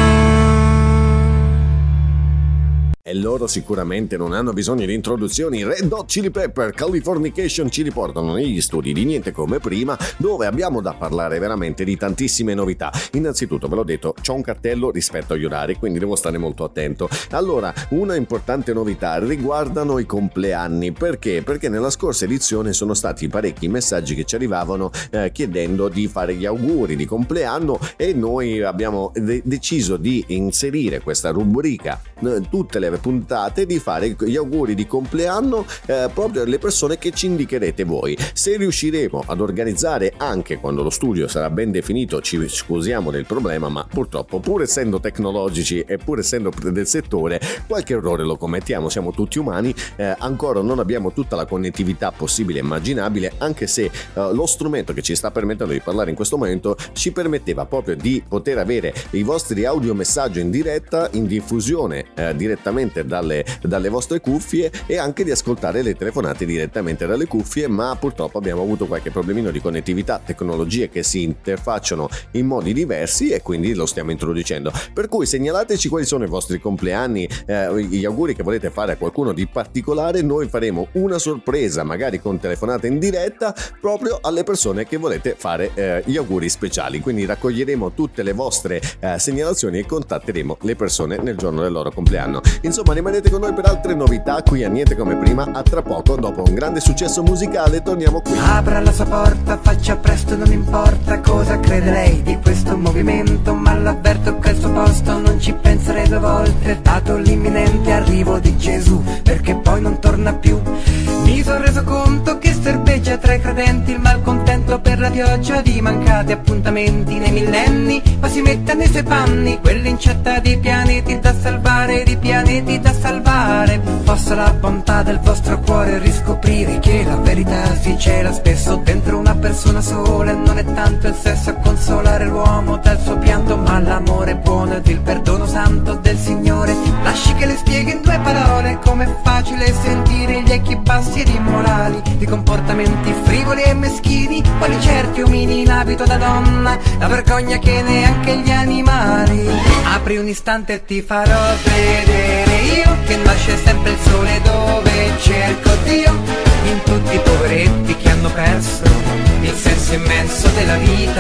Speaker 2: E loro sicuramente non hanno bisogno di introduzioni. Red Hot Chili Pepper, Californication ci riportano negli studi di Niente Come Prima, dove abbiamo da parlare veramente di tantissime novità. Innanzitutto, ve l'ho detto, c'ho un cartello rispetto agli orari, quindi devo stare molto attento. Allora, una importante novità riguardano i compleanni. Perché? Perché nella scorsa edizione sono stati parecchi messaggi che ci arrivavano eh, chiedendo di fare gli auguri di compleanno, e noi abbiamo de- deciso di inserire questa rubrica eh, tutte le puntate, di fare gli auguri di compleanno eh, proprio alle persone che ci indicherete voi. Se riusciremo ad organizzare anche quando lo studio sarà ben definito, ci scusiamo del problema, ma purtroppo, pur essendo tecnologici e pur essendo del settore, qualche errore lo commettiamo, siamo tutti umani. Eh, ancora non abbiamo tutta la connettività possibile e immaginabile, anche se eh, lo strumento che ci sta permettendo di parlare in questo momento ci permetteva proprio di poter avere i vostri audiomessaggi in diretta, in diffusione eh, direttamente Dalle, dalle vostre cuffie, e anche di ascoltare le telefonate direttamente dalle cuffie, ma purtroppo abbiamo avuto qualche problemino di connettività, tecnologie che si interfacciano in modi diversi, e quindi lo stiamo introducendo. Per cui segnalateci quali sono i vostri compleanni, eh, gli auguri che volete fare a qualcuno di particolare. Noi faremo una sorpresa, magari con telefonata in diretta, proprio alle persone che volete fare eh, gli auguri speciali. Quindi raccoglieremo tutte le vostre eh, segnalazioni e contatteremo le persone nel giorno del loro compleanno. Insomma, rimanete con noi per altre novità qui a Niente Come Prima. A tra poco, dopo un grande successo musicale, torniamo qui.
Speaker 10: Apra la sua porta, faccia presto, non importa cosa crede lei di questo movimento, ma l'avverto che al suo posto non ci penserei due volte, dato l'imminente arrivo di Gesù, perché poi non torna più. Mi sono reso conto che serpeggia tra i credenti il malcontento per la pioggia di mancati appuntamenti nei millenni, ma si mette nei suoi panni quell'incetta di pianeti da salvare, di pianeti da salvare. Possa la bontà del vostro cuore riscoprire che la verità si cela spesso dentro una persona sola, e non è tanto il sesso a consolare l'uomo dal suo pianto, ma l'amore buono ed il perdono santo del Signore. Lasci che le spieghi in due parole com'è facile sentire gli echi bassi ed immorali di comportamenti frivoli e meschini, quali certi omini in abito da donna, la vergogna che neanche gli animali. Apri un istante e ti farò vedere io che nasce sempre il sole dove cerco Dio, in tutti i poveretti che hanno perso il senso immenso della vita.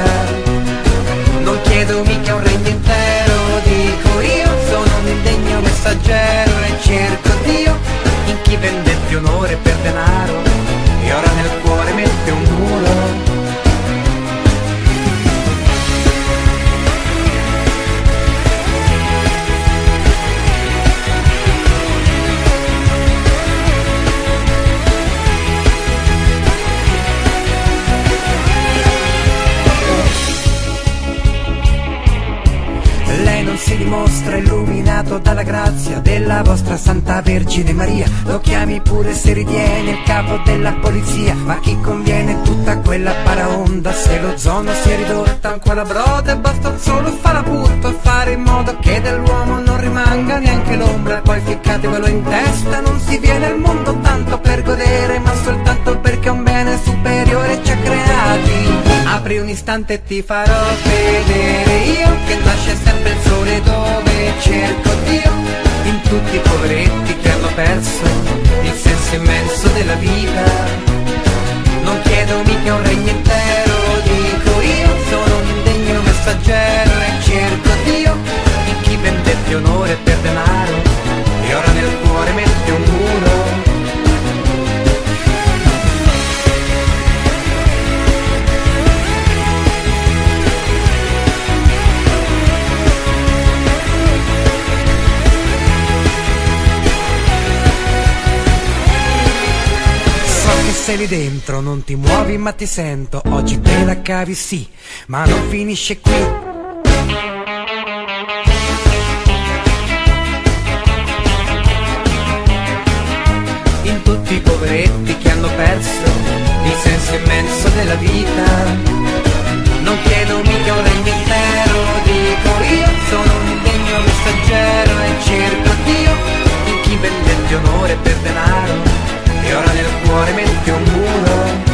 Speaker 10: Non chiedo mica un regno intero, dico io sono un indegno messaggero e cerco Dio in chi vendette onore per denaro e ora nel cuore mette un muro. Non si dimostra illuminato dalla grazia della vostra Santa Vergine Maria. Lo chiami pure se ritiene il capo della polizia, ma chi conviene tutta quella paraonda se lo zono si è ridotta ancora broda, e basta solo fare appunto e fare in modo che dell'uomo non rimanga neanche l'ombra. Poi ficcatevelo in testa, non si viene al mondo tanto per godere, ma soltanto perché un bene superiore ci ha creati. Apri un istante e ti farò vedere io che nasce sempre il sole dove cerco Dio, in tutti i poveretti che hanno perso il senso immenso della vita. Non chiedo mica un regno intero, dico io sono un indegno messaggero e cerco Dio in chi vendette onore per denaro
Speaker 15: sei lì dentro, non ti muovi ma ti sento. Oggi te la cavi sì, ma non finisce qui. In tutti i poveretti che hanno perso il senso immenso della vita, non chiedo mica un regno intero, dico io sono un indegno messaggero e cerco Dio in chi vendette onore per denaro e ora nel cuore mette un muro.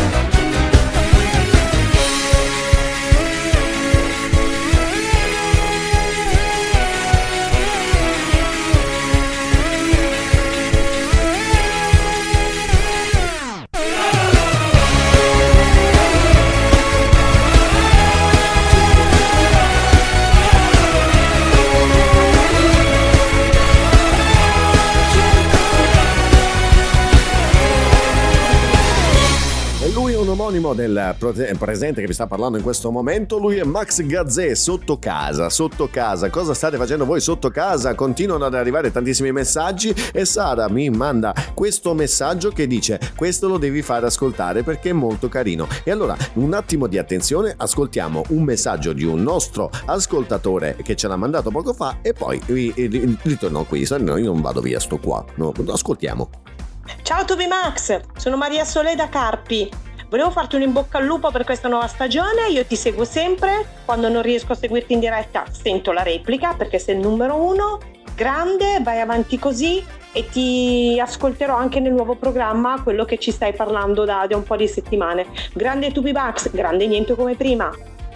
Speaker 2: Omonimo del presente che vi sta parlando in questo momento, lui è Max Gazzè. Sotto casa, sotto casa, cosa state facendo voi sotto casa? Continuano ad arrivare tantissimi messaggi e Sara mi manda questo messaggio che dice: questo lo devi fare ascoltare perché è molto carino. E allora un attimo di attenzione, ascoltiamo un messaggio di un nostro ascoltatore che ce l'ha mandato poco fa e poi ritorno qui, se no io non vado via, sto qua, no, ascoltiamo.
Speaker 16: Ciao Toby Max, sono Maria Sole da Carpi. Volevo farti un in bocca al lupo per questa nuova stagione, io ti seguo sempre, quando non riesco a seguirti in diretta sento la replica perché sei il numero uno, grande, vai avanti così e ti ascolterò anche nel nuovo programma, quello che ci stai parlando da, da un po' di settimane. Grande Toby Max, grande niente come prima.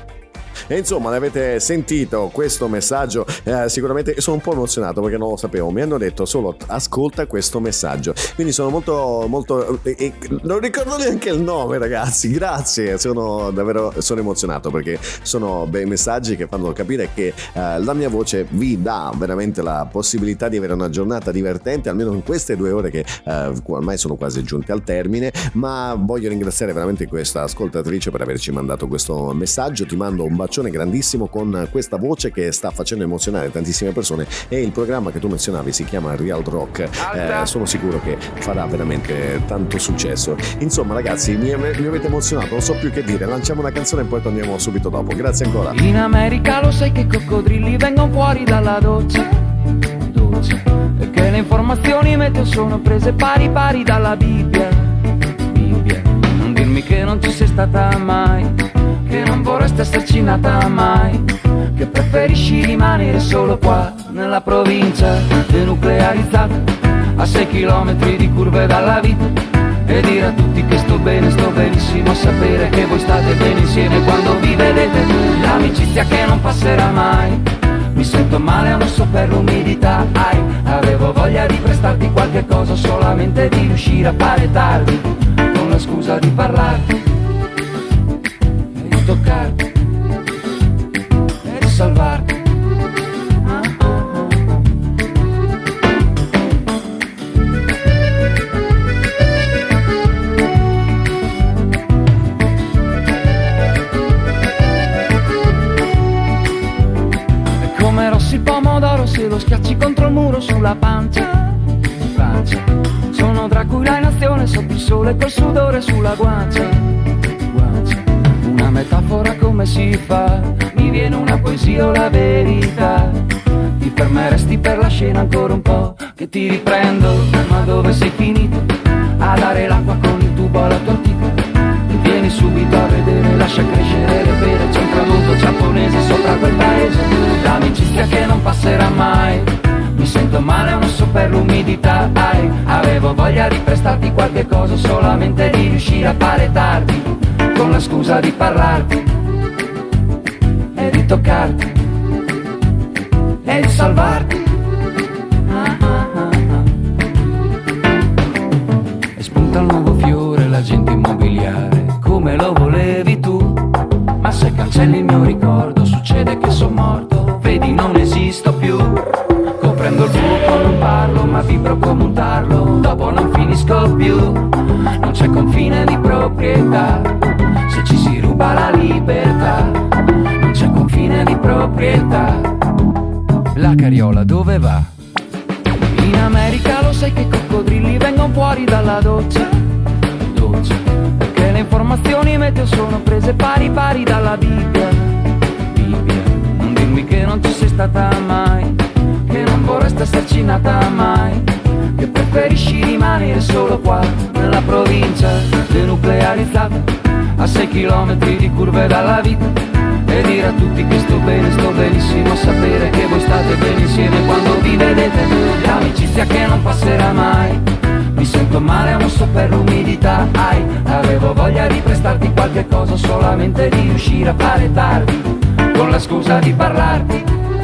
Speaker 2: E insomma, l'avete sentito questo messaggio, eh, sicuramente sono un po' emozionato perché non lo sapevo, mi hanno detto solo ascolta questo messaggio, quindi sono molto molto eh, eh, non ricordo neanche il nome, ragazzi, grazie, sono davvero sono emozionato perché sono bei messaggi che fanno capire che eh, la mia voce vi dà veramente la possibilità di avere una giornata divertente, almeno in queste due ore che eh, ormai sono quasi giunte al termine. Ma voglio ringraziare veramente questa ascoltatrice per averci mandato questo messaggio, ti mando un bacio grandissimo con questa voce che sta facendo emozionare tantissime persone e il programma che tu menzionavi si chiama Real Rock, eh, sono sicuro che farà veramente tanto successo. Insomma ragazzi, mi, mi avete emozionato, non so più che dire, lanciamo una canzone e poi torniamo subito dopo. Grazie ancora.
Speaker 9: In America lo sai che i coccodrilli vengono fuori dalla doccia, doccia, e che le informazioni meteo sono prese pari pari dalla Bibbia, Bibbia. Non dirmi che non ci sei stata mai, che non vorresti esserci nata mai, che preferisci rimanere solo qua nella provincia denuclearizzata, a sei chilometri di curve dalla vita, e dire a tutti che sto bene, sto benissimo, a sapere che voi state bene insieme quando vi vedete, l'amicizia che non passerà mai. Mi sento male, non so per l'umidità, ai, avevo voglia di prestarti qualche cosa, solamente di riuscire a fare tardi, con la scusa di parlarti, toccarti e di salvarti. Ah, ah, ah. È come rossi pomodoro se lo schiacci contro il muro sulla pancia, pancia. Sono Dracula in azione sotto il sole col sudore sulla guancia, guancia. Una metafora come si fa, mi viene una poesia o la verità. Ti fermeresti per la scena ancora un po', che ti riprendo, ma dove sei finito? A dare l'acqua con il tubo alla tua antica. E vieni subito a vedere, lascia crescere le pere, c'è un tramonto giapponese sopra quel paese. L'amicizia che non passerà mai, mi sento male, non so per l'umidità, ai, avevo voglia di prestarti qualche cosa, solamente di riuscire a fare tardi, con la scusa di parlarti e di toccarti e di salvarti. Ah, ah, ah, ah. E spunta il nuovo fiore, l'agente immobiliare, come lo volevi tu, ma se cancelli il mio ricordo succede che sono morto, vedi non esisto più. Prendo il fuoco, non parlo, ma vibro come un tarlo, dopo non finisco più, non c'è confine di proprietà, se ci si ruba la libertà, non c'è confine di proprietà. La carriola dove va? In America lo sai che i coccodrilli vengono fuori dalla doccia, doccia.
Speaker 17: meteo sono prese pari pari dalla Bibbia. Bibbia, non dirmi che non ci sei stata mai, che non vorresti esserci nata mai, che preferisci rimanere solo qua, nella provincia denuclearizzata, a sei chilometri di curve dalla vita. E dire a tutti che sto bene, sto benissimo a sapere che voi state bene insieme quando vi vedete. L'amicizia che non passerà mai, mi sento male, non so per l'umidità. Ai, avevo voglia di prestarti qualche cosa, solamente di riuscire a fare tardi, con la scusa di parlarti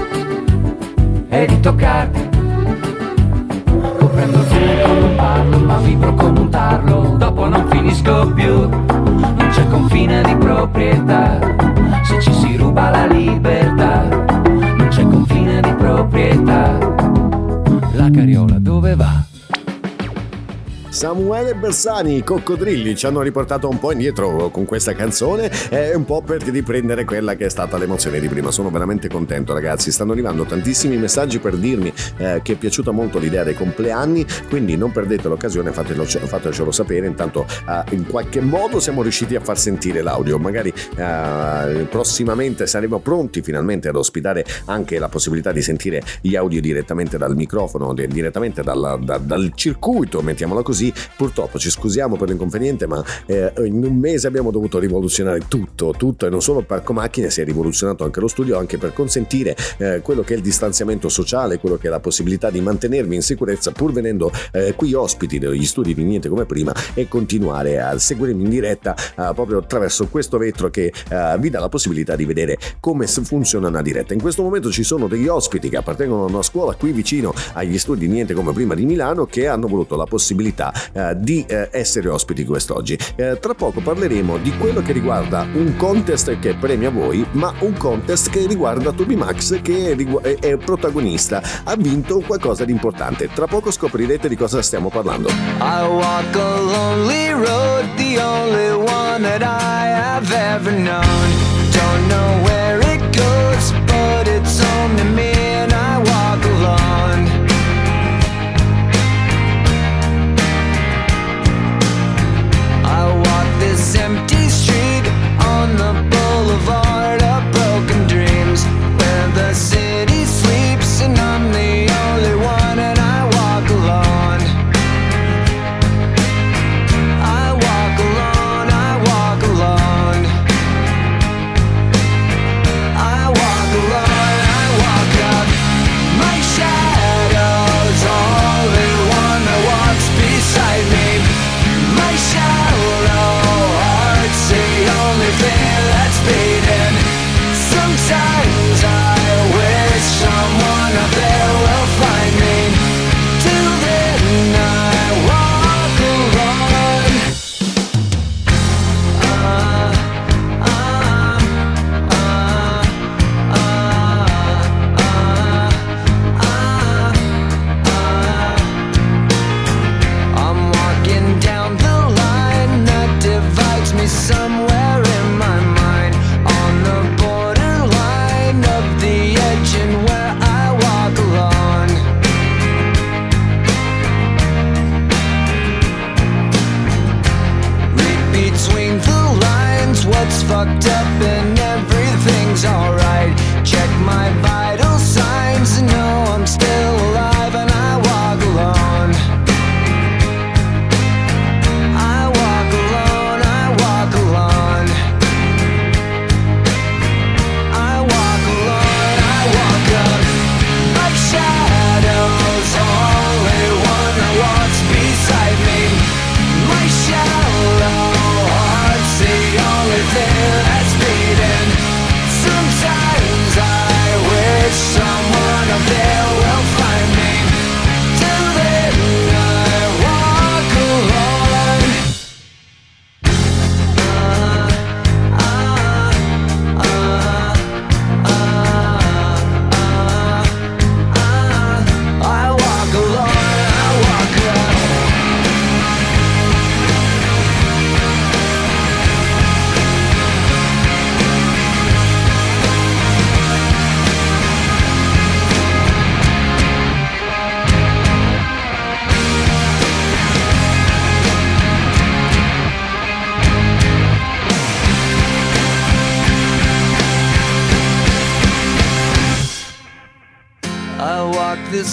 Speaker 17: e di toccarti. O prendo il fuoco quando parlo, ma vibro come un tarlo, dopo non finisco più, non c'è confine di proprietà. Se ci si ruba la libertà, non c'è confine di proprietà. La carriola dove va?
Speaker 2: Samuele Bersani, Coccodrilli, ci hanno riportato un po' indietro con questa canzone, è un po' per riprendere quella che è stata l'emozione di prima. Sono veramente contento, ragazzi, stanno arrivando tantissimi messaggi per dirmi eh, che è piaciuta molto l'idea dei compleanni, quindi non perdete l'occasione, fatelo, fatecelo sapere. Intanto eh, in qualche modo siamo riusciti a far sentire l'audio, magari eh, prossimamente saremo pronti finalmente ad ospitare anche la possibilità di sentire gli audio direttamente dal microfono, direttamente dalla, da, dal circuito, mettiamola così. Purtroppo ci scusiamo per l'inconveniente, ma eh, in un mese abbiamo dovuto rivoluzionare tutto, tutto, e non solo il parco macchine, si è rivoluzionato anche lo studio, anche per consentire eh, quello che è il distanziamento sociale, quello che è la possibilità di mantenervi in sicurezza pur venendo eh, qui ospiti degli studi di Niente Come Prima, e continuare a seguirmi in diretta eh, proprio attraverso questo vetro che eh, vi dà la possibilità di vedere come funziona una diretta. In questo momento ci sono degli ospiti che appartengono a una scuola qui vicino agli studi di Niente Come Prima di Milano, che hanno voluto la possibilità Uh, di uh, essere ospiti quest'oggi. Uh, tra poco parleremo di quello che riguarda un contest che premia voi, ma un contest che riguarda TobyMax, che rigu- è, è protagonista, ha vinto qualcosa di importante. Tra poco scoprirete di cosa stiamo parlando.
Speaker 12: I walk a lonely road, the only one that I have ever known. Don't know where it goes, but it's home to me and I walk alone. I walk this empty street on the boulevard of broken dreams, where the city sleeps and I'm the only one and I walk alone. I walk alone, I walk alone. I walk alone, I walk up my shadow.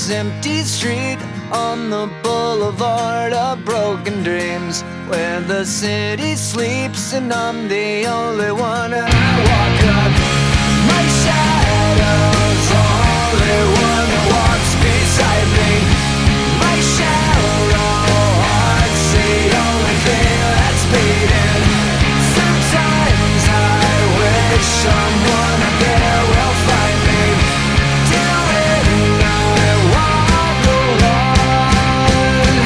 Speaker 10: this empty street on the boulevard of broken dreams, where the city sleeps and I'm the only one. And I walk up, my shadow's only one that walks beside me. My shallow heart's the only thing that's beating. Sometimes I wish someone up there will find me, doing I walk alone.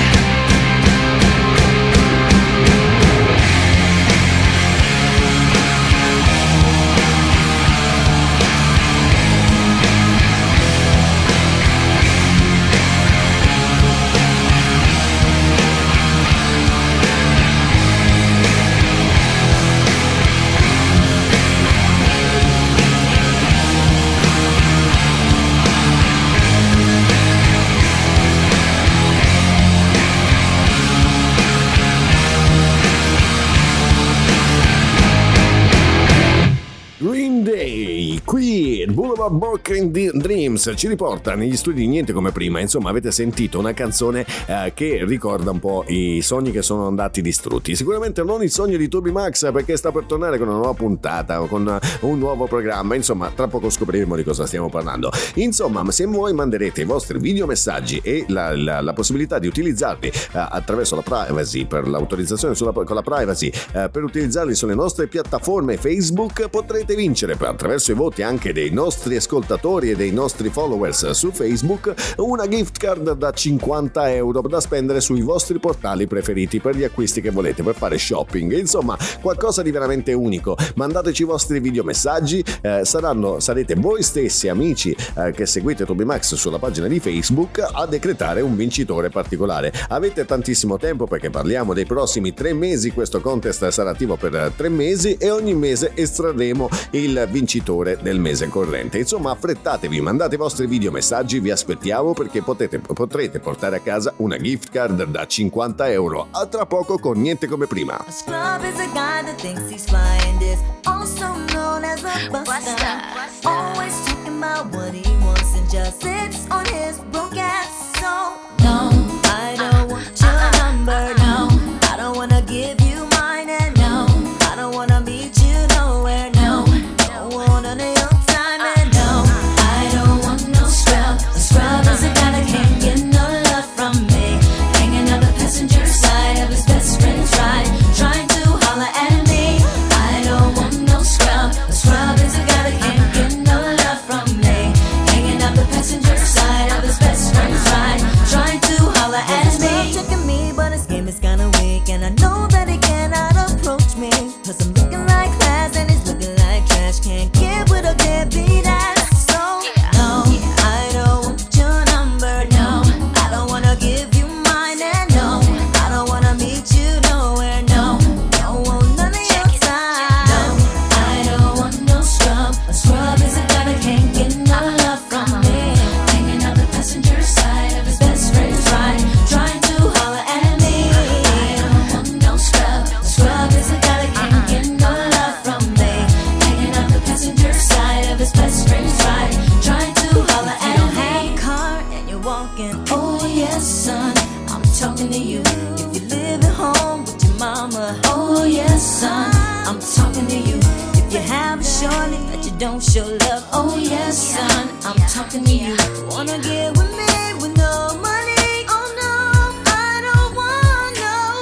Speaker 2: Green Day, qui Boulevard Broken Dreams ci riporta negli studi di Niente Come Prima. Insomma, avete sentito una canzone eh, che ricorda un po' i sogni che sono andati distrutti. Sicuramente non il sogno di Toby Max, perché sta per tornare con una nuova puntata, con un nuovo programma. Insomma, tra poco scopriremo di cosa stiamo parlando. Insomma, se voi manderete i vostri videomessaggi e la, la, la possibilità di utilizzarli eh, attraverso la privacy, per l'autorizzazione sulla, con la privacy, eh, per utilizzarli sulle nostre piattaforme Facebook, potrete vincere attraverso i voti anche dei nostri ascoltatori e dei nostri followers su Facebook una gift card da cinquanta euro da spendere sui vostri portali preferiti per gli acquisti che volete, per fare shopping. Insomma, qualcosa di veramente unico. Mandateci i vostri videomessaggi, eh, saranno, sarete voi stessi amici eh, che seguite Toby Max sulla pagina di Facebook a decretare un vincitore particolare. Avete tantissimo tempo, perché parliamo dei prossimi tre mesi. Questo contest sarà attivo per tre mesi e ogni mese estrarremo il vincitore del mese corrente. Insomma, affrettatevi, mandate i vostri videomessaggi, vi aspettiamo, perché potete, potrete portare a casa una gift card da cinquanta euro. A tra poco con Niente Come Prima.
Speaker 18: A scrub is a guy that thinks he's flying this, also known as a buster. Always talking about what he wants and just sits on his broke ass. So no, I don't want your number. No, I don't wanna give you mine, and no, I don't wanna meet you nowhere. No, don't want none of your time, and no, I don't want no scrub. A scrub is a guy that can't get no love from me, hanging on the passenger side of his best friend's ride, trying to holler at me. I don't want no scrub. A scrub is a guy that can't get no love from me, hanging on the passenger side of his best friend's ride, trying to holler at me. Checking me, but his game is kinda weak, and I know that he cannot approach me, cause I'm looking like class and he's looking like trash. Can't get with a deadbeat ass. So no, I don't want your number. No, I don't wanna give you mine, and no, I don't wanna meet you nowhere. No, don't want none of your time. No, I don't want no scrub. A scrub is a guy that can't get no love from me, hanging out the passenger side of his best friend's ride, trying to holler at me. I don't want no scrub. A scrub is a guy that can't get no love from me, hanging out the passenger side of his best friend's ride, trying to holler at me. You don't have a car and you're walking. Oh yes, son, I'm talking to you. If you live at home with your mama. Oh yes, son, I'm talking to you. If you have a shorty that you don't show love. Oh yes, son, I'm talking to you. Wanna get with me with no money? Oh no, I don't want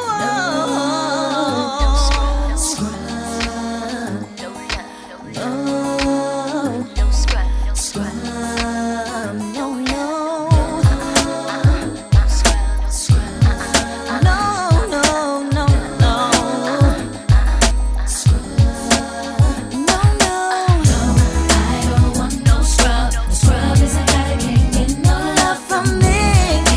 Speaker 18: no scrub. No scrub. No, no. No, no, no, no. No, no. I don't want no scrub. A scrub is a guy that can't get no love from me.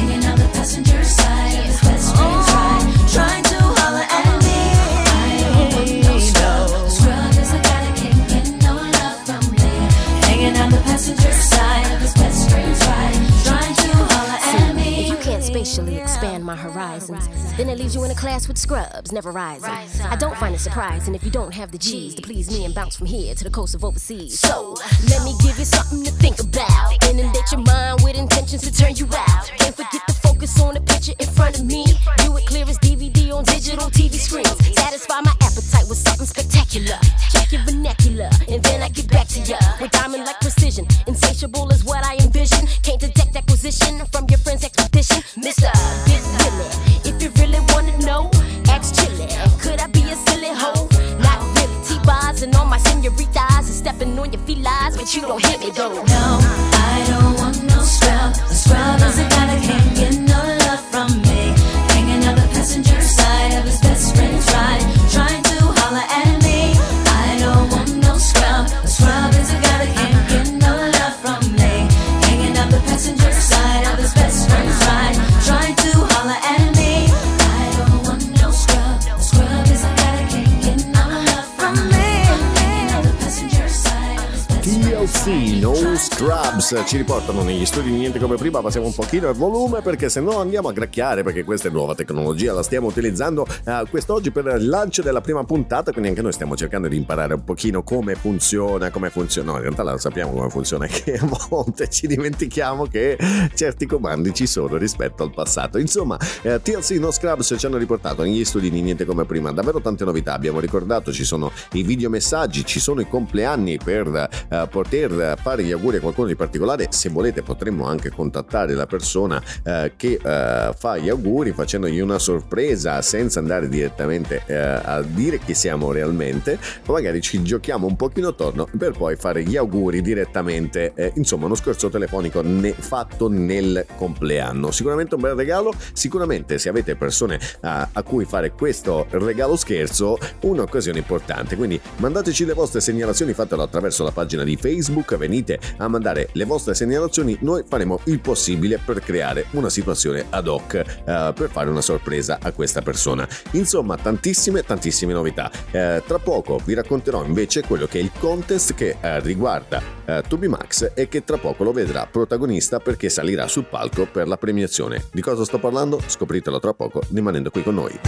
Speaker 19: spatially expand my horizons. Then it leaves you in a class with scrubs, never rising. I don't find it surprising if you don't have the G's to please me and bounce from here to the coast of overseas. So, let me give you something to think about. Inundate your mind with intentions to turn you out. Can't forget to focus on the picture in front of me. Do it clear as D V D on digital T V screens. Satisfy my appetite with something spectacular. Check your vernacular, and then I get back to ya with diamond-like precision. Insatiable is what I envision. Can't detect acquisition from your friend's expedition. Mister, get silly. If you really wanna know, ask Chili. Could I be a silly hoe? Not really. T-bars and all my senoritas and stepping on your felines, but you don't hit me though.
Speaker 18: No, I don't want no scrub. A scrub is a guy that can't get no love from me. Hanging out the passenger side of his best friend's ride, trying to holler at me. I don't want no scrub. A scrub is a guy that can't get no love from me. Hanging out the passenger side of his best friend's ride, trying to holler at me. I don't want no scrub. A scrub is a guy that can't get no love from me. Hanging out the passenger side of his best
Speaker 2: T L C, No Scrubs, ci riportano negli studi Niente Come Prima. Passiamo un pochino il volume perché se no andiamo a gracchiare, perché questa è nuova tecnologia, la stiamo utilizzando uh, quest'oggi per il lancio della prima puntata, quindi anche noi stiamo cercando di imparare un pochino come funziona, come funziona, no in realtà la sappiamo come funziona, che a volte ci dimentichiamo che certi comandi ci sono rispetto al passato. Insomma, uh, T L C, No Scrubs ci hanno riportato negli studi di Niente Come Prima davvero tante novità. Abbiamo ricordato, ci sono i videomessaggi, ci sono i compleanni per uh, poter fare gli auguri a qualcuno di particolare. Se volete potremmo anche contattare la persona uh, che uh, fa gli auguri facendogli una sorpresa senza andare direttamente uh, a dire chi siamo realmente, o magari ci giochiamo un pochino attorno per poi fare gli auguri direttamente, eh, insomma uno scherzo telefonico ne- fatto nel compleanno. Sicuramente un bel regalo, sicuramente se avete persone uh, a cui fare questo regalo scherzo, un'occasione importante. Quindi mandateci le vostre segnalazioni, fatelo attraverso la pagina di Facebook, venite a mandare le vostre segnalazioni, noi faremo il possibile per creare una situazione ad hoc uh, per fare una sorpresa a questa persona. Insomma, tantissime tantissime novità. Uh, tra poco vi racconterò invece quello che è il contest che uh, riguarda uh, TobyMax e che tra poco lo vedrà protagonista perché salirà sul palco per la premiazione. Di cosa sto parlando? Scopritelo tra poco rimanendo qui con noi.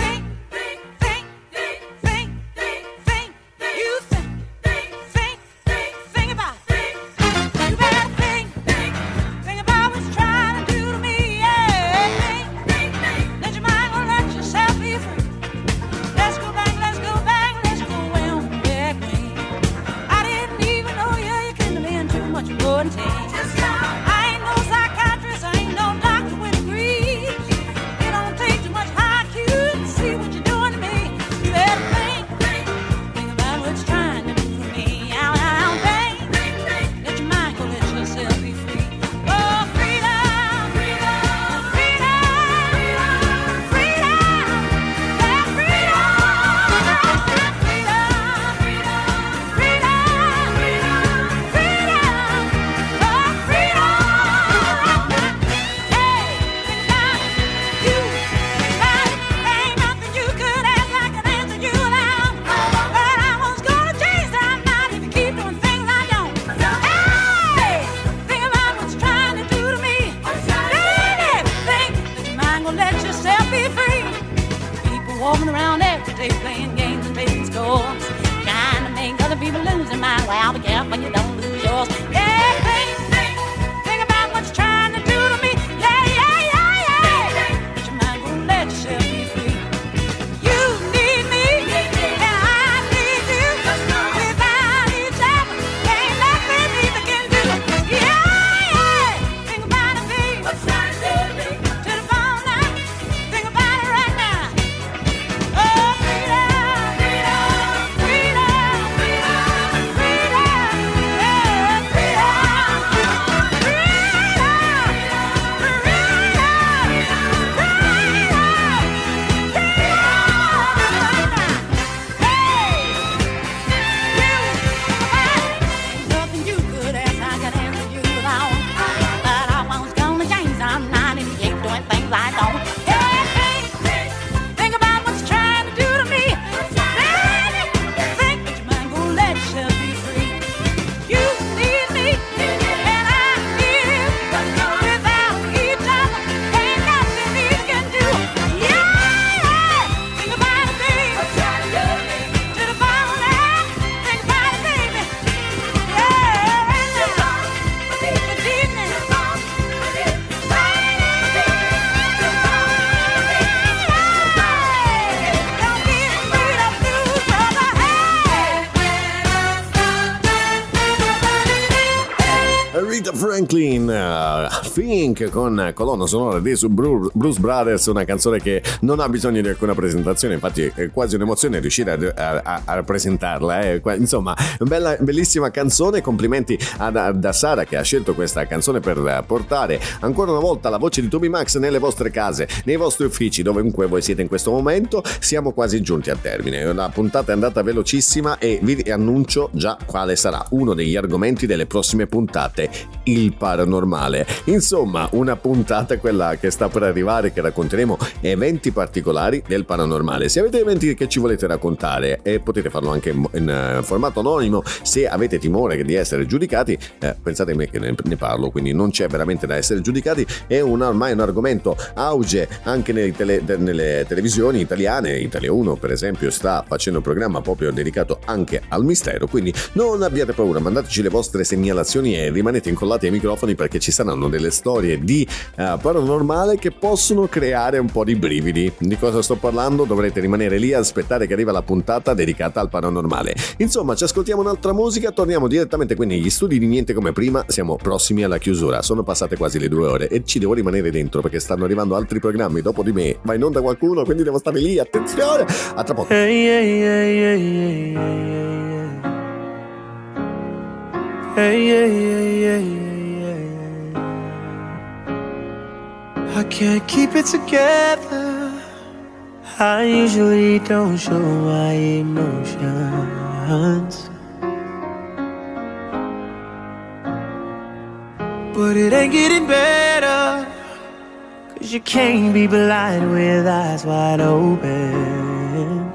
Speaker 20: I ain't no psychiatrist, I ain't no doctor with degrees. It don't take too much high Q to see what you're doing to me. You better think, think about what you're trying to do for me. Out, out, think, let your mind go, let yourself be free. Oh, freedom, freedom, freedom, freedom, that freedom, freedom, freedom, freedom, freedom, freedom. Walking around every day playing games and making scores, trying to make other people lose their mind. Well, be careful you don't lose yours. Yeah, think, think, think about what you're trying to do to me. Yeah, yeah, yeah, yeah. But your mind won't let yourself be free. You need me, and I need you. Without each other, ain't nothing either can do. Yeah, yeah. Think about it, babe. What's trying to do to me? To the phone now. Think about it right now. Freedom, freedom, freedom, freedom, yeah, freedom.
Speaker 2: Franklin, uh, Fink con colonna sonora di Blues Brothers, una canzone che non ha bisogno di alcuna presentazione, infatti è quasi un'emozione riuscire a, a, a presentarla, eh. Insomma, bella, bellissima canzone, complimenti ad, ad Sara che ha scelto questa canzone per portare ancora una volta la voce di TobyMac nelle vostre case, nei vostri uffici, dovunque voi siete in questo momento. Siamo quasi giunti al termine, la puntata è andata velocissima e vi annuncio già quale sarà uno degli argomenti delle prossime puntate: il paranormale. Insomma, una puntata, quella che sta per arrivare, che racconteremo eventi particolari del paranormale. Se avete eventi che ci volete raccontare, e potete farlo anche in, in formato anonimo, se avete timore di essere giudicati, eh, pensate a me che ne, ne parlo, quindi non c'è veramente da essere giudicati. È un, ormai un argomento auge anche nelle, tele, nelle televisioni italiane. Italia uno per esempio sta facendo un programma proprio dedicato anche al mistero, quindi non abbiate paura, mandateci le vostre segnalazioni e rimanete incollati ai microfoni, perché ci saranno delle storie di uh, paranormale che possono creare un po' di brividi. Di cosa sto parlando? Dovrete rimanere lì a aspettare che arriva la puntata dedicata al paranormale. Insomma, ci ascoltiamo un'altra musica, torniamo direttamente qui negli studi di Niente Come Prima. Siamo prossimi alla chiusura, sono passate quasi le due ore e ci devo rimanere dentro perché stanno arrivando altri programmi dopo di me. Va in onda qualcuno, quindi devo stare lì, attenzione. A tra poco.
Speaker 21: Hey, hey, hey, hey, hey, hey, hey, hey, hey, hey. I can't keep it together. I usually don't show my emotions, but it ain't getting better, 'cause you can't be blind with eyes wide open.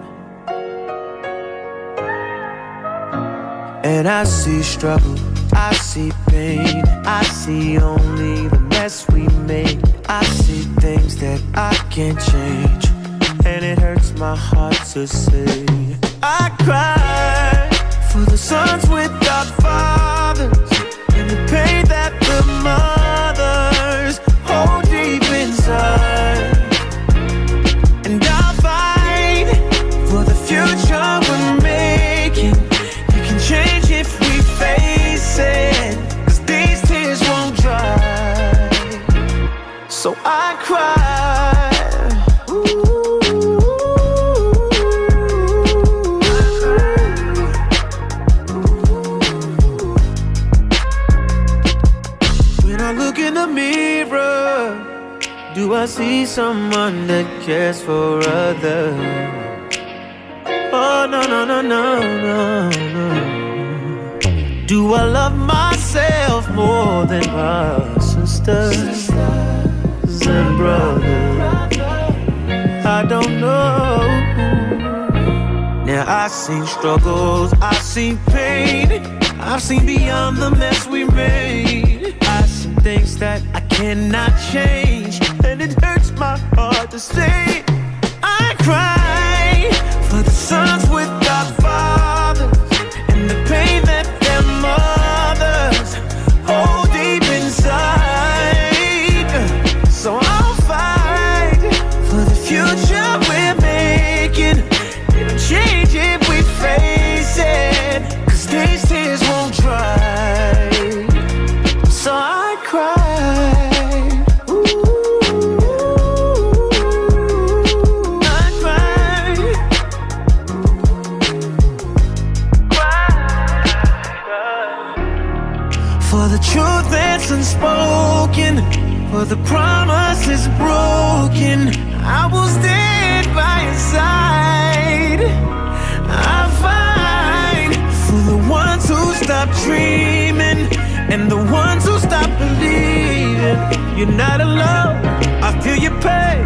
Speaker 21: And I see struggle, I see pain, I see only the mess we made. I see things that I can't change, and it hurts my heart to see. I cry for the sons without fathers, and the pain that the mothers hold deep inside. And I'll fight for the future we're making. You can change if we face it, 'cause these tears won't dry. So I cry. When I look in the mirror, do I see someone that cares for others? Oh, no, no, no, no, no, no. Do I love myself more than my sisters and brothers? I don't know. Now I've seen struggles, I've seen pain, I've seen beyond the mess we made. I've seen things that I cannot change, and it hurts my heart to say. I cry for the sons without fathers, and the pain that their mothers hold deep inside. So I'll fight for the future we're making. It'll change if we face it, 'cause these tears won't dry. So I cry. Ooh, I cry. For the truth that's unspoken, for the promises broken, I will stand by your side. I fight for the ones who stop dreaming, and the ones who stop believing. You're not alone, I feel your pain.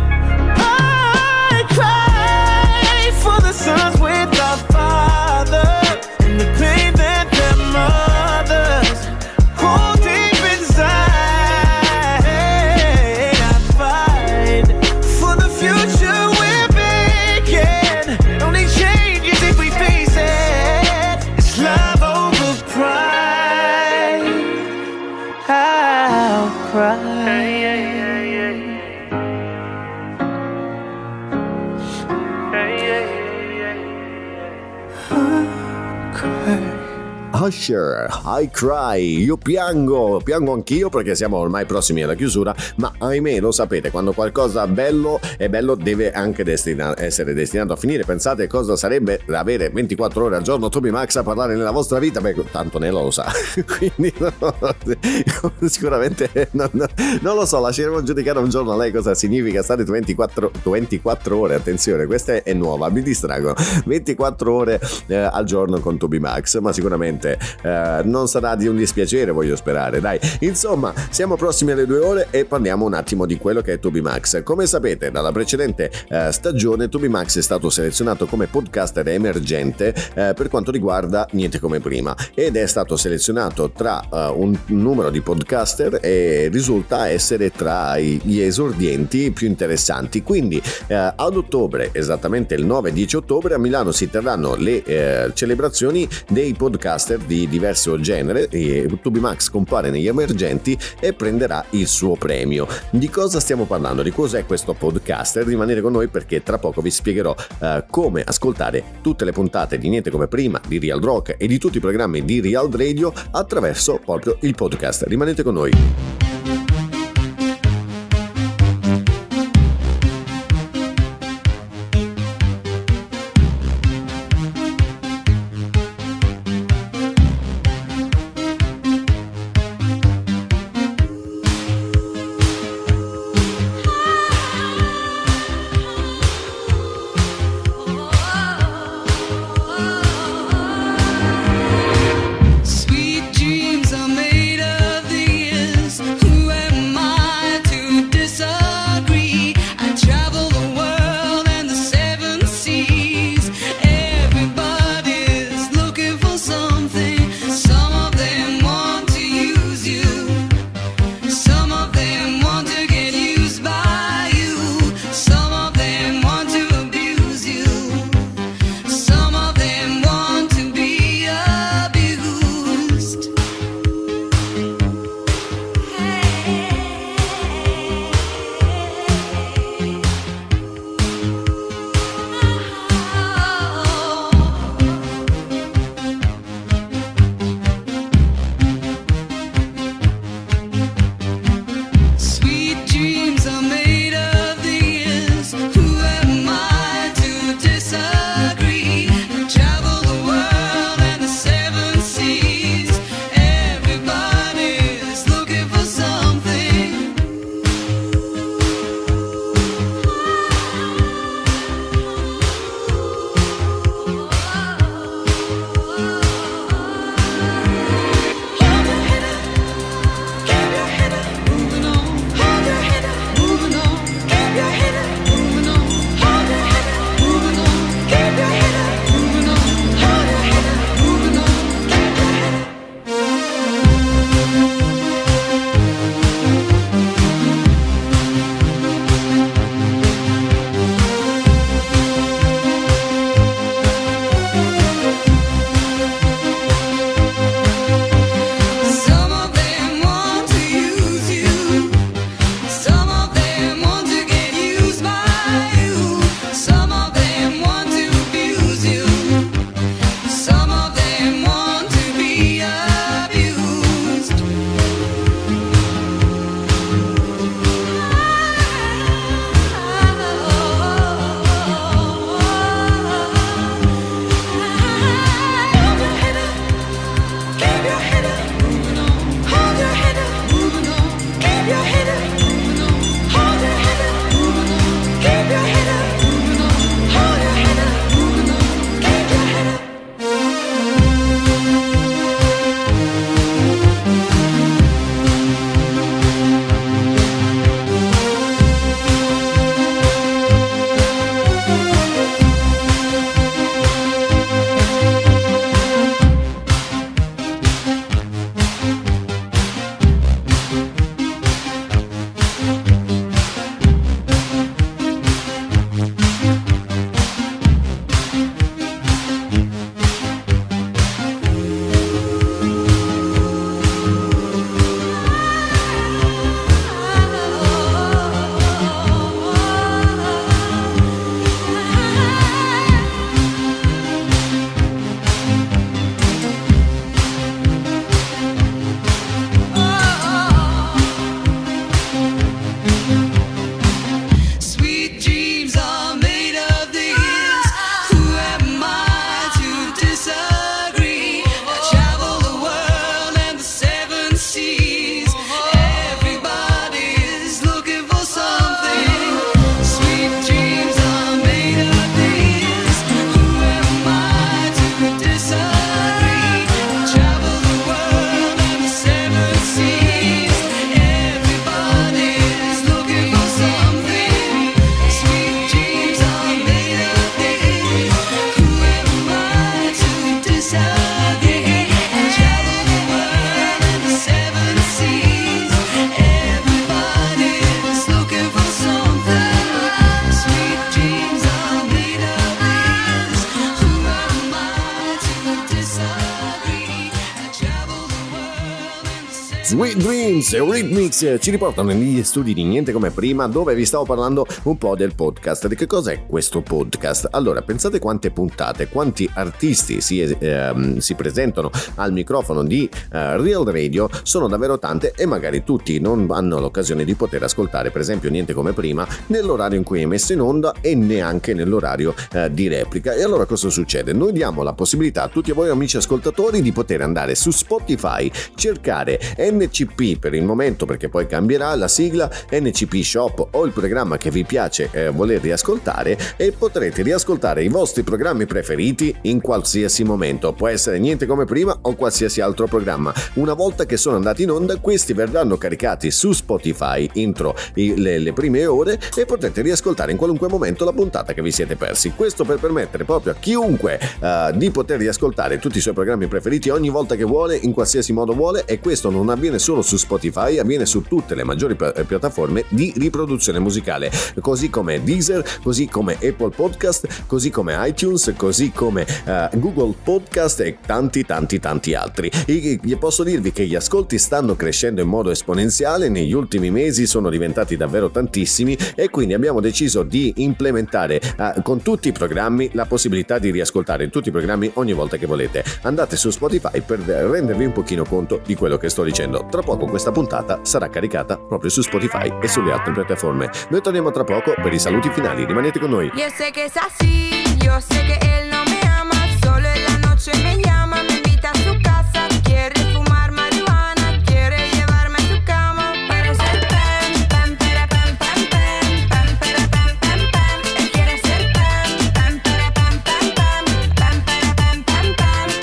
Speaker 21: I cry for the sons without father, and the pain that their mothers hold deep inside. I fight for the future we're making. It only changes if we face it. It's love over pride. I'll cry.
Speaker 2: Usher, I Cry. Io piango, piango anch'io perché siamo ormai prossimi alla chiusura, ma ahimè lo sapete, quando qualcosa bello è bello deve anche destina- essere destinato a finire. Pensate cosa sarebbe avere ventiquattro ore al giorno TobyMax a parlare nella vostra vita? Beh, tanto Nella lo sa, quindi no, sicuramente non, non lo so, lasceremo giudicare un giorno a lei cosa significa stare ventiquattro, ventiquattro ore, attenzione, questa è nuova, mi distraggono, ventiquattro ore eh, al giorno con TobyMax, ma sicuramente eh, non sarà di un dispiacere, voglio sperare, dai. Insomma, siamo prossimi alle due ore e parliamo un attimo di quello che è TobyMax. Come sapete, dalla precedente eh, stagione TobyMax è stato selezionato come podcaster emergente eh, per quanto riguarda Niente Come Prima, ed è stato selezionato tra uh, un numero di podcaster e risulta essere tra i, gli esordienti più interessanti. Quindi uh, ad ottobre, esattamente il nove e dieci ottobre, a Milano si terranno le uh, celebrazioni dei podcaster di diverso genere e TobyMax compare negli emergenti e prenderà il suo premio. Di cosa stiamo parlando? Di cos'è questo podcaster? Rimanete con noi perché tra poco vi spiegherò uh, come ascoltare tutte le puntate di Niente Come Prima, di Real Rock e di tutti i programmi di Real Radio attraverso proprio il podcast. Rimanete con noi.
Speaker 1: Sweet dreams are made of these.
Speaker 2: Sweet Dreams Rhythmix ci riportano negli studi di Niente Come Prima, dove vi stavo parlando un po' del podcast. Di che cos'è questo podcast? Allora, pensate quante puntate, quanti artisti si, eh, si presentano al microfono di eh, Real Radio. Sono davvero tante e magari tutti non hanno l'occasione di poter ascoltare, per esempio, Niente Come Prima nell'orario in cui è messo in onda e neanche nell'orario eh, di replica. E allora cosa succede? Noi diamo la possibilità a tutti voi amici ascoltatori di poter andare su Spotify, cercare N C P per il momento, perché poi cambierà la sigla N C P Shop o il programma che vi piace eh, voler riascoltare, e potrete riascoltare i vostri programmi preferiti in qualsiasi momento. Può essere Niente Come Prima o qualsiasi altro programma. Una volta che sono andati in onda, questi verranno caricati su Spotify entro i, le, le prime ore, e potrete riascoltare in qualunque momento la puntata che vi siete persi. Questo per permettere proprio a chiunque uh, di poter riascoltare tutti i suoi programmi preferiti ogni volta che vuole, in qualsiasi modo vuole. E questo non avviene solo su Spotify, avviene su tutte le maggiori piattaforme di riproduzione musicale, così come Deezer, così come Apple Podcast, così come iTunes, così come uh, Google Podcast e tanti tanti tanti altri. E posso dirvi che gli ascolti stanno crescendo in modo esponenziale, negli ultimi mesi sono diventati davvero tantissimi, e quindi abbiamo deciso di implementare uh, con tutti i programmi la possibilità di riascoltare tutti i programmi ogni volta che volete. Andate su Spotify per rendervi un pochino conto di quello che sto dicendo. Tra poco questa puntata sarà caricata proprio su Spotify e sulle altre piattaforme. Noi torniamo tra poco per i saluti finali, rimanete con noi.
Speaker 1: Yo sé que es así, yo sé que él no me ama, solo en la noche me llama, me invita a su casa, quiere fumar marihuana, quiere llevarme a su cama para hacer pam, pam, para pam, pam, pam, pam, para pam, pam, pam. Él quiere hacer pam, pam, para pam, pam, pam, pam, para pam, pam,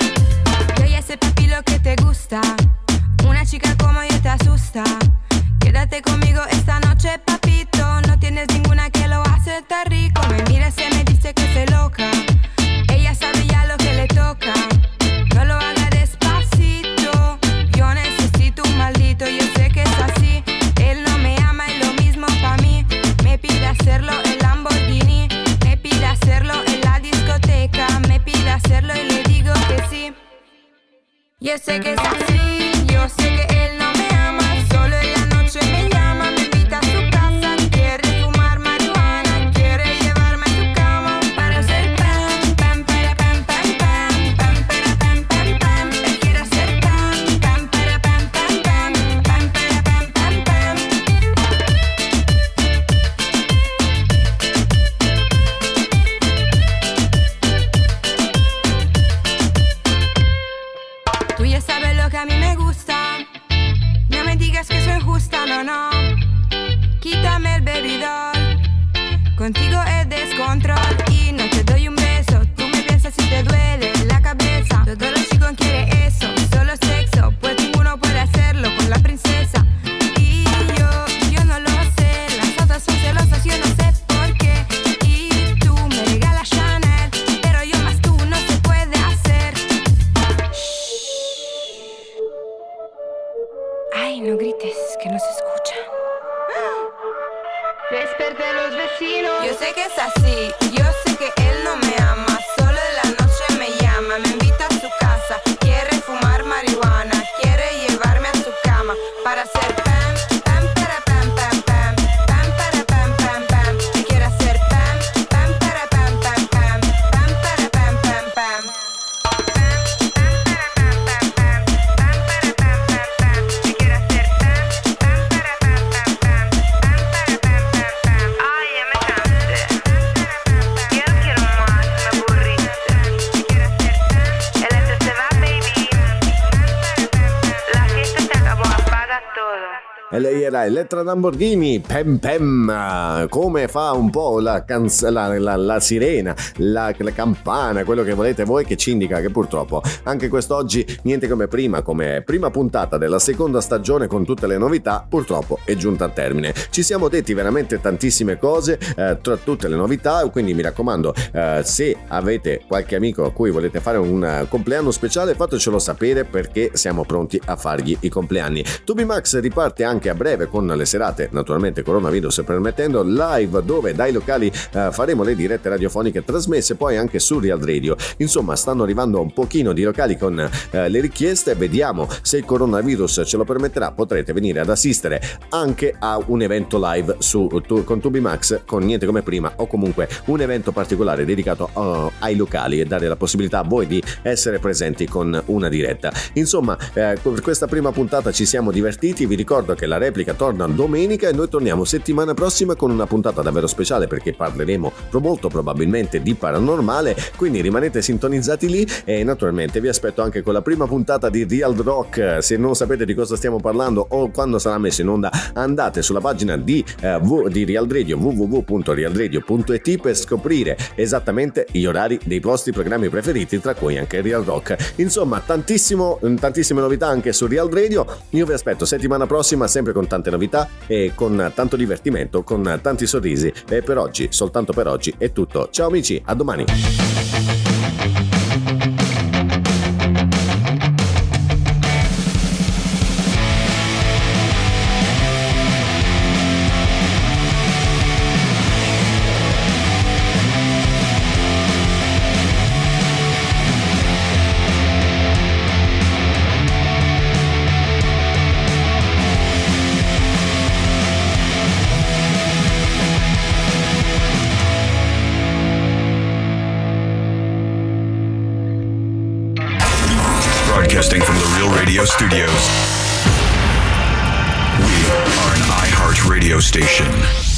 Speaker 1: pam. Yo ya sé, papi, lo que te gusta, una chica como yo te asusta. Quédate conmigo esta noche, papito, no tienes ninguna que lo hace tan rico. Me mira, se me dice que soy loca, ella sabe ya lo que le toca. No lo haga despacito, yo necesito un maldito. Yo sé que es así, él no me ama y lo mismo pa' mí. Me pide hacerlo en Lamborghini, me pide hacerlo en la discoteca, me pide hacerlo y le digo que sí. Yo sé que es así, yo sé que él no me ama, solo en la noche me llama, me invita a su casa, quiere fumar marihuana, quiere llevarme a su cama para hacer pam, pam, para pam, pam, pam, pam, para pam, pam, pam. Él quiere hacer pam, pam, para pam, pam, pam, pam, para pam, pam, pam. Tú ya sabes lo que a mí me gusta, no me digas que soy justa, no, no. Quítame el bebidor, contigo es descontrol. Y no te doy un beso, tú me piensas si te duele la cabeza. Todos los chicos quieren eso, solo sexo, pues ninguno puede hacerlo con la princesa. Y yo, yo no lo sé, las otras son celosas, yo no sé por qué. Y tú me regalas Chanel, pero yo más tú no se puede hacer. Ay, no grites, que no se escucha. Desperté los vecinos. Yo sé que es así, yo sé que él no me ama, solo en la noche me llama, me invita a su casa, quiere fumar marihuana, quiere llevarme a su cama para hacer pam, pam, para pam, pam, pam, pam, para pam, pam, pam. Me quiere hacer pam, pam, para pam, pam, pam, pam, para pam, pam, pam.
Speaker 2: E lei era Elettra Lamborghini, Pem Pem, come fa un po' la, canz- la, la, la sirena, la, la campana, quello che volete voi, che ci indica che purtroppo anche quest'oggi Niente Come Prima, come prima puntata della seconda stagione con tutte le novità, purtroppo è giunta a termine. Ci siamo detti veramente tantissime cose eh, tra tutte le novità, quindi mi raccomando, eh, se avete qualche amico a cui volete fare un uh, compleanno speciale, fatecelo sapere, perché siamo pronti a fargli i compleanni. Tubi Max riparte anche anche a breve con le serate, naturalmente coronavirus permettendo, live dove dai locali eh, faremo le dirette radiofoniche trasmesse poi anche su Real Radio. Insomma, stanno arrivando un pochino di locali con eh, le richieste, vediamo se il coronavirus ce lo permetterà, potrete venire ad assistere anche a un evento live su tu, con Tubimax, con Niente Come Prima, o comunque un evento particolare dedicato uh, ai locali e dare la possibilità a voi di essere presenti con una diretta. Insomma, eh, per questa prima puntata ci siamo divertiti, vi ricordo che la replica torna domenica e noi torniamo settimana prossima con una puntata davvero speciale perché parleremo molto probabilmente di paranormale, quindi rimanete sintonizzati lì e naturalmente vi aspetto anche con la prima puntata di Real Rock. Se non sapete di cosa stiamo parlando o quando sarà messo in onda, andate sulla pagina di, uh, v- di Real Radio w w w punto real radio punto i t per scoprire esattamente gli orari dei vostri programmi preferiti, tra cui anche Real Rock. Insomma, tantissimo, tantissime novità anche su Real Radio. Io vi aspetto settimana prossima sempre con tante novità e con tanto divertimento, con tanti sorrisi. E per oggi, soltanto per oggi, è tutto. Ciao amici, a domani.
Speaker 3: Broadcasting from the Real Radio Studios. We are an iHeart radio station.